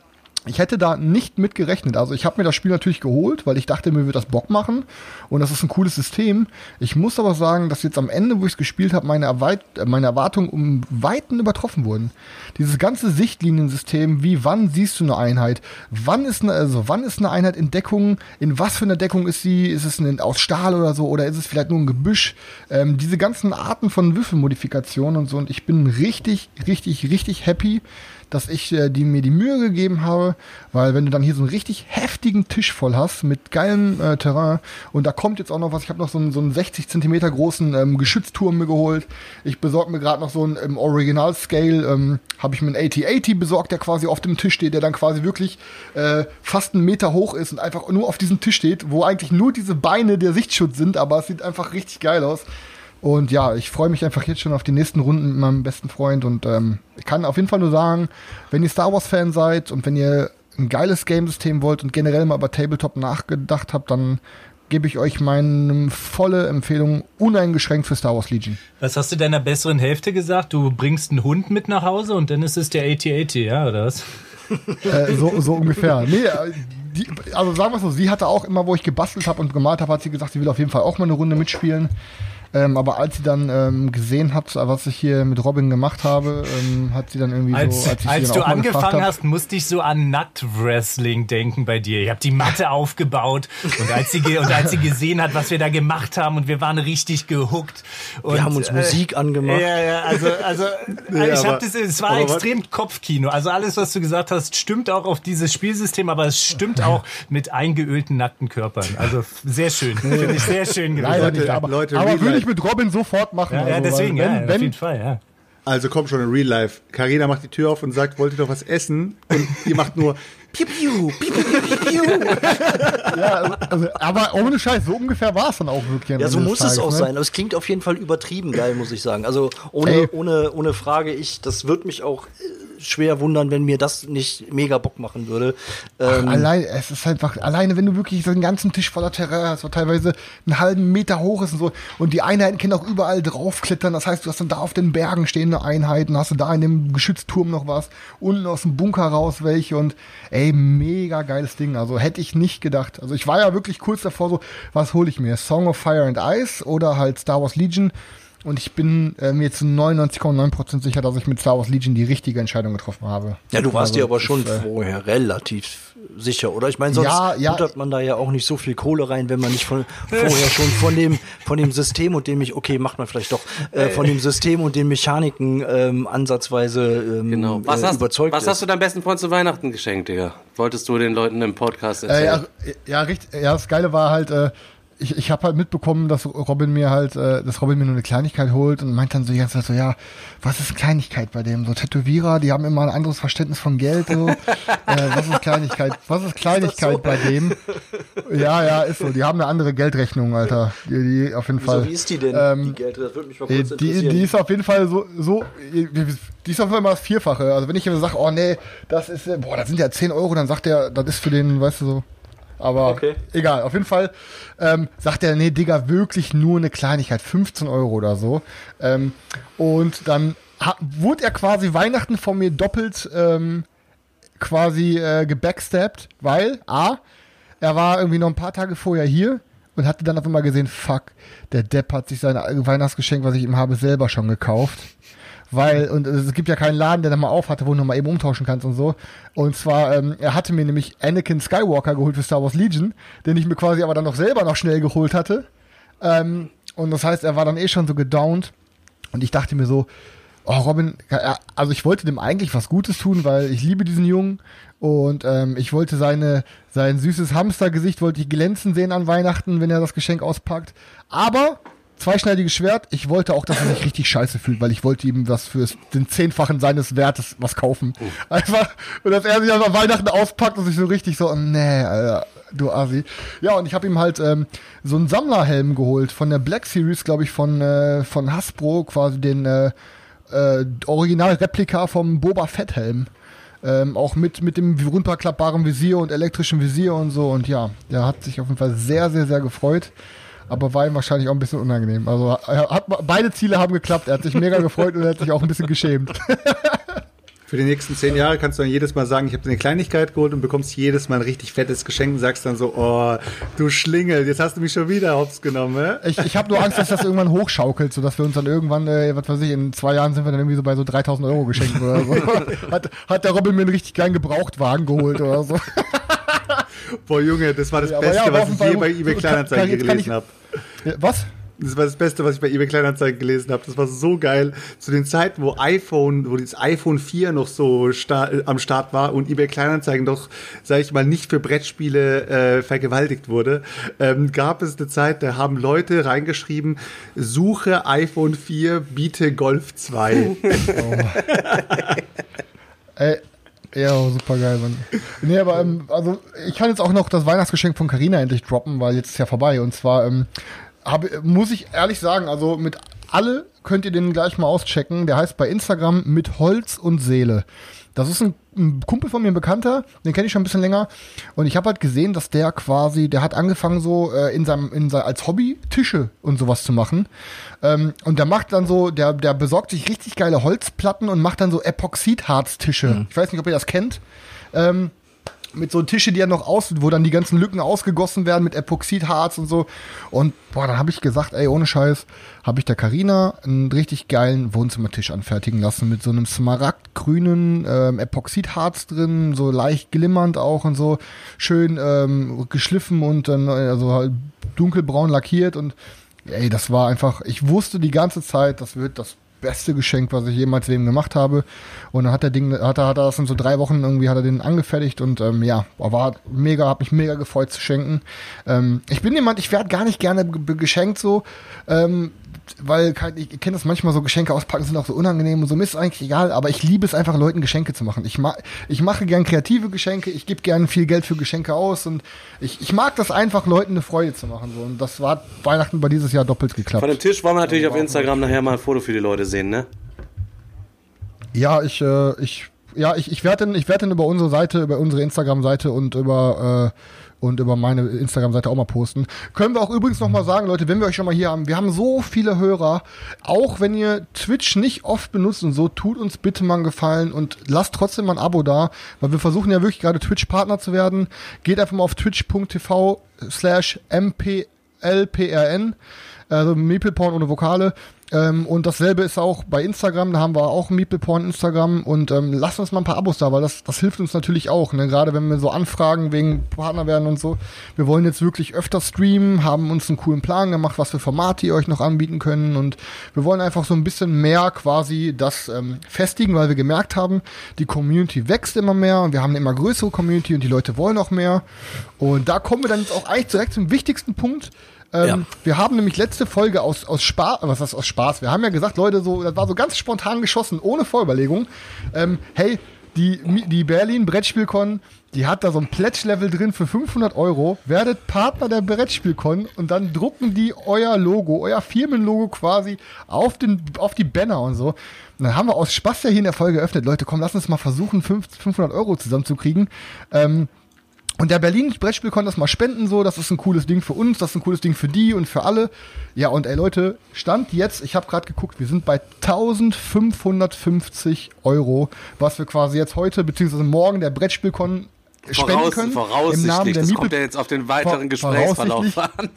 Ich hätte da nicht mit gerechnet. Also ich habe mir das Spiel natürlich geholt, weil ich dachte, mir wird das Bock machen. Und das ist ein cooles System. Ich muss aber sagen, dass jetzt am Ende, wo ich es gespielt habe, meine, Erweit- meine Erwartungen um Weiten übertroffen wurden. Dieses ganze Sichtliniensystem, wie wann siehst du eine Einheit? Wann ist eine, also wann ist eine Einheit in Deckung? In was für eine Deckung ist sie? Ist es ein, aus Stahl oder so? Oder ist es vielleicht nur ein Gebüsch? Ähm, diese ganzen Arten von Würfelmodifikationen und so. Und ich bin richtig, richtig, richtig happy, dass ich äh, die, mir die Mühe gegeben habe, weil wenn du dann hier so einen richtig heftigen Tisch voll hast mit geilem äh, Terrain und da kommt jetzt auch noch was, ich habe noch so einen, so einen sechzig Zentimeter großen ähm, Geschützturm mir geholt, ich besorge mir gerade noch so einen im Original-Scale, ähm, habe ich mir einen AT achtzig besorgt, der quasi auf dem Tisch steht, der dann quasi wirklich äh, fast einen Meter hoch ist und einfach nur auf diesem Tisch steht, wo eigentlich nur diese Beine der Sichtschutz sind, aber es sieht einfach richtig geil aus. Und ja, ich freue mich einfach jetzt schon auf die nächsten Runden mit meinem besten Freund und ähm, ich kann auf jeden Fall nur sagen, wenn ihr Star Wars Fan seid und wenn ihr ein geiles Game-System wollt und generell mal über Tabletop nachgedacht habt, dann gebe ich euch meine volle Empfehlung uneingeschränkt für Star Wars Legion. Was hast du deiner besseren Hälfte gesagt? Du bringst einen Hund mit nach Hause und dann ist es der A T achtzig, ja, oder was? äh, so, so ungefähr. Nee, die, also sagen wir es so, sie hatte auch immer, wo ich gebastelt habe und gemalt habe, hat sie gesagt, sie will auf jeden Fall auch mal eine Runde mitspielen. Ähm, aber als sie dann ähm, gesehen hat, was ich hier mit Robin gemacht habe, ähm, hat sie dann irgendwie als, so... Als, ich als sie du dann auch angefangen hab, hast, musste ich so an Nut-Wrestling denken bei dir. Ich habe die Matte aufgebaut und als, sie ge- und als sie gesehen hat, was wir da gemacht haben und wir waren richtig gehuckt. Und, wir haben uns äh, Musik angemacht. Ja, ja, also, also nee, ich aber, hab das, es war extrem was? Kopfkino. Also alles, was du gesagt hast, stimmt auch auf dieses Spielsystem, aber es stimmt auch mit eingeölten, nackten Körpern. Also sehr schön. Finde ich sehr schön gewesen. Leider nicht, aber, Leute, aber würde ich mit Robin sofort machen. Ja, also, ja deswegen, wenn, ja, wenn, auf jeden Fall, ja. Also komm schon in Real Life. Carina macht die Tür auf und sagt, wollt ihr doch was essen? Und ihr macht nur piu piu, piu piu, piu piu. Ja, also, aber ohne Scheiß, so ungefähr war es dann auch wirklich. Ja, so muss Tages, es auch ne? sein. Aber es klingt auf jeden Fall übertrieben geil, muss ich sagen. Also ohne, ohne, ohne Frage, ich, das wird mich auch schwer wundern, wenn mir das nicht mega Bock machen würde. Ach, Ähm, allein, es ist einfach, alleine, wenn du wirklich so einen ganzen Tisch voller Terrain hast, was teilweise einen halben Meter hoch ist und so, und die Einheiten können auch überall draufklettern, das heißt, du hast dann da auf den Bergen stehende Einheiten, hast du da in dem Geschützturm noch was, unten aus dem Bunker raus welche und ey, mega geiles Ding, also hätte ich nicht gedacht. Also ich war ja wirklich kurz davor so, was hole ich mir? Song of Fire and Ice oder halt Star Wars Legion? Und ich bin äh, mir zu neunundneunzig Komma neun Prozent sicher, dass ich mit Star Wars Legion die richtige Entscheidung getroffen habe. ja, du warst also, dir aber schon ist, äh, vorher relativ sicher, oder? Ich meine, sonst Ja, ja. buttert man da ja auch nicht so viel Kohle rein, wenn man nicht von, vorher schon von dem, von dem System und dem, okay, macht man vielleicht doch, äh, von dem System und den Mechaniken ähm, ansatzweise ähm, Genau. Was, äh, hast, überzeugt was ist. hast du deinem besten Freund zu Weihnachten geschenkt, Digga? Wolltest du den Leuten im Podcast Äh, erzählen? ja, ja, richtig, ja, das Geile war halt, äh, ich, ich habe halt mitbekommen, dass Robin mir halt, äh, dass Robin mir nur eine Kleinigkeit holt und meint dann so die ganze Zeit so, ja, was ist Kleinigkeit bei dem? So Tätowierer, die haben immer ein anderes Verständnis von Geld, so. äh, was ist Kleinigkeit? Was ist Kleinigkeit ist so? Bei dem? Ja, ja, ist so. Die haben eine andere Geldrechnung, Alter. Die, die auf jeden Wieso, Fall. wie ist die denn, ähm, die Geld? Das würde mich mal kurz die, interessieren. die ist auf jeden Fall so, so, die ist auf jeden Fall mal das Vierfache. Also wenn ich ihm sage, oh nee, das ist, boah, das sind ja zehn Euro, dann sagt er, das ist für den, weißt du so. Aber okay. Egal, auf jeden Fall ähm, sagt er, nee, Digga, wirklich nur eine Kleinigkeit, fünfzehn Euro oder so. Ähm, und dann ha- wurde er quasi Weihnachten von mir doppelt ähm, quasi äh, gebackstabbt, weil A, er war irgendwie noch ein paar Tage vorher hier und hatte dann auf einmal gesehen, fuck, der Depp hat sich sein Weihnachtsgeschenk, was ich ihm habe, selber schon gekauft. Weil, und es gibt ja keinen Laden, der da mal auf hatte, wo du noch mal eben umtauschen kannst und so. Und zwar, ähm, er hatte mir nämlich Anakin Skywalker geholt für Star Wars Legion, den ich mir quasi aber dann noch selber noch schnell geholt hatte. Ähm, und das heißt, er war dann eh schon so gedownt. Und ich dachte mir so, oh Robin, also ich wollte dem eigentlich was Gutes tun, weil ich liebe diesen Jungen. Und ähm, ich wollte seine sein süßes Hamstergesicht, wollte ich glänzen sehen an Weihnachten, wenn er das Geschenk auspackt. Aber zweischneidiges Schwert. Ich wollte auch, dass er sich richtig scheiße fühlt, weil ich wollte ihm was für den Zehnfachen seines Wertes was kaufen. Oh. Einfach, und dass er sich einfach Weihnachten auspackt und sich so richtig so, nee, Alter, du Assi. Ja, und ich habe ihm halt ähm, so einen Sammlerhelm geholt von der Black Series, glaube ich, von äh, von Hasbro, quasi den äh, äh, Originalreplika vom Boba Fett Helm. Ähm, auch mit mit dem runterklappbaren Visier und elektrischen Visier und so. Und ja, der hat sich auf jeden Fall sehr, sehr, sehr gefreut. Aber war ihm wahrscheinlich auch ein bisschen unangenehm. Also er hat, beide Ziele haben geklappt. Er hat sich mega gefreut und er hat sich auch ein bisschen geschämt. Für die nächsten zehn Jahre kannst du dann jedes Mal sagen, ich habe dir eine Kleinigkeit geholt und bekommst jedes Mal ein richtig fettes Geschenk und sagst dann so, oh, du Schlingel, jetzt hast du mich schon wieder hops genommen. Äh? Ich, ich habe nur Angst, dass das irgendwann hochschaukelt, sodass wir uns dann irgendwann, äh, was weiß ich, in zwei Jahren sind wir dann irgendwie so bei so dreitausend Euro geschenkt oder so. hat, hat der Robin mir einen richtig kleinen Gebrauchtwagen geholt oder so. Boah, Junge, das war das Ja, Beste, ja, was ich je bei so, eBay Kleinanzeigen kann, kann gelesen habe. Was? Das war das Beste, was ich bei eBay Kleinanzeigen gelesen habe. Das war so geil. Zu den Zeiten, wo iPhone, wo das iPhone vier noch so sta- am Start war und eBay Kleinanzeigen doch, sage ich mal, nicht für Brettspiele äh, vergewaltigt wurde, ähm, gab es eine Zeit, da haben Leute reingeschrieben, suche iPhone vier, biete Golf zwei. Oh. Ey, ja, super geil, Mann. Nee, aber ähm, also ich kann jetzt auch noch das Weihnachtsgeschenk von Carina endlich droppen, weil jetzt ist ja vorbei. Und zwar ähm, hab, muss ich ehrlich sagen, also mit alle könnt ihr den gleich mal auschecken. Der heißt bei Instagram mit Holz und Seele. Das ist ein, ein Kumpel von mir, ein Bekannter, den kenne ich schon ein bisschen länger. Und ich habe halt gesehen, dass der quasi, der hat angefangen so äh, in seinem, in sein, als Hobby Tische und sowas zu machen. Ähm, und der macht dann so, der, der besorgt sich richtig geile Holzplatten und macht dann so Epoxidharz-Tische. Mhm. Ich weiß nicht, ob ihr das kennt. Ähm, mit so Tische, die ja noch aus, wo dann die ganzen Lücken ausgegossen werden mit Epoxidharz und so. Und boah, dann habe ich gesagt, ey, ohne Scheiß, habe ich der Carina einen richtig geilen Wohnzimmertisch anfertigen lassen mit so einem smaragdgrünen ähm, Epoxidharz drin, so leicht glimmernd auch und so schön ähm, geschliffen und dann also halt dunkelbraun lackiert und ey, das war einfach, ich wusste die ganze Zeit, das wird das beste Geschenk, was ich jemals wem gemacht habe. Und dann hat der Ding, hat er, hat er das in so drei Wochen irgendwie, hat er den angefertigt und ähm, ja, war mega, hat mich mega gefreut zu schenken. Ähm, ich bin jemand, ich werde gar nicht gerne g- geschenkt so, ähm, weil ich kenne das manchmal so, Geschenke auspacken sind auch so unangenehm und so, mir ist eigentlich egal, aber ich liebe es einfach, Leuten Geschenke zu machen. Ich, ma- ich mache gern kreative Geschenke, ich gebe gern viel Geld für Geschenke aus und ich, ich mag das einfach, Leuten eine Freude zu machen. So. Und das war Weihnachten bei dieses Jahr doppelt geklappt. Von dem Tisch wollen wir natürlich ja, auf Instagram nachher mal ein Foto für die Leute sehen, ne? Ja, ich, äh, ich, ja, ich, ich werde den, ich werde den über unsere Seite, über unsere Instagram-Seite und über, äh, und über meine Instagram-Seite auch mal posten. Können wir auch übrigens noch mal sagen, Leute, wenn wir euch schon mal hier haben, wir haben so viele Hörer, auch wenn ihr Twitch nicht oft benutzt und so, tut uns bitte mal einen Gefallen und lasst trotzdem mal ein Abo da, weil wir versuchen ja wirklich gerade Twitch-Partner zu werden. Geht einfach mal auf twitch.tv slash mplprn, also Meepleporn ohne Vokale. Ähm, und dasselbe ist auch bei Instagram, da haben wir auch Meepleporn Instagram und ähm, lasst uns mal ein paar Abos da, weil das, das hilft uns natürlich auch, ne? Gerade wenn wir so anfragen wegen Partner werden und so. Wir wollen jetzt wirklich öfter streamen, haben uns einen coolen Plan gemacht, was für Formate ihr euch noch anbieten können und wir wollen einfach so ein bisschen mehr quasi das ähm, festigen, weil wir gemerkt haben, die Community wächst immer mehr und wir haben eine immer größere Community und die Leute wollen auch mehr und da kommen wir dann jetzt auch eigentlich direkt zum wichtigsten Punkt. Ähm, ja. Wir haben nämlich letzte Folge aus, aus Spaß, was heißt aus Spaß? Wir haben ja gesagt, Leute, so, das war so ganz spontan geschossen, ohne Vorüberlegung. Ähm, hey, die, die Berlin Brettspielcon, die hat da so ein Pledge-Level drin für fünfhundert Euro. Werdet Partner der Brettspielcon und dann drucken die euer Logo, euer Firmenlogo quasi auf, den, auf die Banner und so. Und dann haben wir aus Spaß ja hier in der Folge geöffnet. Leute, komm, lass uns mal versuchen, fünfhundert Euro zusammenzukriegen. Ähm, Und der Berlin Brettspiel konnte das mal spenden, so, das ist ein cooles Ding für uns, das ist ein cooles Ding für die und für alle. Ja, und ey Leute, Stand jetzt, ich habe gerade geguckt, wir sind bei eintausendfünfhundertfünfzig Euro, was wir quasi jetzt heute, beziehungsweise morgen der Brettspielkon spenden Voraus, können. Voraussichtlich, im Namen der das Miepel- kommt ja jetzt auf den weiteren Vor- Gesprächsverlauf an.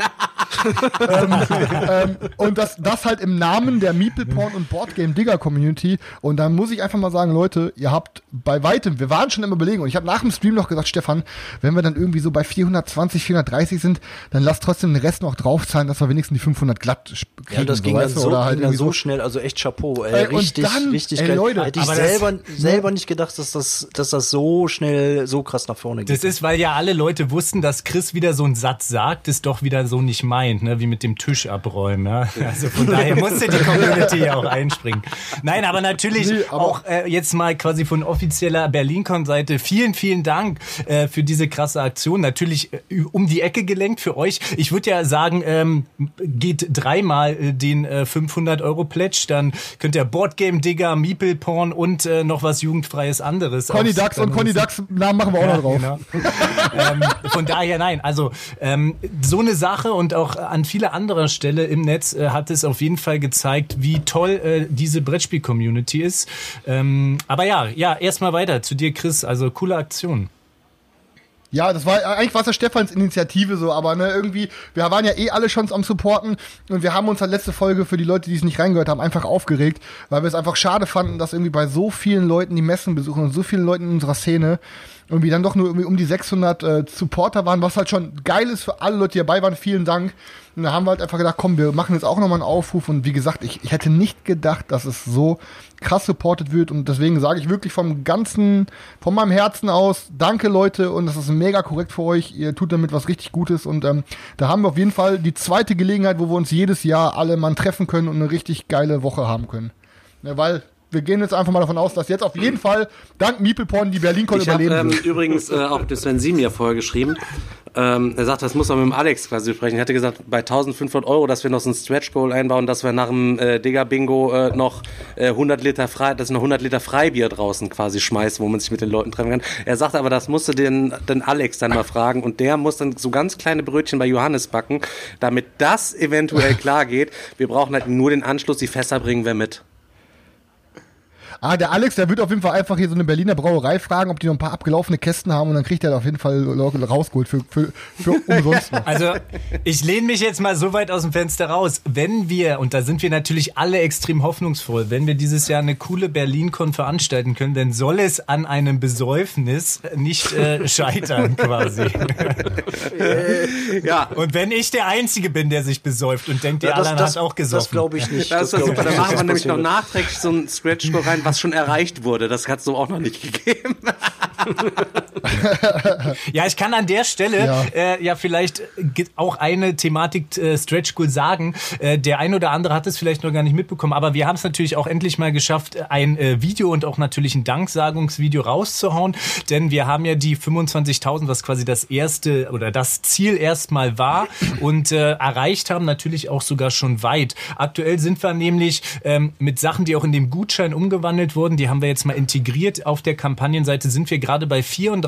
ähm, ähm, und das, das halt im Namen der Meepleporn und Boardgame Digger Community. Und dann muss ich einfach mal sagen, Leute, ihr habt bei weitem, wir waren schon im Überlegen und ich habe nach dem Stream noch gesagt, Stefan, wenn wir dann irgendwie so bei vierhundertzwanzig, vierhundertdreißig sind, dann lasst trotzdem den Rest noch draufzahlen, dass wir wenigstens die fünfhundert glatt kriegen. Ja, das ging so, dann so, oder halt ging dann so so schnell, also echt Chapeau. Ey, Ey, richtig, und dann, richtig ey, geil. Leute, Hätte ich aber selber, das- selber nicht gedacht, dass das, dass das so schnell, so krass nach vorne geht. Das ist, weil ja alle Leute wussten, dass Chris wieder so einen Satz sagt, das doch wieder so nicht meint, ne? Wie mit dem Tisch abräumen. Ja? Also von daher musste die Community ja auch einspringen. Nein, aber natürlich Nee, aber auch äh, jetzt mal quasi von offizieller BerlinCon-Seite vielen, vielen Dank äh, für diese krasse Aktion. Natürlich äh, um die Ecke gelenkt für euch. Ich würde ja sagen, ähm, geht dreimal äh, den äh, fünfhundert Euro Pledge, dann könnt ihr Boardgame Digger, Meepleporn und äh, noch was jugendfreies anderes. Conny aufs- Ducks und dann- Conny Ducks Namen machen wir auch Ja, noch drauf. genau. ähm, von daher nein, also ähm, so eine Sache und auch auch an vieler anderer Stelle im Netz äh, hat es auf jeden Fall gezeigt, wie toll äh, diese Brettspiel-Community ist. Ähm, aber ja, ja, erstmal weiter zu dir, Chris. Also coole Aktion. Ja, das war, eigentlich war es ja Stefans Initiative so, aber ne, irgendwie, wir waren ja eh alle schon am Supporten und wir haben uns halt letzte Folge für die Leute, die es nicht reingehört haben, einfach aufgeregt, weil wir es einfach schade fanden, dass irgendwie bei so vielen Leuten die Messen besuchen und so vielen Leuten in unserer Szene irgendwie dann doch nur irgendwie um die sechshundert äh, Supporter waren, was halt schon geil ist für alle Leute, die dabei waren. Vielen Dank. Und da haben wir halt einfach gedacht, komm, wir machen jetzt auch nochmal einen Aufruf. Und wie gesagt, ich, ich hätte nicht gedacht, dass es so krass supportet wird. Und deswegen sage ich wirklich vom ganzen, von meinem Herzen aus, danke Leute. Und das ist mega korrekt für euch. Ihr tut damit was richtig Gutes. Und ähm, da haben wir auf jeden Fall die zweite Gelegenheit, wo wir uns jedes Jahr alle mal treffen können und eine richtig geile Woche haben können. Ja, weil wir gehen jetzt einfach mal davon aus, dass jetzt auf jeden Fall dank MeeplePorn die BerlinCon überleben ähm, wird. Übrigens äh, auch das Sven Sieben mir vorher geschrieben. Ähm, er sagt, das muss man mit dem Alex quasi sprechen. Er hatte gesagt, bei eintausendfünfhundert Euro, dass wir noch so ein Stretch Goal einbauen, dass wir nach dem äh, Digger Bingo äh, noch äh, hundert Liter frei, dass noch hundert Liter Freibier draußen quasi schmeißt, wo man sich mit den Leuten treffen kann. Er sagt aber, das musste den, den Alex dann mal fragen und der muss dann so ganz kleine Brötchen bei Johannes backen, damit das eventuell klar geht. Wir brauchen halt nur den Anschluss, die Fässer bringen wir mit. Ah, der Alex, der wird auf jeden Fall einfach hier so eine Berliner Brauerei fragen, ob die noch ein paar abgelaufene Kästen haben und dann kriegt er da auf jeden Fall rausgeholt für, für, für umsonst noch. Also ich lehne mich jetzt mal so weit aus dem Fenster raus. Wenn wir, und da sind wir natürlich alle extrem hoffnungsvoll, wenn wir dieses Jahr eine coole BerlinCon veranstalten können, dann soll es an einem Besäufnis nicht äh, scheitern quasi. Ja. Und wenn ich der Einzige bin, der sich besäuft und denkt, der Ja, das- Alan das- hat auch gesoffen. Das glaube ich nicht. Das ist glaub super, ich dann nicht, machen dass wir nämlich noch passiert. nachträglich so ein Stretch-Score rein, was schon erreicht wurde. Das hat es so auch noch nicht gegeben. Ja, ich kann an der Stelle Ja. äh, ja vielleicht ge- auch eine Thematik äh, Stretch Goal sagen. Äh, der ein oder andere hat es vielleicht noch gar nicht mitbekommen, aber wir haben es natürlich auch endlich mal geschafft, ein äh, Video und auch natürlich ein Danksagungsvideo rauszuhauen, denn wir haben ja die fünfundzwanzigtausend, was quasi das erste oder das Ziel erstmal war und äh, erreicht haben natürlich auch sogar schon weit. Aktuell sind wir nämlich ähm, mit Sachen, die auch in dem Gutschein umgewandelt wurden, die haben wir jetzt mal integriert auf der Kampagnenseite, sind wir gerade bei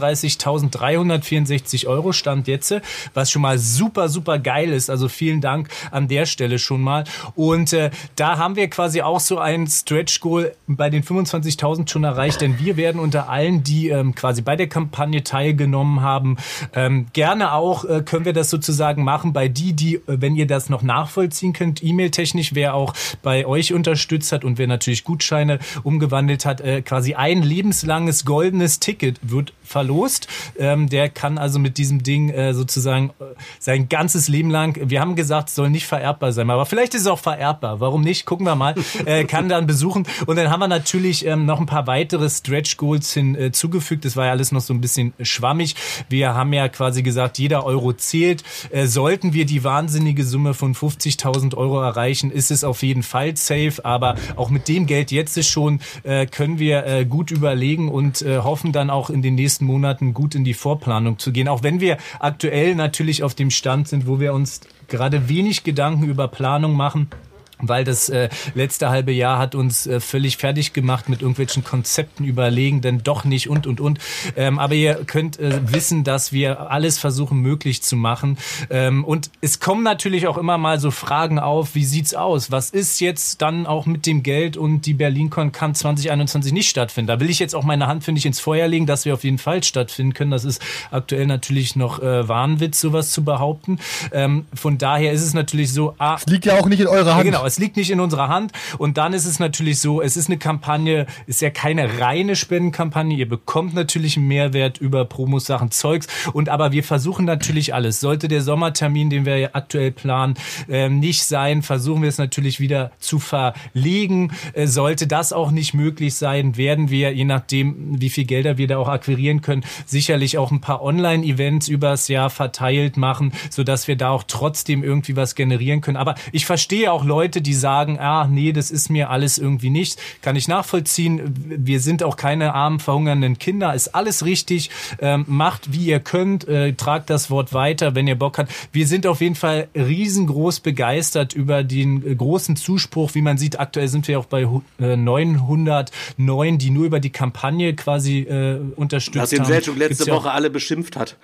vierunddreißigtausenddreihundertvierundsechzig Euro Stand jetzt, was schon mal super, super geil ist. Also vielen Dank an der Stelle schon mal. Und äh, da haben wir quasi auch so ein Stretch Goal bei den fünfundzwanzigtausend schon erreicht, denn wir werden unter allen, die ähm, quasi bei der Kampagne teilgenommen haben, ähm, gerne auch äh, können wir das sozusagen machen bei die, die, äh, wenn ihr das noch nachvollziehen könnt, E-Mail-technisch, wer auch bei euch unterstützt hat und wer natürlich Gutscheine umgewandelt hat, äh, quasi ein lebenslanges goldenes Ticket wird verlost. Ähm, der kann also mit diesem Ding äh, sozusagen äh, sein ganzes Leben lang, wir haben gesagt, es soll nicht vererbbar sein, aber vielleicht ist es auch vererbbar. Warum nicht? Gucken wir mal. Äh, kann dann besuchen. Und dann haben wir natürlich ähm, noch ein paar weitere Stretch Goals hinzugefügt. Das war ja alles noch so ein bisschen schwammig. Wir haben ja quasi gesagt, jeder Euro zählt. Äh, sollten wir die wahnsinnige Summe von fünfzigtausend Euro erreichen, ist es auf jeden Fall safe. Aber auch mit dem Geld jetzt schon äh, können wir äh, gut überlegen und äh, hoffen dann auch in den nächsten Monaten gut in die Vorplanung zu gehen. Auch wenn wir aktuell natürlich auf dem Stand sind, wo wir uns gerade wenig Gedanken über Planung machen, weil das äh, letzte halbe Jahr hat uns äh, völlig fertig gemacht mit irgendwelchen Konzepten überlegen, denn doch nicht und, und, und. Ähm, aber ihr könnt äh, wissen, dass wir alles versuchen möglich zu machen. Ähm, und es kommen natürlich auch immer mal so Fragen auf, wie sieht's aus? Was ist jetzt dann auch mit dem Geld und die BerlinCon kann zwanzig einundzwanzig nicht stattfinden? Da will ich jetzt auch meine Hand, finde ich, ins Feuer legen, dass wir auf jeden Fall stattfinden können. Das ist aktuell natürlich noch äh, Wahnwitz, sowas zu behaupten. Ähm, von daher ist es natürlich so... Ah, Es liegt ja auch nicht in eurer Hand. ja, genau, es liegt nicht in unserer Hand. Und dann ist es natürlich so, es ist eine Kampagne, ist ja keine reine Spendenkampagne. Ihr bekommt natürlich einen Mehrwert über Promos, Sachen, Zeugs. Und aber wir versuchen natürlich alles. Sollte der Sommertermin, den wir ja aktuell planen, äh, nicht sein, versuchen wir es natürlich wieder zu verlegen. Äh, sollte das auch nicht möglich sein, werden wir, je nachdem, wie viel Gelder wir da auch akquirieren können, sicherlich auch ein paar Online-Events übers Jahr verteilt machen, sodass wir da auch trotzdem irgendwie was generieren können. Aber ich verstehe auch Leute, die sagen, ah, nee, das ist mir alles irgendwie nicht. Kann ich nachvollziehen. Wir sind auch keine armen, verhungernden Kinder. Ist alles richtig. Ähm, macht, wie ihr könnt. Äh, tragt das Wort weiter, wenn ihr Bock habt. Wir sind auf jeden Fall riesengroß begeistert über den äh, großen Zuspruch. Wie man sieht, aktuell sind wir auch bei äh, neunhundertneun, die nur über die Kampagne quasi äh, unterstützt Was den haben. Selchuk letzte Gibt's ja auch- Woche alle beschimpft hat.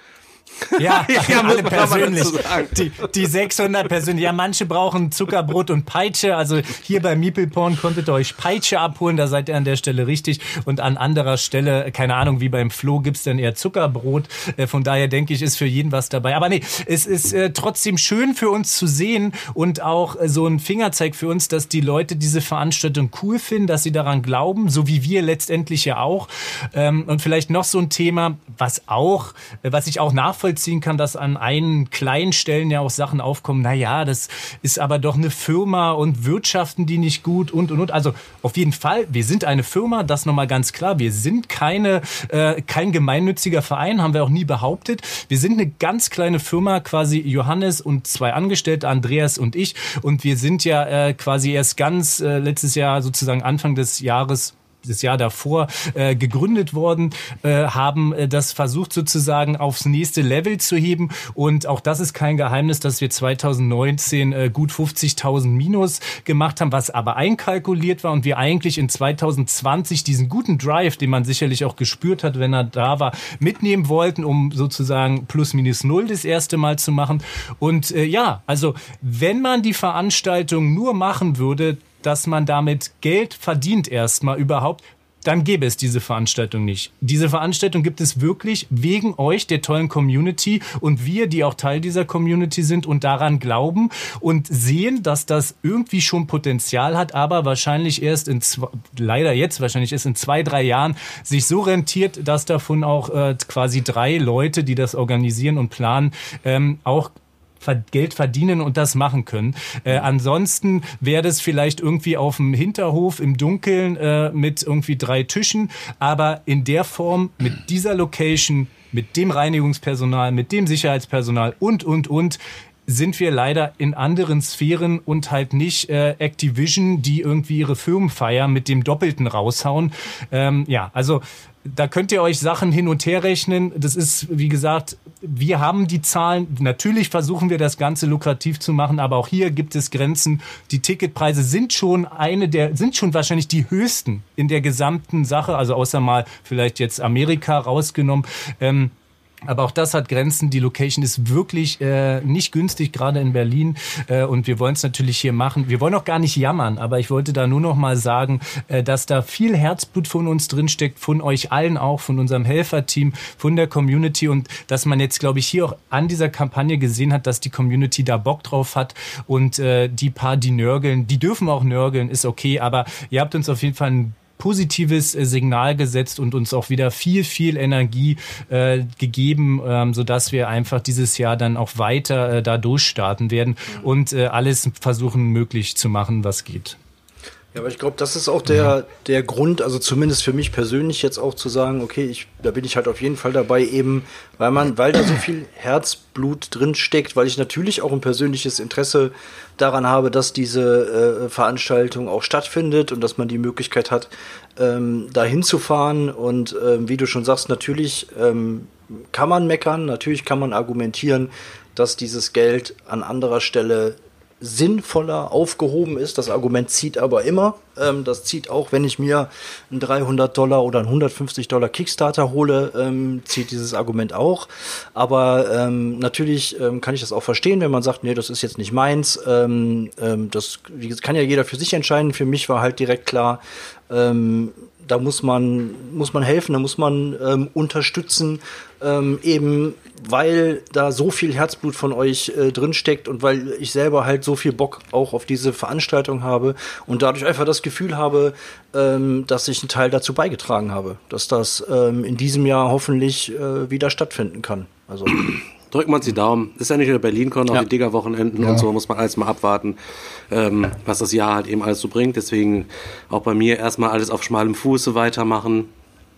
Ja, Ja, muss alle man doch mal persönlich. dazu sagen. Die, die sechshundert persönlich. Ja, manche brauchen Zuckerbrot und Peitsche. Also hier bei Meeple-Porn konntet ihr euch Peitsche abholen. Da seid ihr an der Stelle richtig. Und an anderer Stelle, keine Ahnung, wie beim Flo, gibt's dann eher Zuckerbrot. Äh, von daher denke ich, ist für jeden was dabei. Aber nee, es ist äh, trotzdem schön für uns zu sehen und auch äh, so ein Fingerzeig für uns, dass die Leute diese Veranstaltung cool finden, dass sie daran glauben, so wie wir letztendlich ja auch. Ähm, und vielleicht noch so ein Thema, was auch, äh, was ich auch nachvollziehen kann, dass an einen kleinen Stellen ja auch Sachen aufkommen, naja, das ist aber doch eine Firma und wirtschaften die nicht gut und, und, und. Also auf jeden Fall, wir sind eine Firma, das nochmal ganz klar. Wir sind keine, äh, kein gemeinnütziger Verein, haben wir auch nie behauptet. Wir sind eine ganz kleine Firma, quasi Johannes und zwei Angestellte, Andreas und ich. Und wir sind ja äh, quasi erst ganz äh, letztes Jahr, sozusagen Anfang des Jahres, das Jahr davor äh, gegründet worden, äh, haben äh, das versucht sozusagen aufs nächste Level zu heben und auch das ist kein Geheimnis, dass wir zwanzig neunzehn äh, gut fünfzigtausend Minus gemacht haben, was aber einkalkuliert war und wir eigentlich in zwanzig zwanzig diesen guten Drive, den man sicherlich auch gespürt hat, wenn er da war, mitnehmen wollten, um sozusagen plus minus null das erste Mal zu machen und äh, ja, also wenn man die Veranstaltung nur machen würde, dass man damit Geld verdient erstmal überhaupt, dann gäbe es diese Veranstaltung nicht. Diese Veranstaltung gibt es wirklich wegen euch, der tollen Community und wir, die auch Teil dieser Community sind und daran glauben und sehen, dass das irgendwie schon Potenzial hat, aber wahrscheinlich erst in, zwei, leider jetzt wahrscheinlich erst in zwei, drei Jahren sich so rentiert, dass davon auch äh, quasi drei Leute, die das organisieren und planen, ähm, auch Geld verdienen und das machen können. Äh, ansonsten wäre das vielleicht irgendwie auf dem Hinterhof im Dunkeln äh, mit irgendwie drei Tischen, aber in der Form, mit dieser Location, mit dem Reinigungspersonal, mit dem Sicherheitspersonal und, und, und, sind wir leider in anderen Sphären und halt nicht äh, Activision, die irgendwie ihre Firmenfeier mit dem Doppelten raushauen. Ähm, ja, also da könnt ihr euch Sachen hin und her rechnen. Das ist, wie gesagt, wir haben die Zahlen. Natürlich versuchen wir das Ganze lukrativ zu machen, aber auch hier gibt es Grenzen. Die Ticketpreise sind schon eine der, sind schon wahrscheinlich die höchsten in der gesamten Sache. Also außer mal vielleicht jetzt Amerika rausgenommen. Ähm, Aber auch das hat Grenzen. Die Location ist wirklich äh, nicht günstig, gerade in Berlin. Äh, und wir wollen es natürlich hier machen. Wir wollen auch gar nicht jammern, aber ich wollte da nur noch mal sagen, äh, dass da viel Herzblut von uns drinsteckt, von euch allen auch, von unserem Helferteam, von der Community. Und dass man jetzt, glaube ich, hier auch an dieser Kampagne gesehen hat, dass die Community da Bock drauf hat. Und äh, die paar, die nörgeln, die dürfen auch nörgeln, ist okay. Aber ihr habt uns auf jeden Fall ein positives Signal gesetzt und uns auch wieder viel, viel Energie äh, gegeben, ähm, sodass wir einfach dieses Jahr dann auch weiter äh, da durchstarten werden und äh, alles versuchen möglich zu machen, was geht. Ja, aber ich glaube, das ist auch der, der Grund, also zumindest für mich persönlich jetzt auch zu sagen, okay, ich, da bin ich halt auf jeden Fall dabei, eben, weil man, weil da so viel Herzblut drin steckt, weil ich natürlich auch ein persönliches Interesse daran habe, dass diese äh, Veranstaltung auch stattfindet und dass man die Möglichkeit hat, ähm, da hinzufahren und ähm, wie du schon sagst, natürlich ähm, kann man meckern, natürlich kann man argumentieren, dass dieses Geld an anderer Stelle sinnvoller aufgehoben ist. Das Argument zieht aber immer. Ähm, das zieht auch, wenn ich mir einen dreihundert Dollar oder einen hundertfünfzig Dollar Kickstarter hole, ähm, zieht dieses Argument auch. Aber ähm, natürlich ähm, kann ich das auch verstehen, wenn man sagt, nee, das ist jetzt nicht meins. Ähm, ähm, das kann ja jeder für sich entscheiden. Für mich war halt direkt klar, ähm, da muss man, muss man helfen, da muss man ähm, unterstützen, ähm, eben weil da so viel Herzblut von euch äh, drinsteckt und weil ich selber halt so viel Bock auch auf diese Veranstaltung habe und dadurch einfach das Gefühl habe, ähm, dass ich einen Teil dazu beigetragen habe, dass das ähm, in diesem Jahr hoffentlich äh, wieder stattfinden kann. Also drücken wir uns die Daumen. Ist ja nicht nur BerlinCon, auch ja. die Digger-Wochenenden Ja. und so, muss man alles mal abwarten, ähm, was das Jahr halt eben alles so bringt. Deswegen auch bei mir erstmal alles auf schmalem Fuße weitermachen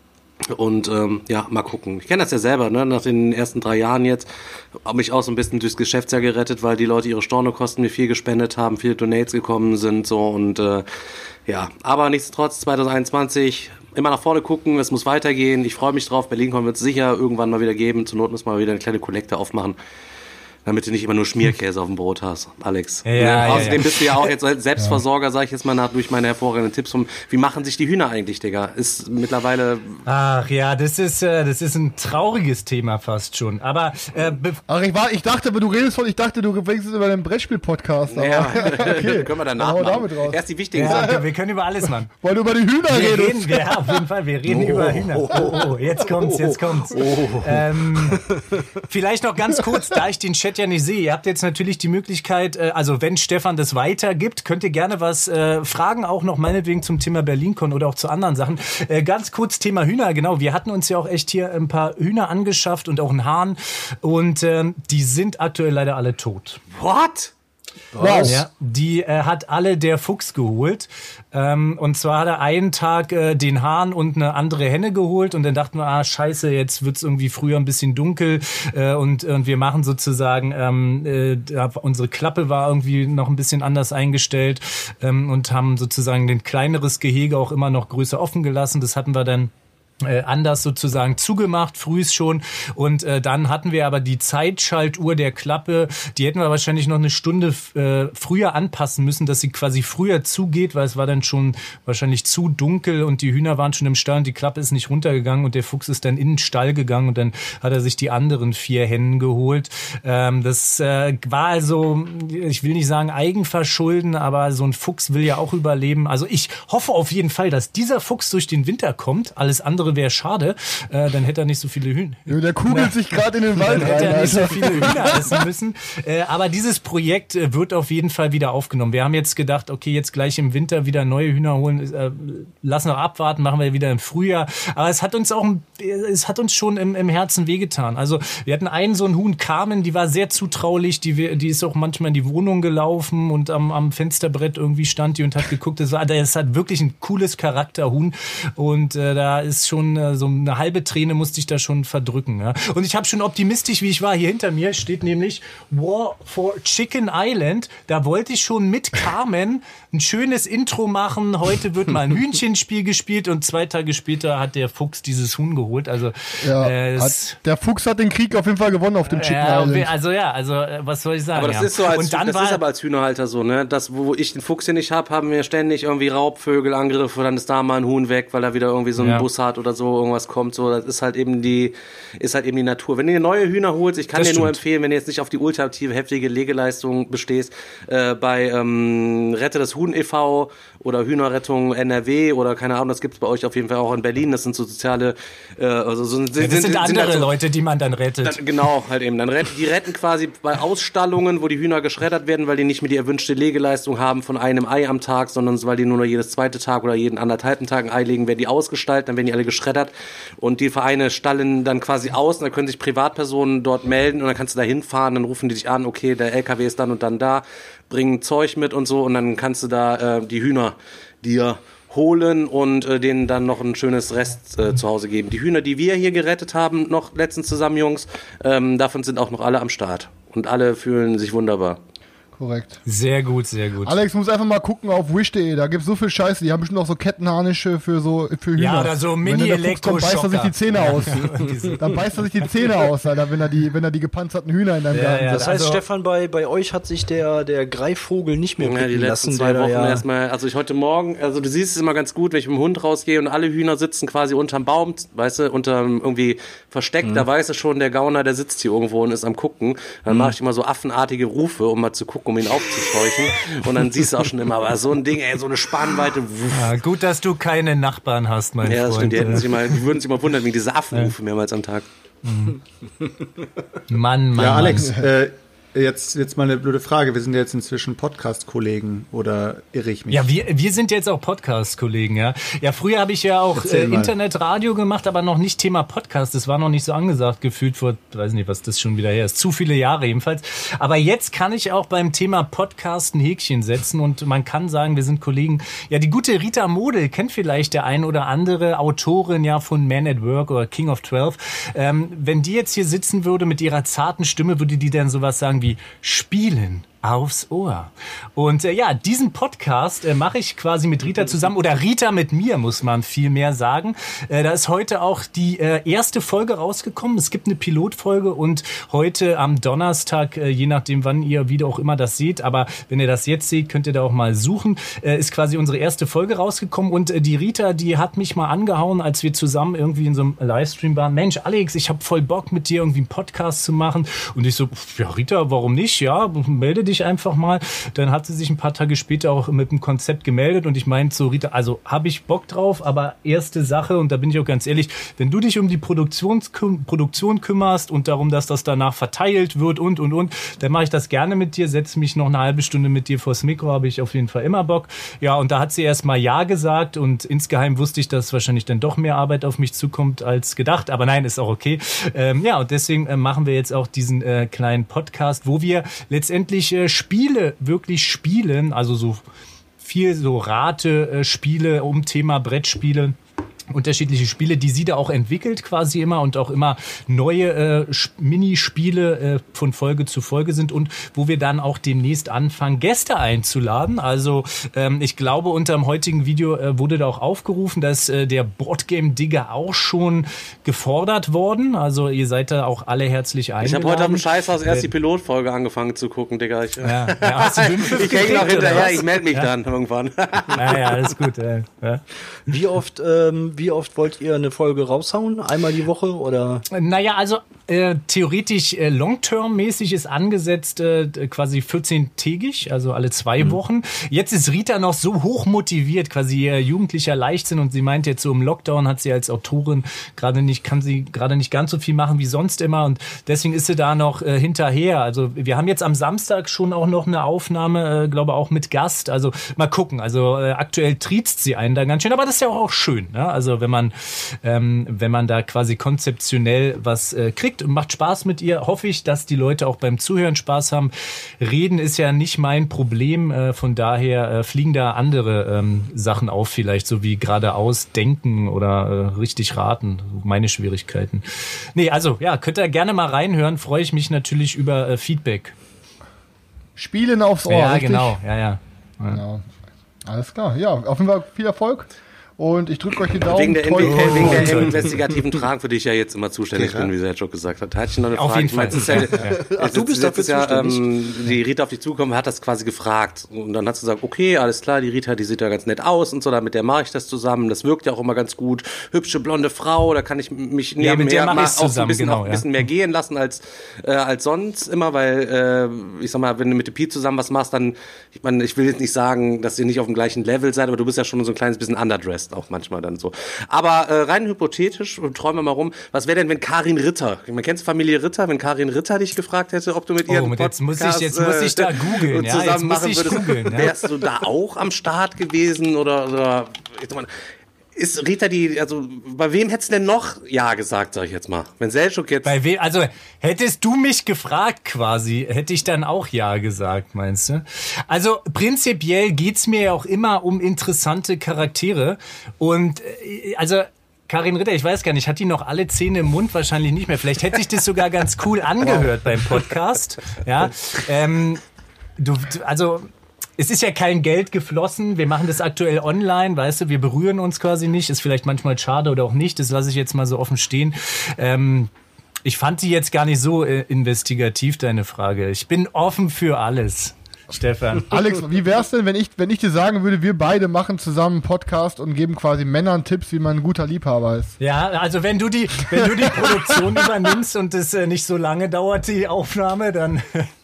und ähm, ja, mal gucken. Ich kenne das ja selber, ne? Nach den ersten drei Jahren jetzt habe mich auch so ein bisschen durchs Geschäftsjahr gerettet, weil die Leute ihre Stornokosten mir viel gespendet haben, viele Donates gekommen sind so und äh, ja, aber nichtsdestotrotz zwanzig einundzwanzig immer nach vorne gucken, es muss weitergehen. Ich freue mich drauf. BerlinCon wird es sicher irgendwann mal wieder geben. Zur Not müssen wir mal wieder eine kleine Kollekte aufmachen. Damit du nicht immer nur Schmierkäse auf dem Brot hast, Alex. Ja, ja, außerdem ja. bist du ja auch jetzt Selbstversorger, sag ich jetzt mal nach, durch meine hervorragenden Tipps. Vom, wie machen sich die Hühner eigentlich, Digga? Ist mittlerweile... Ach ja, das ist, äh, das ist ein trauriges Thema fast schon. Aber äh, Ach, ich, war, ich dachte, aber du redest von, ich dachte, du redest über den Brettspiel-Podcast. aber- Ja, okay. können wir Dann danach hau machen. damit raus. Erst die wichtigen ja, Sachen. wir können über alles machen. Weil du über die Hühner Wir redest. reden, ja, auf jeden Fall, wir reden über Hühner. Oh, oh, jetzt kommt's, jetzt kommt's. Ähm, vielleicht noch ganz kurz, da ich den Chat ja nicht sehe. Ihr habt jetzt natürlich die Möglichkeit, äh, also wenn Stefan das weitergibt, könnt ihr gerne was äh, fragen, auch noch meinetwegen zum Thema BerlinCon oder auch zu anderen Sachen. Äh, ganz kurz Thema Hühner, genau. Wir hatten uns ja auch echt hier ein paar Hühner angeschafft und auch einen Hahn. Und ähm, die sind aktuell leider alle tot. What? Wow. Ja, die äh, hat alle der Fuchs geholt. Ähm, und zwar hat er einen Tag äh, den Hahn und eine andere Henne geholt und dann dachten wir, ah scheiße, jetzt wird's irgendwie früher ein bisschen dunkel äh, und, und wir machen sozusagen, ähm, äh, unsere Klappe war irgendwie noch ein bisschen anders eingestellt ähm, und haben sozusagen den kleineres Gehege auch immer noch größer offen gelassen. Das hatten wir dann Äh, anders sozusagen zugemacht, frühs schon. Und äh, dann hatten wir aber die Zeitschaltuhr der Klappe, die hätten wir wahrscheinlich noch eine Stunde äh, früher anpassen müssen, dass sie quasi früher zugeht, weil es war dann schon wahrscheinlich zu dunkel und die Hühner waren schon im Stall und die Klappe ist nicht runtergegangen und der Fuchs ist dann in den Stall gegangen und dann hat er sich die anderen vier Hennen geholt. Ähm, das äh, war also, ich will nicht sagen Eigenverschulden, aber so ein Fuchs will ja auch überleben. Also ich hoffe auf jeden Fall, dass dieser Fuchs durch den Winter kommt. Alles andere wäre schade, äh, dann hätte er nicht so viele Hühner. Ja, der kugelt sich gerade in den Wald Dann hätte rein. er nicht so Alter. viele Hühner essen müssen. Äh, aber dieses Projekt äh, wird auf jeden Fall wieder aufgenommen. Wir haben jetzt gedacht, okay, jetzt gleich im Winter wieder neue Hühner holen. Äh, lassen wir abwarten, machen wir wieder im Frühjahr. Aber es hat uns auch, es hat uns schon im, im Herzen wehgetan. Also wir hatten einen so einen Huhn, Carmen, die war sehr zutraulich. Die, die ist auch manchmal in die Wohnung gelaufen und am, am Fensterbrett irgendwie stand die und hat geguckt. Das war, das hat wirklich ein cooles Charakterhuhn und äh, da ist schon so eine halbe Träne musste ich da schon verdrücken. Ja. Und ich habe schon optimistisch, wie ich war, hier hinter mir steht nämlich War for Chicken Island. Da wollte ich schon mit Carmen ein schönes Intro machen. Heute wird mal ein Hühnchenspiel gespielt und zwei Tage später hat der Fuchs dieses Huhn geholt. Also Ja, äh, hat, es, der Fuchs hat den Krieg auf jeden Fall gewonnen auf dem Chicken ja, Island. also ja, also äh, was soll ich sagen? Aber das ja. ist so als und dann das war, ist aber als Hühnerhalter so, ne? Das, wo ich den Fuchs hier nicht hab, haben wir ständig irgendwie Raubvögel, Angriffe, dann ist da mal ein Huhn weg, weil er wieder irgendwie so einen Ja. Bus hat oder so, irgendwas kommt. So, das ist halt eben die, ist halt eben die Natur. Wenn du dir neue Hühner holst, ich kann Das dir nur stimmt. empfehlen, wenn du jetzt nicht auf die ultimative heftige Legeleistung bestehst, äh, bei ähm, Rette das Huhn e V oder Hühnerrettung N R W oder keine Ahnung, das gibt's bei euch auf jeden Fall auch in Berlin. Das sind so soziale, äh, also so, das sind, andere halt so, Leute, die man dann rettet. dann, genau, halt eben. Dann retten, die retten quasi bei Ausstallungen, wo die Hühner geschreddert werden, weil die nicht mehr die erwünschte Legeleistung haben von einem Ei am Tag, sondern weil die nur noch jedes zweite Tag oder jeden anderthalben Tag ein Ei legen, werden die ausgestaltet, dann werden die alle geschreddert und die Vereine stallen dann quasi aus und dann können sich Privatpersonen dort melden und dann kannst du da hinfahren, dann rufen die dich an, okay, der L K W ist dann und dann da, bringen Zeug mit und so und dann kannst du da äh, die Hühner dir holen und äh, denen dann noch ein schönes Rest äh, zu Hause geben. Die Hühner, die wir hier gerettet haben, noch letztens zusammen, Jungs, ähm, davon sind auch noch alle am Start. Und alle fühlen sich wunderbar. Korrekt. Sehr gut, sehr gut. Alex muss einfach mal gucken auf wish punkt de, da gibt's so viel Scheiße, die haben bestimmt auch so Kettenharnische für so für Hühner. Ja, oder so Wenn dann der Fuchs kommt, beißt er sich die Mini-Elektroschocker. Zähne aus. Dann beißt er sich die Zähne aus, Alter, wenn er die, wenn er die gepanzerten Hühner in deinem Ja, Garten ja, hat. Das heißt, also- Stefan, bei, bei euch hat sich der, der Greifvogel nicht mehr Ja, die blicken letzten lassen. zwei der Wochen da ja, erstmal, also ich heute Morgen, also du siehst es immer ganz gut, wenn ich mit dem Hund rausgehe und alle Hühner sitzen quasi unterm Baum, weißt du, unterm irgendwie versteckt, Mhm. da weiß du schon, der Gauner, der sitzt hier irgendwo und ist am gucken. Dann Mhm. mache ich immer so affenartige Rufe, um mal zu gucken, um ihn aufzuscheuchen. Und dann siehst du auch schon immer, aber so ein Ding, ey, so eine Spannweite. Wuff. Ja, gut, dass du keine Nachbarn hast, mein Ja, das Freund. stimmt. Die, hätten sich mal, die würden sich mal wundern, wegen dieser Affenrufe mehrmals am Tag. Mann, Mann, Ja, Mann. Alex, äh, jetzt, jetzt mal eine blöde Frage. Wir sind ja jetzt inzwischen Podcast-Kollegen oder irre ich mich? Ja, wir, wir sind jetzt auch Podcast-Kollegen, ja. Ja, früher habe ich ja auch äh, Erzähl mal. Internetradio gemacht, aber noch nicht Thema Podcast. Das war noch nicht so angesagt, gefühlt vor, weiß nicht, was das schon wieder her ist. Zu viele Jahre jedenfalls. Aber jetzt kann ich auch beim Thema Podcast ein Häkchen setzen und man kann sagen, wir sind Kollegen. Ja, die gute Rita Model kennt vielleicht der ein oder andere, Autorin ja von Man at Work oder King of Twelve. Ähm, wenn die jetzt hier sitzen würde mit ihrer zarten Stimme, würde die dann sowas sagen wie spielen, aufs Ohr. Und äh, ja, diesen Podcast äh, mache ich quasi mit Rita zusammen oder Rita mit mir, muss man viel mehr sagen. Äh, da ist heute auch die äh, erste Folge rausgekommen. Es gibt eine Pilotfolge und heute am Donnerstag, äh, je nachdem wann ihr wieder auch immer das seht, aber wenn ihr das jetzt seht, könnt ihr da auch mal suchen, äh, ist quasi unsere erste Folge rausgekommen und äh, die Rita, die hat mich mal angehauen, als wir zusammen irgendwie in so einem Livestream waren. Mensch, Alex, ich habe voll Bock mit dir irgendwie einen Podcast zu machen. Und ich so, ja Rita, warum nicht? Ja, melde dich einfach mal. Dann hat sie sich ein paar Tage später auch mit dem Konzept gemeldet und ich meinte so, Rita, also habe ich Bock drauf, aber erste Sache, und da bin ich auch ganz ehrlich, wenn du dich um die Produktions Produktion kümmerst und darum, dass das danach verteilt wird und, und, und, dann mache ich das gerne mit dir, setze mich noch eine halbe Stunde mit dir vors Mikro, habe ich auf jeden Fall immer Bock. Ja, und da hat sie erst mal Ja gesagt und insgeheim wusste ich, dass wahrscheinlich dann doch mehr Arbeit auf mich zukommt als gedacht, aber nein, ist auch okay. Ähm, ja, und deswegen äh, machen wir jetzt auch diesen äh, kleinen Podcast, wo wir letztendlich äh, Spiele wirklich spielen, also so viel so Rate-Spiele äh, um Thema Brettspiele. Unterschiedliche Spiele, die sie da auch entwickelt quasi immer und auch immer neue äh, Minispiele äh, von Folge zu Folge sind und wo wir dann auch demnächst anfangen, Gäste einzuladen. Also ähm, ich glaube, unter dem heutigen Video äh, wurde da auch aufgerufen, dass äh, der Boardgame Digger auch schon gefordert worden. Also ihr seid da auch alle herzlich eingeladen. Ich habe heute auf dem Scheißhaus erst die Pilotfolge angefangen zu gucken, Digga. Ich, ja, ja, hast du ich hänge noch hinterher, ich melde mich ja. dann irgendwann. Ja, ja, alles gut. Äh, ja. Wie oft ähm, Wie oft wollt ihr eine Folge raushauen? Einmal die Woche oder? Naja, also äh, theoretisch äh, Long-Term-mäßig ist angesetzt äh, quasi vierzehn-tägig, also alle zwei mhm. Wochen. Jetzt ist Rita noch so hoch motiviert, quasi äh, jugendlicher Leichtsinn und sie meint jetzt so im Lockdown hat sie als Autorin gerade nicht, kann sie gerade nicht ganz so viel machen wie sonst immer und deswegen ist sie da noch äh, hinterher. Also wir haben jetzt am Samstag schon auch noch eine Aufnahme, äh, glaube auch mit Gast. Also mal gucken. Also äh, aktuell triezt sie einen da ganz schön, aber das ist ja auch, auch schön. Ne? Also wenn man ähm, wenn man da quasi konzeptionell was äh, kriegt und macht Spaß mit ihr, hoffe ich, dass die Leute auch beim Zuhören Spaß haben. Reden ist ja nicht mein Problem, äh, von daher äh, fliegen da andere ähm, Sachen auf vielleicht, so wie geradeaus denken oder äh, richtig raten, meine Schwierigkeiten. Nee, also ja, könnt ihr gerne mal reinhören, freue ich mich natürlich über äh, Feedback. Spielen aufs Ohr, Ja, richtig? genau, ja, ja. ja. Genau. Alles klar, ja, auf jeden Fall viel Erfolg. Und ich drücke euch die Daumen. Wegen der, Toll. oh, wegen der oh, investigativen Tragen, für die ich ja jetzt immer zuständig bin, wie Sergio gesagt hat. Hatte ich noch eine Auf Frage. jeden Fall. Ich meine, es ist ja, Ach, du bist dafür ja, zuständig. ähm, die Rita auf dich zugekommen, hat das quasi gefragt. Und dann hat sie gesagt, okay, alles klar, die Rita, die sieht ja ganz nett aus und so, mit der mache ich das zusammen. Das wirkt ja auch immer ganz gut. Hübsche, blonde Frau, da kann ich mich Ja, mit der nebenher mach mal ich's auch so ein zusammen, bisschen, genau, auch ein bisschen mehr gehen lassen als, äh, als sonst immer, weil, äh, ich sag mal, wenn du mit dem Piet zusammen was machst, dann, ich meine, ich will jetzt nicht sagen, dass ihr nicht auf dem gleichen Level seid, aber du bist ja schon so ein kleines bisschen underdressed auch manchmal dann so. Aber äh, rein hypothetisch, träumen wir mal rum, was wäre denn, wenn Karin Ritter, man kennt Familie Ritter, wenn Karin Ritter dich gefragt hätte, ob du mit ihr Oh, jetzt muss ich, jetzt muss ich da googeln, ja, jetzt muss ich googeln. Ja. Wärst du da auch am Start gewesen oder, oder ich meine, ist Rita die, also bei wem hättest du denn noch Ja gesagt, sag ich jetzt mal? Wenn Selçuk jetzt... Bei wem, also hättest du mich gefragt quasi, hätte ich dann auch Ja gesagt, meinst du? Also prinzipiell geht's mir ja auch immer um interessante Charaktere und äh, also... Karin Ritter, ich weiß gar nicht, hat die noch alle Zähne im Mund? Wahrscheinlich nicht mehr. Vielleicht hätte sich das sogar ganz cool angehört beim Podcast. Ja, ähm, du, du, also es ist ja kein Geld geflossen. Wir machen das aktuell online, weißt du, wir berühren uns quasi nicht. Ist vielleicht manchmal schade oder auch nicht. Das lasse ich jetzt mal so offen stehen. Ähm, ich fand die jetzt gar nicht so äh, investigativ, deine Frage. Ich bin offen für alles. Stefan. Alex, wie wär's denn, wenn ich, wenn ich dir sagen würde, wir beide machen zusammen einen Podcast und geben quasi Männern Tipps, wie man ein guter Liebhaber ist? Ja, also wenn du die, wenn du die Produktion übernimmst und es äh, nicht so lange dauert, die Aufnahme, dann...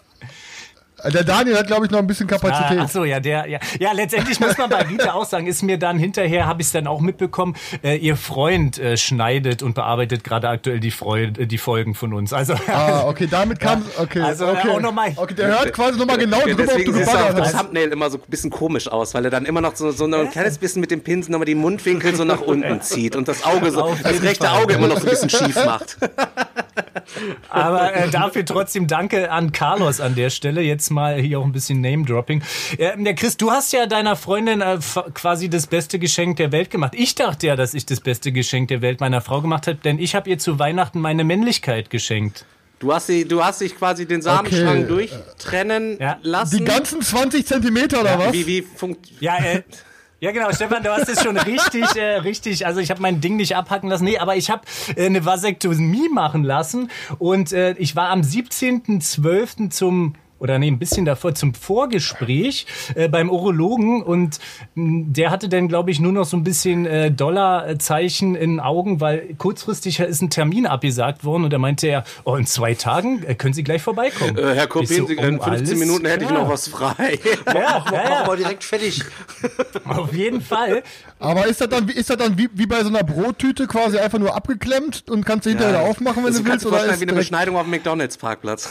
Der Daniel hat, glaube ich, noch ein bisschen Kapazität. Ah, ach so, ja, der, ja, ja, letztendlich muss man bei Rita auch sagen, ist mir dann hinterher, habe ich es dann auch mitbekommen, äh, ihr Freund äh, schneidet und bearbeitet gerade aktuell die, Freud, äh, die Folgen von uns. Also, ah, okay, damit kann, okay, also, okay. auch noch mal, okay, der hört quasi nochmal genau ja, drüber, ob du deswegen sieht geballert das hast. Thumbnail immer so ein bisschen komisch aus, weil er dann immer noch so, so ein kleines bisschen mit dem Pinsel nochmal die Mundwinkel so nach unten zieht und das Auge so, Auf das jeden rechte Fall. Auge immer noch so ein bisschen schief macht. Aber äh, dafür trotzdem danke an Carlos an der Stelle. Jetzt mal hier auch ein bisschen Name-Dropping. Äh, der Chris, du hast ja deiner Freundin äh, f- quasi das beste Geschenk der Welt gemacht. Ich dachte ja, dass ich das beste Geschenk der Welt meiner Frau gemacht habe, denn ich habe ihr zu Weihnachten meine Männlichkeit geschenkt. Du hast, die, du hast dich quasi den Samenstrang Okay. durchtrennen Ja. lassen. Die ganzen zwanzig Zentimeter oder was? Wie, wie funkt Ja, äh, ja, genau, Stefan, du hast es schon richtig, äh, richtig, also ich habe mein Ding nicht abhacken lassen, nee, aber ich habe äh, eine Vasektomie machen lassen und äh, ich war am siebzehnten zwölften zum oder nee, ein bisschen davor zum Vorgespräch äh, beim Urologen und mh, der hatte dann, glaube ich, nur noch so ein bisschen äh, Dollarzeichen in den Augen, weil kurzfristig ist ein Termin abgesagt worden und da meinte er, oh, in zwei Tagen äh, können Sie gleich vorbeikommen. Äh, Herr Kopin, Ich so, in oh, fünfzehn alles Minuten hätte ich klar. noch was frei. Ja, ja, ja, Mach mal direkt fertig. auf jeden Fall. Aber ist das dann, wie- ist das dann wie, wie bei so einer Brottüte quasi einfach nur abgeklemmt und kannst du hinterher wieder aufmachen, wenn Also du kannst willst? du Oder vorstellen ist wie eine direkt, Beschneidung auf dem McDonalds-Parkplatz.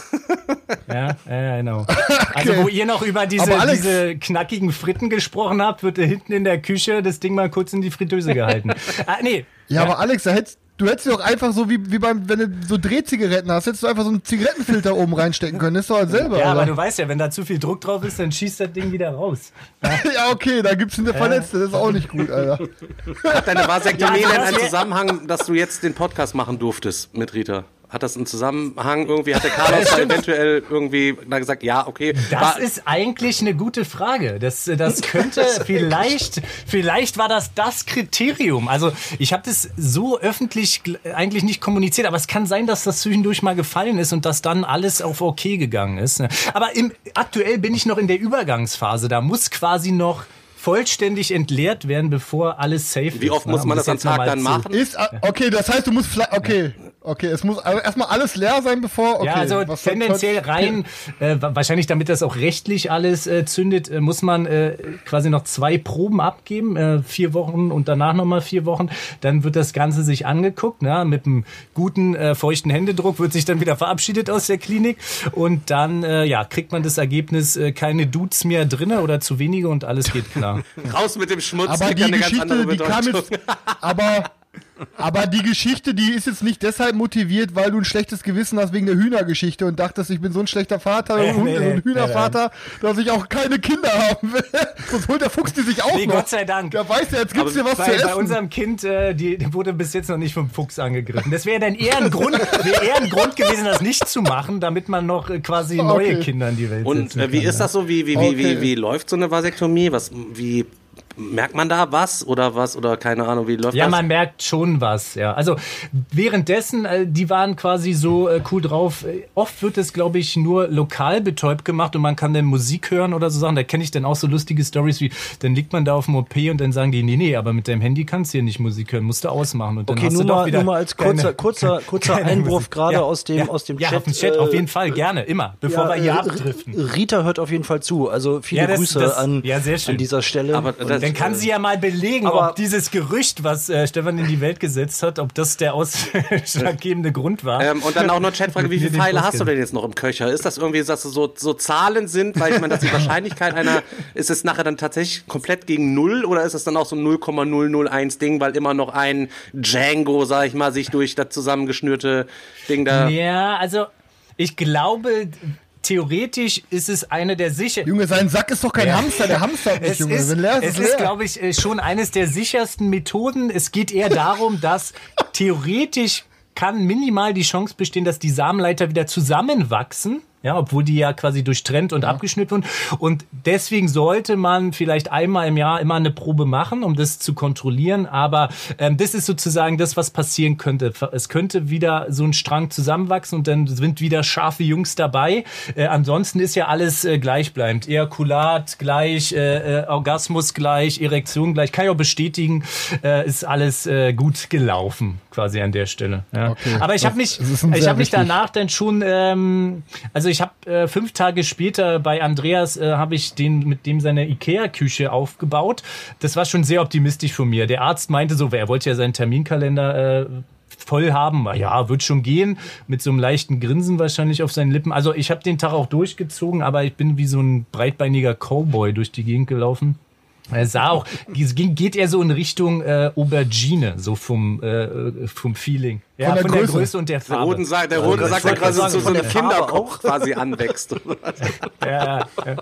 Ja, ja, genau. Also wo ihr noch über diese, Aber Alex- diese knackigen Fritten gesprochen habt, wird hinten in der Küche das Ding mal kurz in die Fritteuse gehalten. ah, nee. ja, aber Alex, da hättest, du hättest doch einfach so wie, wie beim, wenn du so Drehzigaretten hast, hättest du einfach so einen Zigarettenfilter oben reinstecken können. Ist doch halt selber. Ja, aber oder? du weißt ja, wenn da zu viel Druck drauf ist, dann schießt das Ding wieder raus. Ja, okay, da gibt's eine Verletzte, das ist auch nicht gut, Alter. Hat deine Vasektomie Ja, also denn das einen wär- Zusammenhang, dass du jetzt den Podcast machen durftest mit Rita? Hat das einen Zusammenhang irgendwie? Hat der Carlos da eventuell irgendwie da gesagt, ja, okay. Das war, ist eigentlich eine gute Frage. Das, das könnte vielleicht, vielleicht war das das Kriterium. Also ich habe das so öffentlich gl- eigentlich nicht kommuniziert, aber es kann sein, dass das zwischendurch mal gefallen ist und dass dann alles auf okay gegangen ist. ne? Aber im, aktuell bin ich noch in der Übergangsphase. Da muss quasi noch vollständig entleert werden, bevor alles safe ist. Wie oft ne? muss Um man das am jetzt noch Tag mal dann zu- machen? Ist, ah, okay, das heißt, du musst, fle- okay, okay, es muss also erstmal alles leer sein, bevor, okay. Ja, also was- tendenziell rein, äh, wa- wahrscheinlich damit das auch rechtlich alles äh, zündet, äh, muss man äh, quasi noch zwei Proben abgeben, äh, vier Wochen und danach nochmal vier Wochen. Dann wird das Ganze sich angeguckt, na, mit einem guten, äh, feuchten Händedruck wird sich dann wieder verabschiedet aus der Klinik und dann äh, ja, kriegt man das Ergebnis, äh, keine Dudes mehr drinne oder zu wenige und alles geht klar. Raus mit dem Schmutz, Aber kriegt die ja eine ganz andere Geschichte, die kam Bedeutung. jetzt, aber, aber die Geschichte, die ist jetzt nicht deshalb motiviert, weil du ein schlechtes Gewissen hast wegen der Hühnergeschichte und dachtest, ich bin so ein schlechter Vater, Nee, und nee, so ein nee, Hühnervater, dass ich auch keine Kinder haben will. Sonst holt der Fuchs die sich auch Nee, noch. Gott sei Dank. Der weiß ja, jetzt gibt's dir was zu Bei, bei essen. unserem Kind, äh, die, die wurde bis jetzt noch nicht vom Fuchs angegriffen. Das wäre dann eher ein Grund, wäre eher ein Grund gewesen, das nicht zu machen, damit man noch äh, quasi neue Okay. Kinder in die Welt Und setzen äh, wie kann, ist das so? Wie, wie, wie, Okay. wie, wie läuft so eine Vasektomie? Was, wie merkt man da was oder was oder keine Ahnung, wie läuft Ja, das? man merkt schon was, ja. Also währenddessen, äh, die waren quasi so äh, cool drauf. Äh, Oft wird es, glaube ich, nur lokal betäubt gemacht und man kann dann Musik hören oder so Sachen. Da kenne ich dann auch so lustige Stories wie, dann liegt man da auf dem O P und dann sagen die, nee, nee, aber mit deinem Handy kannst du hier nicht Musik hören, musst du ausmachen. Und dann Okay, hast nur du doch mal, wieder nur mal als keine- kurzer, kurzer, kurzer keine Einwurf Musik. gerade Ja, aus dem, ja, aus dem ja, Chat. auf dem Chat, äh, auf jeden Fall, gerne, immer, bevor wir hier äh, abdriften. Rita hört auf jeden Fall zu. Also viele Ja, das- Grüße das- an, ja, sehr schön. an dieser Stelle. Aber das- Dann kann sie ja mal belegen, Aber- ob dieses Gerücht, was äh, Stefan in die Welt gesetzt hat, ob das der ausschlaggebende Grund war. Ähm, und dann auch noch Chatfrage, wie Mir viele den Pfeile Fuß hast du geben. denn jetzt noch im Köcher? Ist das irgendwie, dass das so, so Zahlen sind? Weil ich meine, dass die Wahrscheinlichkeit einer, ist es nachher dann tatsächlich komplett gegen Null oder ist es dann auch so ein null Komma null null eins Ding, weil immer noch ein Django, sag ich mal, sich durch das zusammengeschnürte Ding da... Ja, also ich glaube, theoretisch ist es eine der sicher. Junge, sein Sack ist doch kein Ja. Hamster, der Hamster nicht, Es Junge. ist, Wenn leer ist, es ist ist, leer. glaube ich, äh, schon eines der sichersten Methoden. Es geht eher darum, dass theoretisch kann minimal die Chance bestehen, dass die Samenleiter wieder zusammenwachsen. Ja, obwohl die ja quasi durchtrennt und abgeschnitten wurden. Und deswegen sollte man vielleicht einmal im Jahr immer eine Probe machen, um das zu kontrollieren. Aber ähm, das ist sozusagen das, was passieren könnte. Es könnte wieder so ein Strang zusammenwachsen und dann sind wieder scharfe Jungs dabei. Äh, ansonsten ist ja alles äh, gleichbleibend. Ejakulat gleich, äh, äh, Orgasmus gleich, Erektion gleich. Kann ich auch bestätigen, äh, ist alles äh, gut gelaufen quasi an der Stelle. Ja. Okay. Aber ich habe Das- mich, das ist uns ich sehr habe mich wichtig. danach dann schon, ähm, also ich habe äh, fünf Tage später bei Andreas äh, habe ich den mit dem seine Ikea-Küche aufgebaut. Das war schon sehr optimistisch von mir. Der Arzt meinte so, er wollte ja seinen Terminkalender äh, voll haben. Ja, wird schon gehen. Mit so einem leichten Grinsen wahrscheinlich auf seinen Lippen. Also ich habe den Tag auch durchgezogen, aber ich bin wie so ein breitbeiniger Cowboy durch die Gegend gelaufen. Er sah auch, es ging, geht eher so in Richtung äh, Aubergine, so vom, äh, vom Feeling. Ja, Von der von der Größe. Größe und der Der Farbe. roten Sack, der Also, roten ich Sack, der wollte quasi sagen, zu so von einem der Farbe Kinderkopf quasi anwächst. Ja, ja.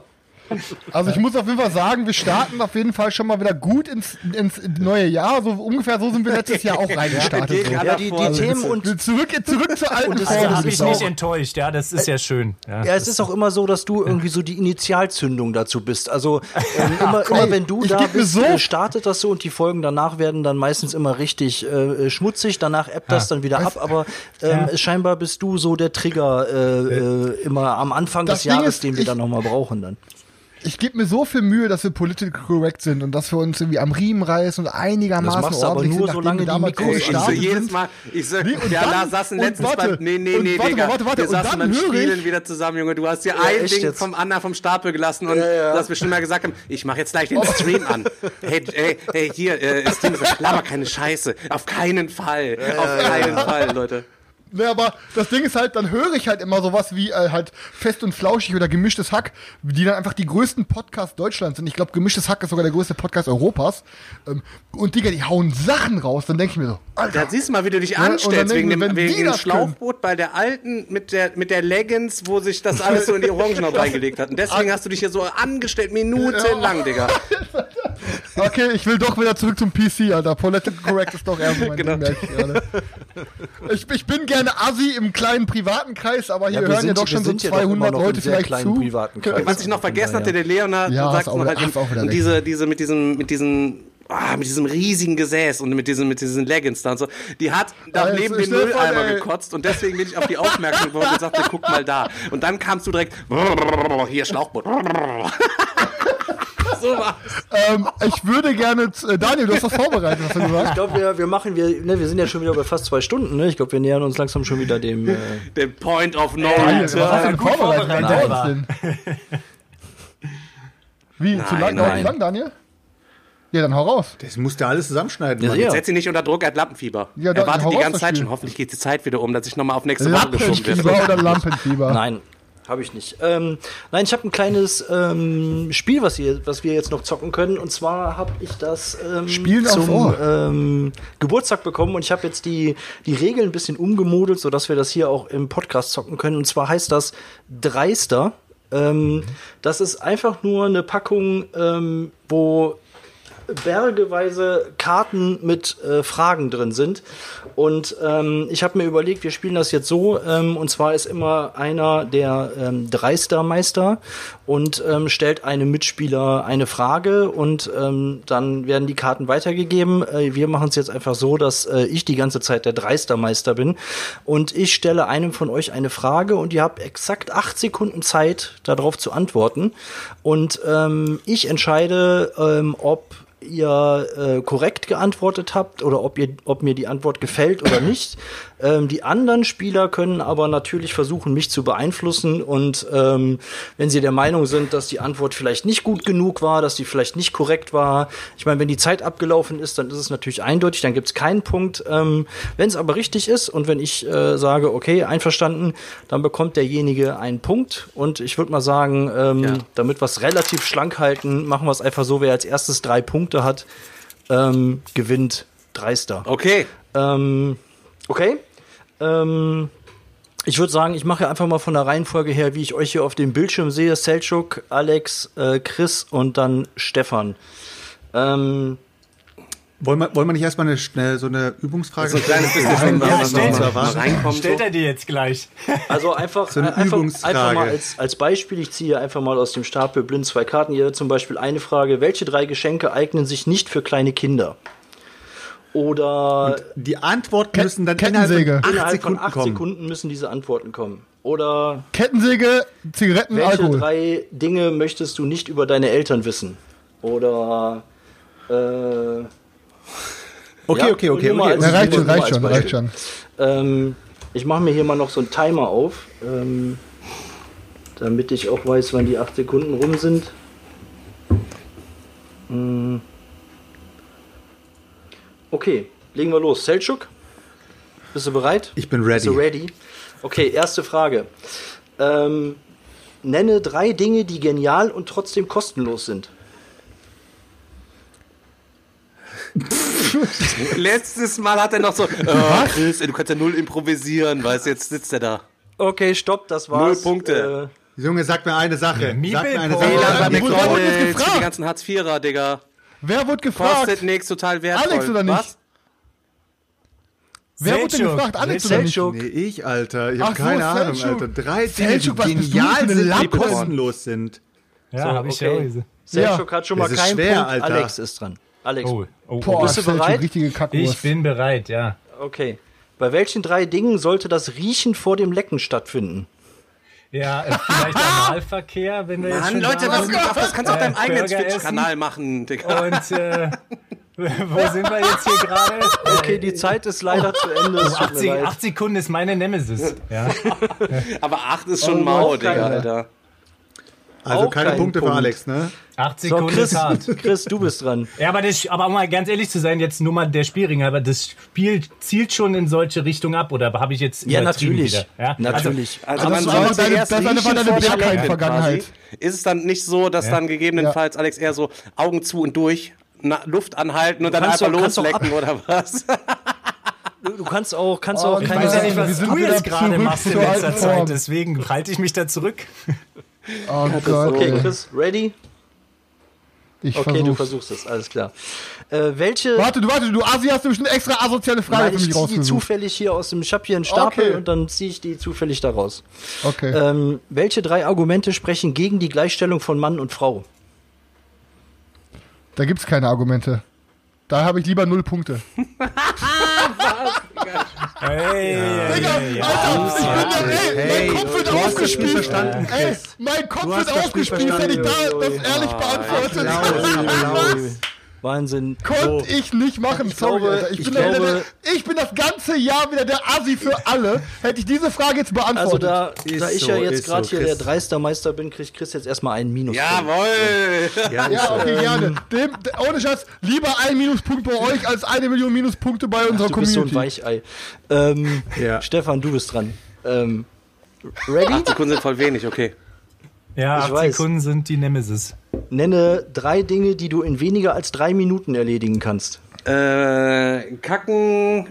Also ich muss auf jeden Fall sagen, wir starten auf jeden Fall schon mal wieder gut ins, ins neue Jahr. So ungefähr so sind wir letztes Jahr auch reingestartet. So. Ja, die, die Themen und zurück, zurück zur alten Und das Form. hat mich nicht enttäuscht, ja, das ist ja schön. Ja, Ja, es ist auch immer so, dass du irgendwie so die Initialzündung dazu bist. Also ähm, immer, immer wenn du ich da geb mir bist, so- äh, startet das so und die Folgen danach werden dann meistens immer richtig äh, schmutzig. Danach ebbt das dann wieder ab. Aber ähm, Ja. scheinbar bist du so der Trigger äh, äh, immer am Anfang Das des Ding Jahres, ist, den wir ich- dann nochmal brauchen dann. Ich gebe mir so viel Mühe, dass wir political correct sind und dass wir uns irgendwie am Riemen reißen und einigermaßen Das machst du aber ordentlich nur, sind, solange nachdem wir die damals Mikros Ich so gestartet jedes sind. Mal, ich so, Nee, und ja, dann- da saßen und letztens warte, beim, nee, nee, und nee, warte Digga, mal, warte, warte, wir und saßen dann beim höre Spielen ich- wieder zusammen, Junge, du hast dir Ja, ein echt Ding jetzt? vom Anna vom Stapel gelassen und Ja, ja. du hast bestimmt mal gesagt, ich mache jetzt gleich den Stream an. Hey, hey, hey, hier, äh, Steam, laber keine Scheiße, auf keinen Fall, auf keinen Fall, Leute. Ne, aber das Ding ist halt, dann höre ich halt immer sowas wie äh, halt Fest und Flauschig oder Gemischtes Hack, die dann einfach die größten Podcasts Deutschlands sind. Ich glaube, Gemischtes Hack ist sogar der größte Podcast Europas. Ähm, und Digga, die hauen Sachen raus. Dann denke ich mir so, Alter. Da siehst du mal, wie du dich Ja, und dann anstellst, denk wegen ich mir, dem, wenn wegen die dem das Schlauchboot bei der alten mit der, mit der Leggings, wo sich das alles so in die Orangenhaut reingelegt hat. Und deswegen hast du dich hier so angestellt, minutenlang, Digga. Okay, ich will doch wieder zurück zum P C, Alter. Political Correct ist doch eher so mein Genau. Ding, merk ich gerade. Ich, ich bin gerne Assi im kleinen privaten Kreis, aber hier Ja, wir hören ja sind- doch wir schon so sind ja doch immer zweihundert noch im Leute sehr vielleicht kleinen zu. privaten Kreis. Was ich noch vergessen hatte, der Leonard, Ja, du sagst ist auch noch wieder- halt, ist auch wieder und recht. diese, diese mit diesem, mit diesem, ah, mit diesem riesigen Gesäß und mit diesen, mit diesen Leggings da und so, die hat da Alter, neben den Stefan, Mülleimer ey. gekotzt und deswegen bin ich auf die aufmerksam geworden und sagte, guck mal da. Und dann kamst du direkt, hier Schlauchboot. So war's. Ähm, ich würde gerne, z- äh, Daniel, du hast was vorbereitet, hast du Ich gesagt? glaube, wir, wir machen, wir, ne, wir sind ja schon wieder bei fast zwei Stunden, ne? Ich glaube, wir nähern uns langsam schon wieder dem. Äh, Der Point of No Daniel, was hast du Return. denn gut vorbereitet? Wann vorbereitet. dauert's denn? Wie, zu lang, Nein, dauert nein. wie lang, Daniel? Ja, dann hau raus. Das musst du alles zusammenschneiden. Ja, Mann. sicher. Setz ihn nicht unter Druck, er hat Lampenfieber. Ja, er dann wartet hau die raus, ganze das Zeit Spiel. schon. Hoffentlich geht die Zeit wieder um, dass ich nochmal auf nächste Woche geschoben Lampenfieber werde. oder Lampenfieber? nein, habe ich nicht. Ähm, nein, ich habe ein kleines ähm, Spiel, was, ihr, was wir jetzt noch zocken können. Und zwar habe ich das ähm, Spielen auf zum Ohr. ähm, Geburtstag bekommen. Und ich habe jetzt die, die Regeln ein bisschen umgemodelt, sodass wir das hier auch im Podcast zocken können. Und zwar heißt das Dreister. Ähm, das ist einfach nur eine Packung, ähm, wo bergeweise Karten mit äh, Fragen drin sind. Und ähm, ich habe mir überlegt, wir spielen das jetzt so. Ähm, und zwar ist immer einer der ähm, Dreistermeister und ähm, stellt einem Mitspieler eine Frage und ähm, dann werden die Karten weitergegeben. Äh, wir machen es jetzt einfach so, dass äh, ich die ganze Zeit der Dreistermeister bin. Und ich stelle einem von euch eine Frage und ihr habt exakt acht Sekunden Zeit, darauf zu antworten. Und ähm, ich entscheide, ähm, ob ihr äh, korrekt geantwortet habt oder ob ihr, ob mir die Antwort gefällt oder nicht. Ähm, die anderen Spieler können aber natürlich versuchen, mich zu beeinflussen und ähm, wenn sie der Meinung sind, dass die Antwort vielleicht nicht gut genug war, dass die vielleicht nicht korrekt war. Ich meine, wenn die Zeit abgelaufen ist, dann ist es natürlich eindeutig, dann gibt es keinen Punkt. Ähm, wenn es aber richtig ist und wenn ich äh, sage, okay, einverstanden, dann bekommt derjenige einen Punkt und ich würde mal sagen, ähm, Ja. damit wir es relativ schlank halten, machen wir es einfach so, wer als erstes drei Punkte hat, ähm, gewinnt Dreister. Okay. Ähm, okay. Ähm, ich würde sagen, ich mache einfach mal von der Reihenfolge her, wie ich euch hier auf dem Bildschirm sehe. Selçuk, Alex, äh, Chris und dann Stefan. Ähm, Wollen wir, wollen wir nicht erstmal eine, schnell so eine Übungsfrage So ein kleines bisschen, Ja, was ja, was stellt- noch mal erwarten? reinkommt. Stellt So. er dir jetzt gleich. also einfach, So eine äh, einfach, Übungsfrage. einfach mal als, als Beispiel, ich ziehe einfach mal aus dem Stapel blind zwei Karten. Hier zum Beispiel eine Frage, welche drei Geschenke eignen sich nicht für kleine Kinder? Oder Die Antworten Ket- müssen dann Kettensäge. innerhalb von acht innerhalb Sekunden von acht kommen. Sekunden müssen diese Antworten kommen. Oder Kettensäge, Zigaretten, welche Alkohol. drei Dinge möchtest du nicht über deine Eltern wissen? Oder äh, Okay, Ja, okay, okay. nur mal okay. als- Na, reicht nur schon, mal reicht als schon, Beispiel. reicht schon. ähm, ich mache mir hier mal noch so einen Timer auf, ähm, damit ich auch weiß, wann die acht Sekunden rum sind. Mm. Okay, legen wir los. Selçuk, bist du bereit? Ich bin ready. Bist du ready? Okay, erste Frage. Ähm, nenne drei Dinge, die genial und trotzdem kostenlos sind. Letztes Mal hat er noch so, oh, Chris, ey, du kannst ja null improvisieren, weißt du, jetzt sitzt er da. Okay, stopp, das war's. Null Punkte. Junge, sag mir eine Sache. Ja, sag mir eine Meeple Sache. WLAN bei Wer wurde McDonalds, gefragt? die ganzen Hartz-Vierer, Digga. Wer wurde gefragt? Kostet nichts, total wertvoll. Alex oder nicht? Was? Wer wurde denn Selchuk. gefragt? Alex oder nicht? Selchuk. Nee, ich, Alter. Ich hab Ach so, keine Ahnung, Selchuk. Alter. Drei Dinge, Selchuk, was die bist du genial für eine sind, die Lappe? kostenlos sind. Ja, So, habe ich ja auch okay. gesehen. Selchuk hat schon mal Das ist keinen schwer, Punkt. Alter. Alex ist dran. Alex. Oh, oh, Boah, oh. Bist du Selchuk, bereit? richtige Kackwurst. Ich bin bereit, ja. Okay. Bei welchen drei Dingen sollte das Riechen vor dem Lecken stattfinden? Ja, äh, vielleicht Analverkehr, wenn wir jetzt Mann, schon Leute, da was, sind. das kannst du auf deinem Äh, eigenen Burger Twitch-Kanal machen, Digga. Und äh, wo sind wir jetzt hier gerade? Okay, die Zeit ist leider zu Ende. Es tut mir achtzig, leid. acht Sekunden ist meine Nemesis. Ja. Aber acht ist schon mau, auch Digga, keiner. Alter. Also Auch keine kein Punkte Punkt. für Alex, ne? acht So, Sekunden Chris, ist hart. Chris, du bist dran. Ja, aber, das, aber um mal ganz ehrlich zu sein, jetzt nur mal der Spielring, aber das Spiel zielt schon in solche Richtungen ab, oder habe ich jetzt Ja, übertrieben natürlich. wieder? Ja? Natürlich. Also, Also man das ist aber sollte deine- erst das ist eine- riechen deine vor dem Bergheim- Lecken Vergangenheit. quasi. Ist es dann nicht so, dass dann gegebenenfalls Alex eher so Augen zu und durch, na, Luft anhalten und dann kannst einfach doch- kannst doch loslecken oder was? Du, du kannst auch, kannst Oh, auch ich keine. Ich weiß ja nicht, Wir was sind du wieder jetzt gerade zurück machst in zur letzter alten Zeit, Form. deswegen halte ich mich da zurück. Oh Gott. Okay, Chris, ready? Ich Okay, du versuch's. versuchst es, alles klar. Äh, welche. Warte, du warte, du Asi hast nämlich eine extra asoziale Frage Nein, für ich mich ziehe die rausgesucht. zufällig hier aus dem. Ich habe hier einen Stapel Okay. und dann ziehe ich die zufällig da raus. Okay. Ähm, welche drei Argumente sprechen gegen die Gleichstellung von Mann und Frau? Da gibt's keine Argumente. Da habe ich lieber null Punkte. Hey, Digga, Alter, ich bin da, ey, Hey, mein Kopf wird du hast das Spiel aufgespielt. verstanden, Ey, Chris. mein Kopf Du wird hast das Spiel aufgespielt, hätte ich da verstanden. das ehrlich beantwortet. Applaus. Wahnsinn. Konnte ich nicht machen, sorry, glaube, Alter. Ich, ich bin der, glaube- der, ich bin das ganze Jahr wieder der Assi für alle. Hätte ich diese Frage jetzt Also beantwortet. da, Ist da ich so, ja jetzt ist gerade so, hier Chris. der Dreistermeister bin, kriegt Chris jetzt erstmal einen Minus. Jawohl! Ja, ist ja, so. okay, gerne. Dem, de- ohne Schatz, lieber ein Minuspunkt bei euch als eine Million Minuspunkte bei unserer Du bist so ein Community. Weichei. Ähm, Ja. Stefan, du bist dran. Ähm, ready? Acht Sekunden sind voll wenig, okay. Ja, Ich acht weiß. Sekunden sind die Nemesis. Nenne drei Dinge, die du in weniger als drei Minuten erledigen kannst. Äh, kacken.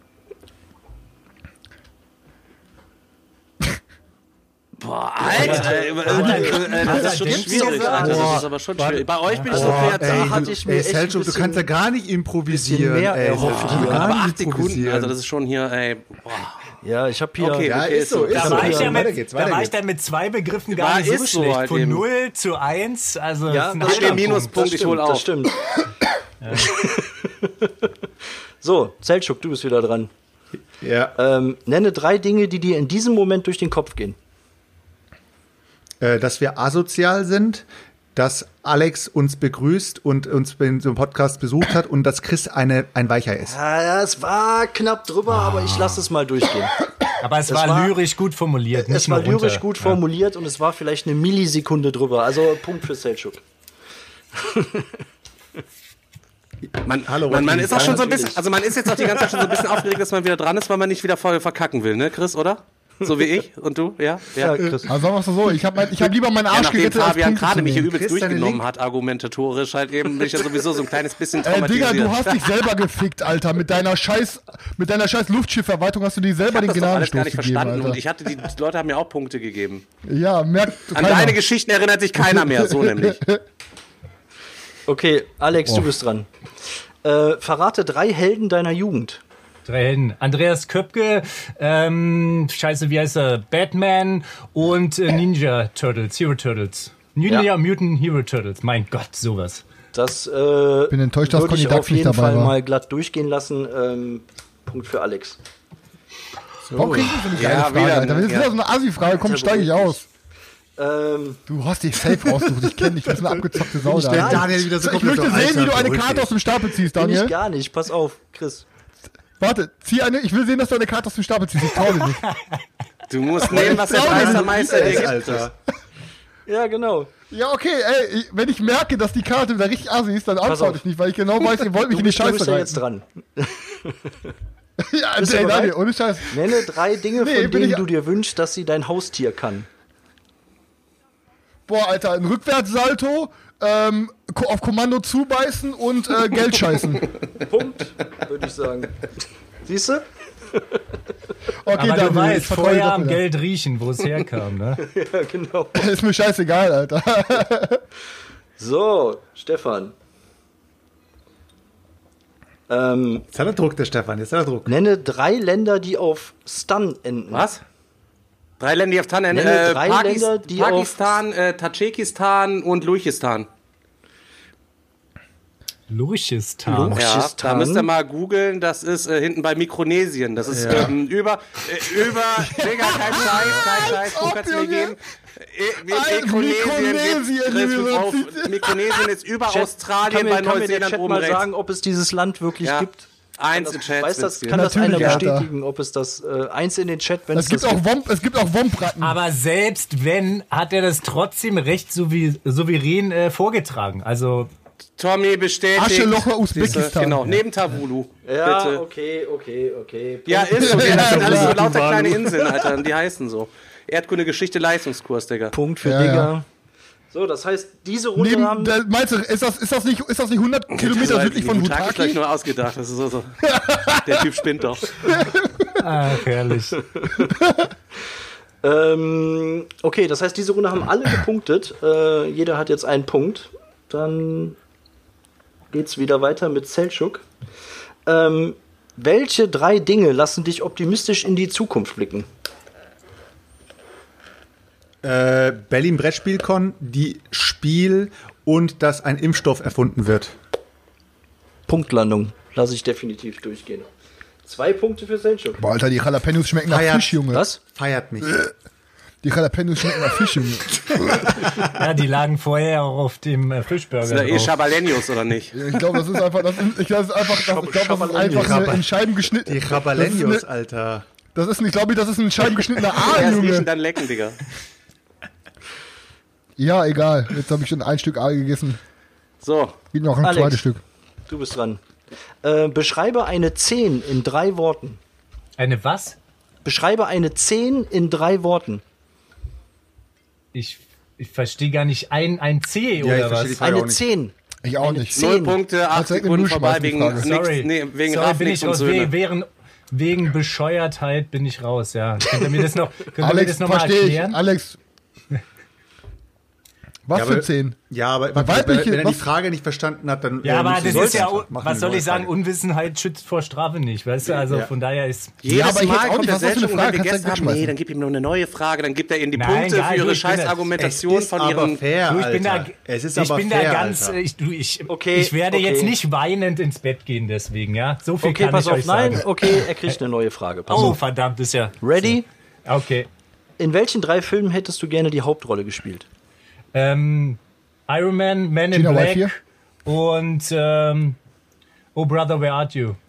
Boah, Alter, äh, äh, das ist schon gibt's schwierig, doch- Alter. Das Boah. ist aber schon schwierig. Bei euch bin ich so Boah, kreativ. ey, Ey, hatte du, ich mir ey echt ein Selchuk, du bisschen- kannst ja gar nicht improvisieren. mehr ey, erhofft Selchuk, hier. gar Aber nicht acht Sekunden, improvisieren. also das ist schon hier, ey. Boah. Ja, ich habe hier. Okay, Ja, okay, ist so, ist Da so. war ich ja Weiter mit, geht's, da weiter war ich geht's. dann mit zwei Begriffen gar War- nicht so ist so schlecht. halt Von eben. null zu eins, also Ja, das ist ein das Gib mir stimmt. Minuspunkt, Das ich stimmt, hol auf. Das stimmt. So, Selchuk, du bist wieder dran. Ja. Ähm, nenne drei Dinge, die dir in diesem Moment durch den Kopf gehen. Äh, dass wir asozial sind, dass Alex uns begrüßt und uns in so einem Podcast besucht hat und dass Chris eine, ein Weicher ist. Ja, ja, es war knapp drüber, aber ich lasse es mal durchgehen. Aber es Es war, war- lyrisch gut formuliert. Es nicht war nur runter. lyrisch gut formuliert und es war vielleicht eine Millisekunde drüber. Also Punkt für Selchuk. Man, Hallo, man, man Martin. ist auch schon so ein natürlich. bisschen, also man ist jetzt auch die ganze Zeit schon so ein bisschen aufgeregt, dass man wieder dran ist, weil man nicht wieder voll verkacken will, ne, Chris, oder? So wie ich und du, ja? Ja, Ja. Chris. Also sagen wir es mal so, ich habe ich hab lieber meinen Ja, Arsch nachdem gerettet, als Fabian Punkte gerade zu mich hier nehmen. übelst Chris, deine durchgenommen Link- hat, argumentatorisch halt eben, bin ich ja sowieso so ein kleines bisschen Äh, Digga, traumatisiert. du hast dich selber gefickt, Alter. Mit deiner scheiß, mit deiner scheiß Luftschiffverwaltung hast du dir selber den das doch alles gar Gnadenstoß nicht gegeben, verstanden Alter. und ich hatte die, die Leute haben mir auch Punkte gegeben. Ja, merkt An keiner. deine Geschichten erinnert sich keiner mehr, so nämlich. Okay, Alex, du bist dran. Äh, verrate drei Helden deiner Jugend. Drei Helden. Andreas Köpke, ähm, scheiße, wie heißt er? Batman und äh, Ninja Turtles, Hero Turtles. Ninja Ja. Mutant Hero Turtles. Mein Gott, sowas. Das äh, Bin enttäuscht, dass würde Conny ich Dax auf nicht jeden dabei Fall war. mal glatt durchgehen lassen. Ähm, Punkt für Alex. Warum krieg ich nicht Ja, eine Frage, wieder, Alter? Wenn ne? jetzt wieder Ja. so eine Assi-Frage kommt, steige ich aus. Ähm, Du hast dich safe rausgesucht. Ich kenne dich. Du bist eine abgezockte Sau, Ich stell da. Daniel wieder so Ich komplett möchte so, sehen, Alter, wie du eine beruhig Karte dich. aus dem Stapel ziehst, bin ich Daniel. gar nicht. Pass auf, Chris. Warte, zieh eine. Ich will sehen, dass du eine Karte aus dem Stapel ziehst. Ich traue dir nicht. Du musst nehmen, was der trau mich Meistermeister dir Ey, gibt. Alter. Ja, genau. Ja, okay, ey, ich, wenn ich merke, dass die Karte wieder richtig assi ist, dann antworte auf. ich nicht, weil ich genau weiß, ihr wollt mich Du in die bist, du Scheiße bist ja rein. jetzt dran. Ja, Bist du ey, bereit? Daniel, ohne Scheiß. Nenne drei Dinge, Nee, von bin denen ich- du dir wünschst, dass sie dein Haustier kann. Boah, Alter, ein Rückwärtssalto, ähm, ko- auf Kommando zubeißen und äh, Geld scheißen. Punkt, würde ich sagen. Siehst du? Okay, Aber dann du weißt, vertraue vorher dir am doch wieder. Geld riechen, wo es herkam, ne? Ja, genau. Ist mir scheißegal, Alter. So, Stefan. Ähm, Jetzt hat er Druck, der Stefan. Jetzt hat er Druck. nenne drei Länder, die auf Stun enden. Was? Drei Länder, die auf Tan enden. Nenne Äh, drei Pakis Länder, die Pakistan, äh, Tadschikistan und Lurchistan. Lurchistan. Lur- Ja, da Lurchistan. müsst ihr mal googeln. Das ist äh, hinten bei Mikronesien. Das ist ähm, über, äh, über, Digga, kein Scheiß, kein Scheiß. Wo kannst du mir Junge. geben? Äh, Alter, Mikronesien, Mikronesien, gibt's- Junge, auf, Mikronesien ist über Chat, Australien kann mir, bei kann mir der Neuseeland Chat oben mal rechts. sagen, ob es dieses Land wirklich Ja. gibt? Eins Kann in das, Chat. weiß das, wird's kann das einer Natürlich, Alter. bestätigen, ob es das äh, eins in den Chat, wenn Es es gibt das auch Womp, es gibt auch Wompratten. Aber selbst wenn, hat er das trotzdem recht souver- souverän äh, vorgetragen. Also, Tommy bestätigt. Aschelocher Usbekistan. Siehste, Genau, neben Tavulu. Ja, Bitte. okay, okay, okay. Ja, ist so. Das sind alles so Ja, lauter Tuvalu. kleine Inseln, Alter. Und die heißen so. Erdkunde, Geschichte, Leistungskurs, Digga. Punkt für Ja, Digga. ja. So, das heißt, diese Runde Neben, haben... der, meinst du, ist das, ist das nicht, ist das nicht hundert Kilometer südlich von Tag ist gleich Hutaki? nur ausgedacht. Das ist so, so. Der Typ spinnt doch. ach, herrlich. Ähm, okay, das heißt, diese Runde haben alle gepunktet. Äh, jeder hat jetzt einen Punkt. Dann geht's wieder weiter mit Selçuk. Ähm, welche drei Dinge lassen dich optimistisch in die Zukunft blicken? Äh, Berlin Brettspielcon, die Spiel und dass ein Impfstoff erfunden wird. Punktlandung. Lasse ich definitiv durchgehen. Zwei Punkte für Selçuk. Boah, Alter, die Jalapenos schmecken nach Feiert. Fisch, Junge. Was? Feiert mich. Die Jalapenos schmecken nach Fisch, Junge. Ja, die lagen vorher auch auf dem äh, Fischburger Ist ja eh drauf. Schabalenos, oder nicht? Ich glaube, das ist einfach, das ist, ich glaube, das ist einfach, das, ich glaube, das ist einfach eine in Scheiben geschnitten. Die Das Rabalenios, ist, eine, Alter. das ist, ich glaube, das ist ein in Scheiben geschnittener Aal, Erst riechen, Junge. dann lecken, Digga. Ja, egal. Jetzt habe ich schon ein Stück Aal gegessen. So, Geht noch ein Alex. zweites Stück. Du bist dran. Äh, beschreibe eine zehn in drei Worten. Eine was? Beschreibe eine zehn in drei Worten. Ich, ich verstehe gar nicht. Ein, ein C Ja, ich oder verstehe was? die Frage auch Eine nicht. zehn. Ich auch Eine nicht. zehn. null Punkte, acht Kannst direkt in den Sekunden Müll vorbei schmeißen, wegen, die Frage. nix, Sorry, nee, wegen Sorry, Raff, bin nix ich und aus. Söhne. We wegen, wegen Bescheuertheit bin ich raus, ja. Könnt ihr mir das noch, könnt ihr mir Alex, das noch mal verstehe ich. erklären? Alex. Was Ja, für aber- zehn? Ja, aber Man wenn, weiß wenn, nicht, wenn er die was- Frage nicht verstanden hat, dann. Ja, äh, aber musst du das ist es ja, einfach machen, was wie soll du ich sagen, wolltest. Unwissenheit schützt vor Strafe nicht, weißt du? Also Ja. von daher ist... Jedes aber ich Mal jetzt auch kommt nicht. der Was ist das für eine Selchuk und Frage? wir Kannst du gegessen haben, wegschmeißen. nee, dann gib ihm noch eine neue Frage, dann gibt er ihnen die Nein, Punkte geil, für du, ihre ich bin scheiß das- Argumentation Es ist von aber ihren... fair, Du, ich bin da, Alter. Es ist ich aber bin fair, da ganz, Alter. ich, du, ich, Okay, ich werde okay. jetzt nicht weinend ins Bett gehen deswegen, ja? So viel Okay, kann pass ich auf. euch Nein, sagen. okay, er kriegt eine neue Frage. Pass Oh, auf. verdammt, ist ja... Ready? Okay. In welchen drei Filmen hättest du gerne die Hauptrolle gespielt? Ähm, Iron Man, Man in Gina Black White und ähm, Oh Brother, Where Art You?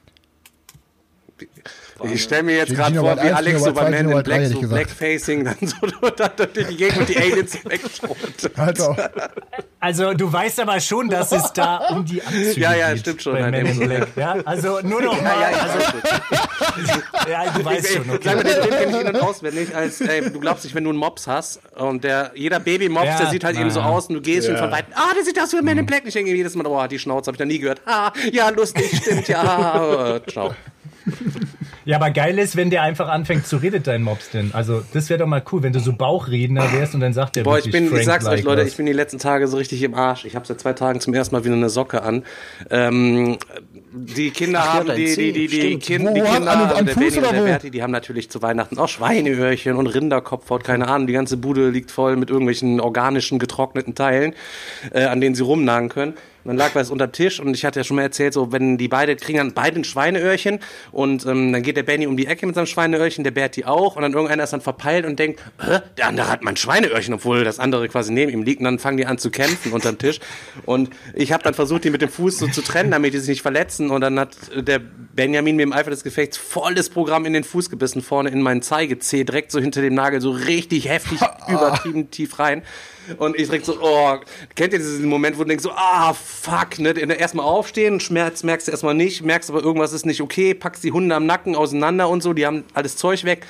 Ich stelle mir jetzt Gina gerade vor, White wie eins, Alex Gina so White bei zwei, Man Gina in White drei, Black hätte so ich gesagt. Blackfacing dann so dann durch die Gegend und die Aliens wegschaut. Alter. Also du weißt aber schon, dass es da um die Anzüge Ja, ja, geht stimmt schon, bei halt, Man in ja. Black. Ja? Also nur noch mal. Ja, ja, Also, ja, du weißt schon, Sag okay. mal, den Film kenne ich in- und auswendig, als ey, du glaubst nicht, wenn du einen Mops hast und der, jeder Baby-Mops, Ja, der sieht halt eben so na. aus und du gehst schon von weitem, ah, der sieht aus wie Man in Black. Ich denke jedes Mal, oh, die Schnauze habe ich noch nie gehört. Ah, ja, lustig, stimmt, ja. Äh, Ciao. Ja, aber geil ist, wenn der einfach anfängt zu reden, dein Mops denn. Also das wäre doch mal cool, wenn du so Bauchredner wärst und dann sagt der Boah, ich wirklich bin, ich Frank sag's euch, like Leute, was. ich bin die letzten Tage so richtig im Arsch. Ich habe seit zwei Tagen zum ersten Mal wieder eine Socke an. Ähm, die Kinder Ach, die haben, hat die, ein die, Zeh, die, die, stimmt. kind, Wo, die wo hat- Kinder, an- am also der Fuß Benny und oder der wo? Berti, die haben natürlich zu Weihnachten auch Schweineöhrchen und Rinderkopfhaut, keine Ahnung. Die ganze Bude liegt voll mit irgendwelchen organischen, getrockneten Teilen, äh, an denen sie rumnagen können. Und dann lag was unter dem Tisch und ich hatte ja schon mal erzählt, so wenn die beide kriegen dann beide ein Schweineöhrchen und ähm, dann geht der Benny um die Ecke mit seinem Schweineöhrchen, der Berti auch und dann irgendeiner ist dann verpeilt und denkt, Hä? Der andere hat mein Schweineöhrchen, obwohl das andere quasi neben ihm liegt und dann fangen die an zu kämpfen unterm Tisch und ich habe dann versucht, die mit dem Fuß so zu trennen, damit die sich nicht verletzen und dann hat der Benjamin mir im Eifer des Gefechts volles Programm in den Fuß gebissen, vorne in meinen Zeigezeh, direkt so hinter dem Nagel, so richtig heftig, übertrieben tief rein. Und ich direkt so, oh, kennt ihr diesen Moment, wo du denkst so, ah, fuck, ne? Erstmal aufstehen, Schmerz merkst du erstmal nicht, merkst aber irgendwas ist nicht okay, packst die Hunde am Nacken auseinander und so, die haben alles Zeug weg.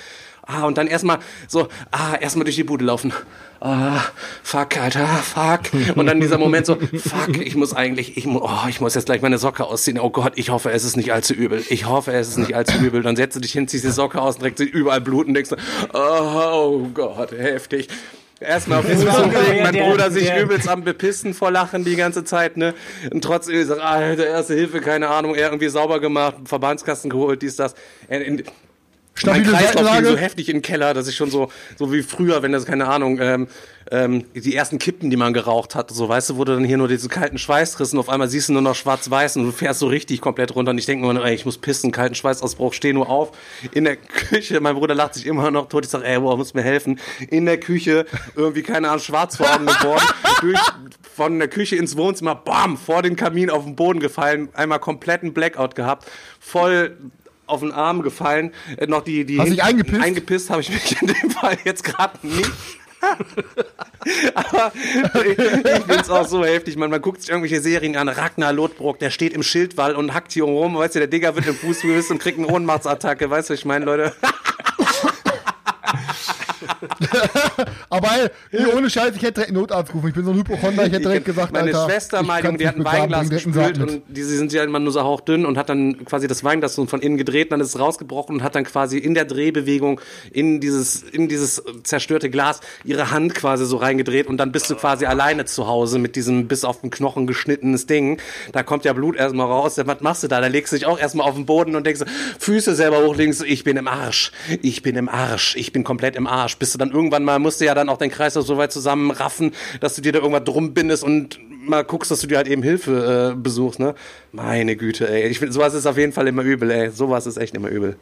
ah, und dann erstmal so, ah, erstmal durch die Bude laufen. Ah, fuck, Alter, fuck. Und dann dieser Moment so, fuck, ich muss eigentlich, ich, mu- oh, ich muss jetzt gleich meine Socke ausziehen. Oh Gott, ich hoffe, es ist nicht allzu übel. Ich hoffe, es ist nicht allzu übel. Dann setzt du dich hin, ziehst die Socke aus und direkt überall Blut und denkst so, oh Gott, heftig. Erstmal auf den Fuß umlegen, mein der- Bruder sich der- übelst am Bepissen vor Lachen die ganze Zeit, ne? Und trotzdem gesagt, Alter, erste Hilfe, keine Ahnung, er irgendwie sauber gemacht, Verbandskasten geholt, dies, das. In, in, mein Stabile Kreislauf ging Seitenlage. so heftig in den Keller, dass ich schon so, so wie früher, wenn das, keine Ahnung, ähm, ähm, die ersten Kippen, die man geraucht hat, so, weißt du, wo du dann hier nur diesen kalten Schweiß rissen, auf einmal siehst du nur noch schwarz-weiß und du fährst so richtig komplett runter und ich denke nur, ey, ich muss pissen, kalten Schweißausbruch, steh nur auf, in der Küche, mein Bruder lacht sich immer noch tot, ich sag, ey, boah, muss mir helfen, in der Küche, irgendwie, keine Ahnung, schwarz vor Augen geworden, durch, von der Küche ins Wohnzimmer, bam, vor den Kamin auf den Boden gefallen, einmal kompletten Blackout gehabt, voll auf den Arm gefallen, äh, noch die, die Hast du dich eingepisst? eingepisst habe ich mich in dem Fall jetzt gerade nicht. Aber ich, ich find's auch so heftig, man, man guckt sich irgendwelche Serien an, Ragnar Lodbrok, der steht im Schildwall und hackt hier rum, weißt du, der Digger wird im Fuß gewiss und kriegt eine Ohnmachtsattacke, weißt du, was ich meine, Leute? Aber ey, nee, ohne Scheiß, ich hätte direkt einen Notarzt gerufen. Ich bin so ein Hypochonder, ich hätte direkt gesagt, meine Alter, Schwester ich mal, kann's die hat ein nicht begraben, Weinglas bring direkt einen Sarg gespült mit. und die sind ja immer nur so hauchdünn und hat dann quasi das Weinglas so von innen gedreht, dann ist es rausgebrochen und hat dann quasi in der Drehbewegung in dieses, in dieses zerstörte Glas ihre Hand quasi so reingedreht und dann bist du quasi alleine zu Hause mit diesem bis auf den Knochen geschnittenes Ding. Da kommt ja Blut erstmal raus. Was machst du da? Da legst du dich auch erstmal auf den Boden und denkst, Füße selber hochlegen, so, ich bin im Arsch. Ich bin im Arsch. Ich bin komplett im Arsch. Bis du dann irgendwann mal, musst du ja dann auch den Kreislauf so weit zusammenraffen, dass du dir da irgendwas drum bindest und mal guckst, dass du dir halt eben Hilfe äh, besuchst, ne? Meine Güte, ey. Ich finde, sowas ist auf jeden Fall immer übel, ey. Sowas ist echt immer übel.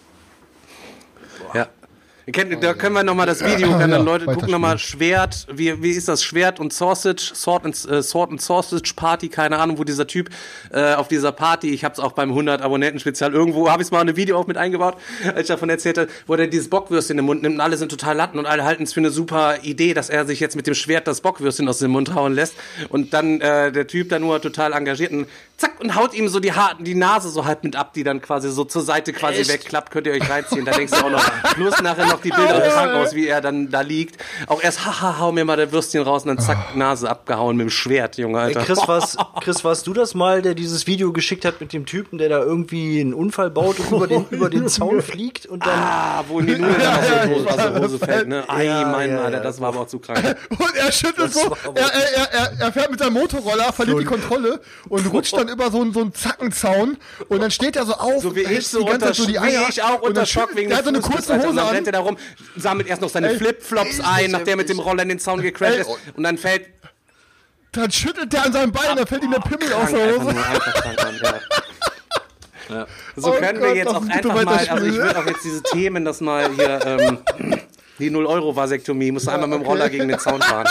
Ja. Ihr kennt, da können wir nochmal das Video, können dann Leute gucken nochmal Schwert, wie, wie ist das Schwert und Sausage, Sword and, äh, Sword and Sausage Party, keine Ahnung, wo dieser Typ äh, auf dieser Party, ich hab's auch beim hundert Abonnenten-Spezial, irgendwo habe ich's mal ein Video auch mit eingebaut, als ich davon erzählt habe, wo der dieses Bockwürstchen in den Mund nimmt und alle sind total latten und alle halten es für eine super Idee, dass er sich jetzt mit dem Schwert das Bockwürstchen aus dem Mund hauen lässt und dann äh, der Typ dann nur total engagiert und zack und haut ihm so die, ha- die Nase so halb mit ab, die dann quasi so zur Seite quasi Echt? wegklappt, könnt ihr euch reinziehen, da denkst du auch noch, plus nachher noch die Bilder im Krankenhaus, wie er dann da liegt. Auch erst, haha, hau mir mal das Würstchen raus und dann zack, Nase abgehauen mit dem Schwert, Junge, Ey, Alter. Chris, warst, Chris, warst du das mal, der dieses Video geschickt hat mit dem Typen, der da irgendwie einen Unfall baut und über den, über den Zaun fliegt und dann... Ah, wo in die Nudel dann aus der Hose, aus der Hose fällt, ne? Ei, Ja, mein ja, Alter, ja. das war aber auch zu krank. Und er schüttelt Das so, war aber- er, er, er, er fährt mit seinem Motorroller, verliert die Kontrolle und rutscht dann über so einen, so einen Zackenzaun und dann steht er so auf, So wie hält ich, so die ganze unter, Zeit so die wie Eier ich auch und unter dann Schock schüttelt- wegen der hat so eine Fußpilz, kurze Alter. Und Hose dann an. rennt er da rum, sammelt erst noch seine Ey, Flipflops ein, nachdem er mit dem Roller in den Zaun gecrashed Ey, ist und dann fällt Dann schüttelt der an seinem Bein, dann fällt ihm der Pimmel aus krank, der einfach Hose. nur einfach krank, Mann, ja. Ja. So Oh können wir Gott, jetzt lass auch uns bitte einfach mal, also weiterspielen. ich will auch jetzt diese Themen, das mal hier, ähm, die null-Euro-Vasektomie, musst du einmal mit dem Roller gegen den Zaun fahren.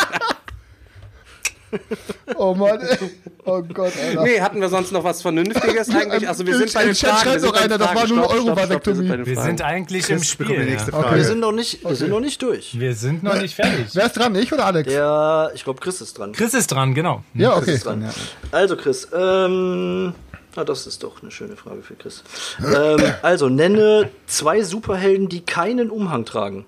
Oh Mann, ey. Oh Gott, Alter. Nee, hatten wir sonst noch was Vernünftiges eigentlich? Also wir sind bei den Im Chat Fragen. schreibt wir sind doch bei den einer, das Fragen. war null Stopp, Euro stopp, stopp, Vasektomie. bei den Wir Fragen. sind eigentlich im Spiel. bekommt die nächste Ja. Frage. Wir sind noch nicht, wir sind noch nicht durch. Wir sind noch nicht fertig. Wer ist dran, ich oder Alex? Der, ich glaube, Chris ist dran. Chris ist dran, genau. Ja, Chris okay. ist dran. Also Chris, ähm, ah, das ist doch eine schöne Frage für Chris. ähm, also nenne zwei Superhelden, die keinen Umhang tragen.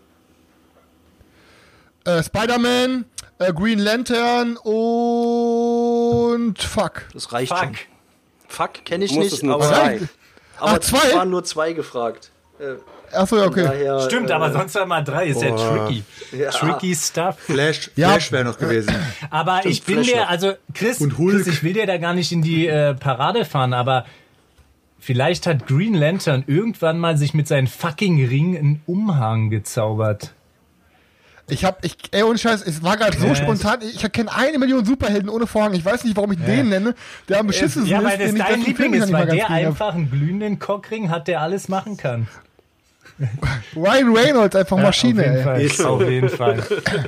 Äh, Spider-Man, äh, Green Lantern und fuck. Das reicht Fuck. schon. Fuck kenne ich Muss nicht, es nur aber, zwei. aber Ach, zwei? es waren nur zwei gefragt. Äh, Achso, ja, okay. daher, Stimmt, äh, aber sonst einmal drei. Ist ja Boah. tricky. Ja. Tricky Stuff. Flash, Ja. Flash wäre noch gewesen. Aber ich bin Flash dir, noch. also Chris, Und Hulk. Chris, ich will dir da gar nicht in die äh, Parade fahren, aber vielleicht hat Green Lantern irgendwann mal sich mit seinem fucking Ring einen Umhang gezaubert. Ich hab, ich, ey, ohne Scheiß, es war gerade so Ja, spontan. Ich kenne eine Million Superhelden ohne Vorhang. Ich weiß nicht, warum ich den nenne, der am beschissensten Ja, ist. weil das den ich dein ganzen Liebling Film ist, nicht mal weil ganz der gesehen hab. einfach einen glühenden Cockring hat, der alles machen kann. Ryan Reynolds, einfach Maschine, Auf jeden ey. Fall. Ist so. Auf jeden Fall.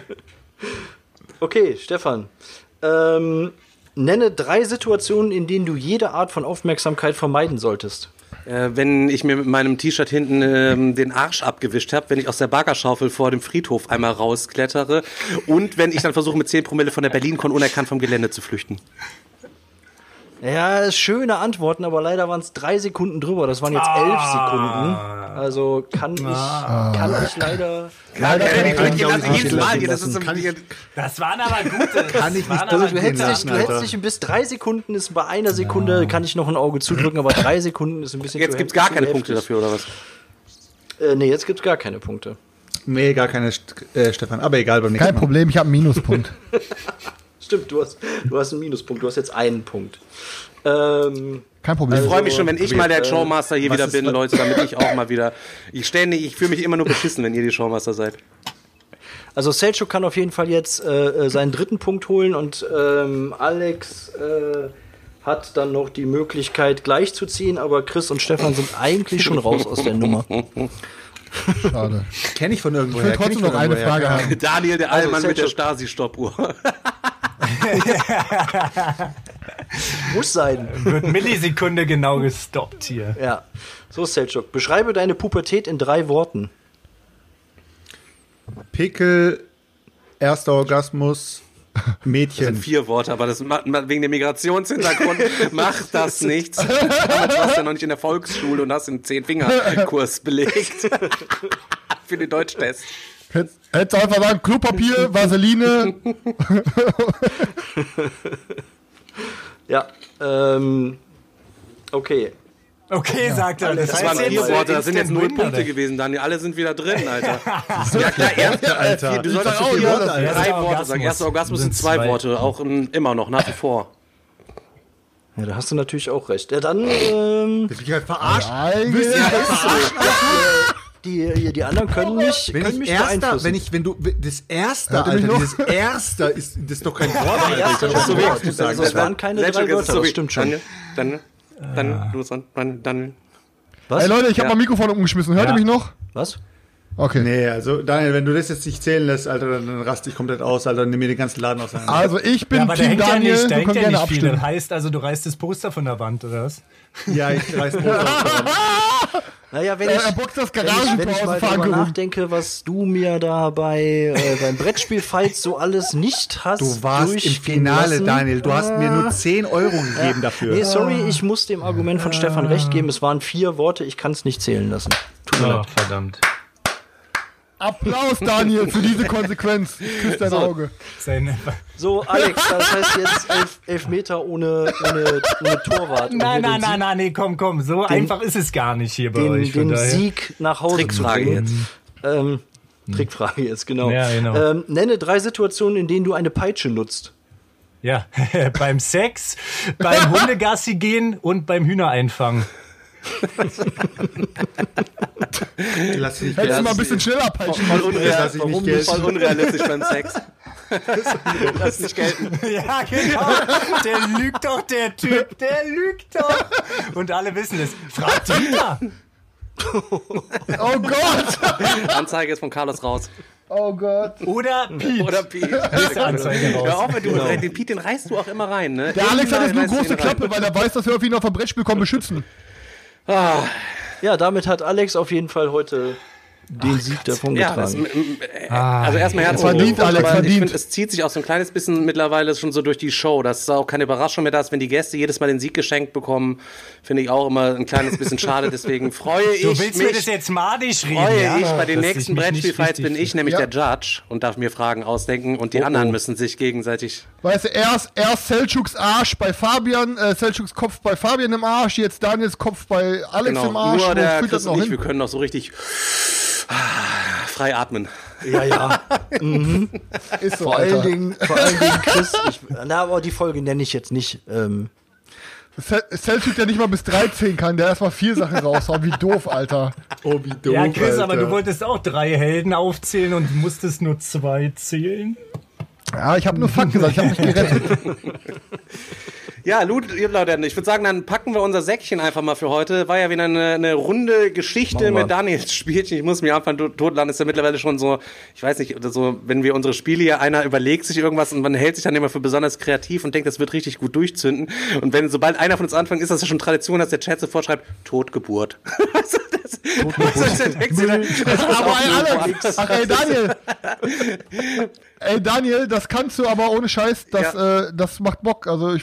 Okay, Stefan. Ähm, nenne drei Situationen, in denen du jede Art von Aufmerksamkeit vermeiden solltest. Äh, wenn ich mir mit meinem T-Shirt hinten ähm, den Arsch abgewischt habe, wenn ich aus der Baggerschaufel vor dem Friedhof einmal rausklettere und wenn ich dann versuche, mit zehn Promille von der Berlin-Con unerkannt vom Gelände zu flüchten. Ja, schöne Antworten, aber leider waren es drei Sekunden drüber. Das waren jetzt Ah. elf Sekunden. Also kann ich, Ah. kann ich leider. Leider Ja, die kann Leute ich lassen nicht jedes Mal lassen hier, das ist so kann ich- Das waren aber gute. Kann ich das waren nicht- Also aber du hättest, lassen, dich, du Alter. hättest dich bis drei Sekunden ist bei einer Sekunde kann ich noch ein Auge zudrücken, aber drei Sekunden ist ein bisschen. Jetzt zu gibt's heftig, gar zu keine heftig. Punkte dafür, oder was? Äh, nee, jetzt gibt's gar keine Punkte. Nee, gar keine, äh, Stefan. Aber egal, beim nächsten Kein Mal. Problem, ich habe einen Minuspunkt. Stimmt, du hast, du hast einen Minuspunkt, du hast jetzt einen Punkt. Ähm, Kein Problem. Ich freue mich schon, wenn ich mal der äh, Showmaster hier was wieder ist- bin, Leute, damit ich auch mal wieder. Ich ständig, ich fühle mich immer nur beschissen, wenn ihr die Showmaster seid. Also Selçuk kann auf jeden Fall jetzt äh, seinen dritten Punkt holen und ähm, Alex äh, hat dann noch die Möglichkeit gleich zu ziehen, aber Chris und Stefan sind eigentlich schon raus aus der Nummer. Schade. Kenne ich von irgendwo Ich will trotzdem noch eine Frage haben. Daniel, der Also, Allmann mit der Selçuk. Stasi-Stoppuhr. Muss sein. Wird Millisekunde genau gestoppt hier. Ja. So, Selçuk, beschreibe deine Pubertät in drei Worten. Pickel, erster Orgasmus, Mädchen. Vier Worte, aber das macht, wegen dem Migrationshintergrund macht das nichts. Damals warst du ja noch nicht in der Volksschule und hast einen Zehn-Finger-Kurs belegt. Für den Deutschtest. Hättest hättest du einfach sagen, Klopapier, Vaseline. Ja, ähm, okay. Okay, sagt er. Das, Das heißt waren vier jetzt, Worte, das sind jetzt Instant null Winner, Punkte der- gewesen, Daniel. Alle sind wieder drin, Alter. Ja klar, erster, Alter. Du solltest auch vier vier Worte, Worte, drei Erster Worte sagen. Orgasmus Erster Orgasmus sind sind zwei zwei. Worte, auch ähm, immer noch, nach wie vor. Ja, da hast du natürlich auch recht. Ja, dann, ähm, Ich bin halt verarscht. Eigentlich. die, die, die anderen können mich, Wenn können ich mich erster, beeinflussen. wenn ich, wenn du, das erste, Hört ihr mich Alter, noch? dieses erster ist, das ist doch kein Wort, Alter. Erster Ich kann ist das ein so Wort. wirklich sagen. Also es waren keine drei Selçuk, es ist Wörter, so das wie- stimmt schon. Daniel, Daniel, Daniel, du bist dran. Daniel, Daniel. Was? Ey Leute, ich habe Ja. mein Mikrofon umgeschmissen. Hört Ja. ihr mich noch? Was? Okay. Nee, also Daniel, wenn du das jetzt nicht zählen lässt, Alter, dann, dann raste ich komplett aus, Alter, nimm mir den ganzen Laden auseinander. Also ich bin Ja, aber da Team hängt ja Daniel. nicht, da Wir hängt können ja gerne nicht viel. Das abstimmen. heißt also, du reißt das Poster von der Wand, oder was? Ja, ich reiß Motor. Naja, wenn Er, ich, er boxt das wenn ich, wenn Garagentor ich aus mal dem darüber Fahrgerät. nachdenke, was du mir da bei äh, beim Brettspiel Fights so alles nicht hast Du warst im durchgehen Finale, lassen. Daniel. Du hast mir nur zehn Euro gegeben dafür. Nee, sorry, ich muss dem Argument von Stefan recht geben. Es waren vier Worte, ich kann es nicht zählen lassen. Tut mir leid. verdammt. Applaus, Daniel, für diese Konsequenz. Küss dein Auge. Seine, So, Alex, das heißt jetzt elf, elf Meter ohne, ohne, ohne Torwart. Und nein, hier nein, den nein, nein, nee, komm, komm. So einfach ist es gar nicht hier bei den, euch. Von den daher. Sieg nach Hause Trickfrage zu bringen. jetzt. Ähm, Trickfrage jetzt, genau. Ja, genau. Ähm, nenne drei Situationen, in denen du eine Peitsche nutzt. Ja, beim Sex, beim Hundegassi gehen und beim Hühner einfangen. Lass dich nicht Hättest du mal ein gelten. bisschen schneller peitschen Voll, müssen. unreal, lass ich nicht warum gelten. voll unrealistisch beim Sex. Lass nicht gelten. Ja, genau. Der lügt doch, der Typ. Der lügt doch. Und alle wissen es. Fragt Dieter. Oh Gott! Anzeige ist von Carlos raus. Oh Gott. Oder Piet. Oder Piet. Ist der Anzeige raus. Hör auf, wenn du den Piet, den reißt du auch immer rein, ne? Der Alex hat jetzt nur Immer reißt du große ihn rein. Klappe, weil er weiß, dass wir auf ihn auf dem Brettspiel kommen beschützen. Ah, Ja, damit hat Alex auf jeden Fall heute den Sieg davon ja, das, getragen. m- m- äh, also erstmal herzlichen Verdient, Glückwunsch, Alex, aber ich verdient. finde, es zieht sich auch so ein kleines bisschen mittlerweile schon so durch die Show, dass es auch keine Überraschung mehr da ist, wenn die Gäste jedes Mal den Sieg geschenkt bekommen, finde ich auch immer ein kleines bisschen schade, deswegen freue ich Du willst mir das mich, jetzt madig reden, freue ja? ich, bei den Dass ich nächsten mich nicht Brettspielfights richtig bin ich nämlich Ja. der Judge und darf mir Fragen ausdenken und die Oh, anderen oh. müssen sich gegenseitig, Weißt du, erst, erst Selçuks Arsch bei Fabian, äh, Selçuks Kopf bei Fabian im Arsch, jetzt Daniels Kopf bei Alex genau, im Arsch. nur Wo der führt das Chris noch und ich, hin? wir können noch so richtig ah, frei atmen. Ja, ja. Ist so, Vor allen Alter. Dingen, vor allen Dingen Chris. Ich, na, aber die Folge nenne ich jetzt nicht. Ähm, Sel- Selçuk, der nicht mal bis dreizehn kann, der erstmal vier Sachen raushauen. Wie doof, Alter. Oh, wie doof, Ja, Chris, aber Alter. du wolltest auch drei Helden aufzählen und musstest nur zwei zählen. Ja, ich habe nur Fakt gesagt, ich habe mich gerettet. Ja, Lud, ihr Leute, ich würde sagen, dann packen wir unser Säckchen einfach mal für heute. War ja wieder eine, eine runde Geschichte Machen wir. mit Daniels Spielchen. Ich muss mich einfach totlachen, ist ja mittlerweile schon so, ich weiß nicht, oder so, wenn wir unsere Spiele hier, einer überlegt sich irgendwas und man hält sich dann immer für besonders kreativ und denkt, das wird richtig gut durchzünden. Und wenn, sobald einer von uns anfängt, ist das ja schon Tradition, dass der Chat sofort schreibt, Totgeburt. Also das, also dann denkst du dann, das ist Aber auch ey, irgendwo Alex, anders. ach ey, Daniel. Ey, Daniel, das kannst du aber ohne Scheiß, das, äh, das macht Bock. Also ich, du kannst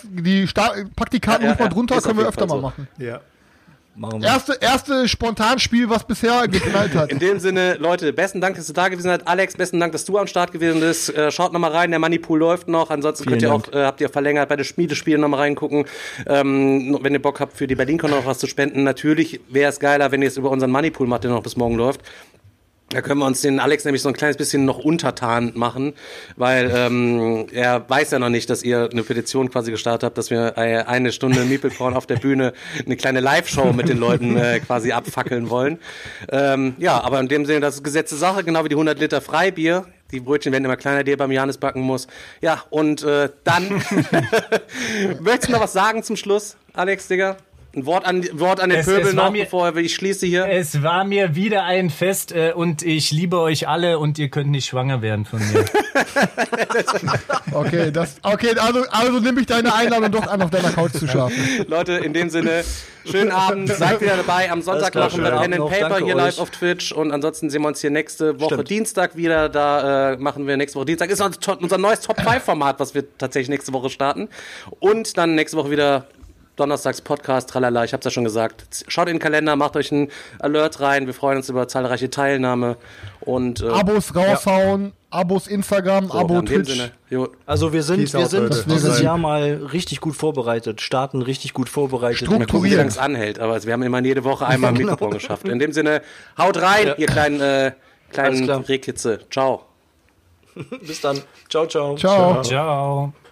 die Star pack die Karten Ja, ja, noch mal ja. drunter, Ist können wir auf jeden öfter Fall mal so. machen. Ja. Machen wir. Erste, erste Spontanspiel, was bisher geknallt hat. In dem Sinne, Leute, besten Dank, dass du da gewesen seid. Alex, besten Dank, dass du am Start gewesen bist. Äh, schaut nochmal rein, der Moneypool läuft noch. Ansonsten Vielen könnt ihr Dank. auch, äh, habt ihr verlängert bei den Schmiedespielen nochmal reingucken. Ähm, wenn ihr Bock habt, für die BerlinCon noch was zu spenden. Natürlich wäre es geiler, wenn ihr es über unseren Moneypool macht, der noch bis morgen läuft. Da können wir uns den Alex nämlich so ein kleines bisschen noch untertan machen, weil ähm, er weiß ja noch nicht, dass ihr eine Petition quasi gestartet habt, dass wir äh, eine Stunde Meeple-Porn auf der Bühne eine kleine Live-Show mit den Leuten äh, quasi abfackeln wollen. Ähm, ja, aber in dem Sinne, das ist gesetzte Sache, genau wie die hundert Liter Freibier. Die Brötchen werden immer kleiner, die ihr beim Janis backen muss. Ja, und äh, dann möchtest du noch was sagen zum Schluss, Alex, Digga? Ein Wort an, Wort an den Es- Pöbel es war noch, mir- bevor ich schließe hier. Es war mir wieder ein Fest äh, und ich liebe euch alle und ihr könnt nicht schwanger werden von mir. Okay, das, okay, also, also nehme ich deine Einladung doch an, auf deiner Couch zu schlafen. Leute, in dem Sinne, schönen Abend, seid wieder dabei. Am Sonntag klar, machen wir schönen Pen Abend and noch. Paper Danke hier euch. live auf Twitch und ansonsten sehen wir uns hier nächste Woche Stimmt. Dienstag wieder. Da äh, machen wir nächste Woche Dienstag. Ist unser, To- unser neues Top fünf Format, was wir tatsächlich nächste Woche starten. Und dann nächste Woche wieder Donnerstags Podcast, tralala, ich hab's ja schon gesagt. Schaut in den Kalender, macht euch einen Alert rein. Wir freuen uns über zahlreiche Teilnahme. Und äh, Abos raushauen, Abos Instagram, so, Abo in dem Twitch. Sinne. Jo. Also wir sind, Peace wir out, sind Leute. dieses Haut rein. Jahr mal richtig gut vorbereitet, starten richtig gut vorbereitet. Strukturiert. Mal gucken, wie lange es anhält, aber wir haben immerhin jede Woche einmal ein Mikrofon geschafft. In dem Sinne, haut rein, ihr kleinen, äh, Alles kleinen klar. Rehkitze. Ciao. Bis dann. Ciao, ciao. Ciao. Ciao.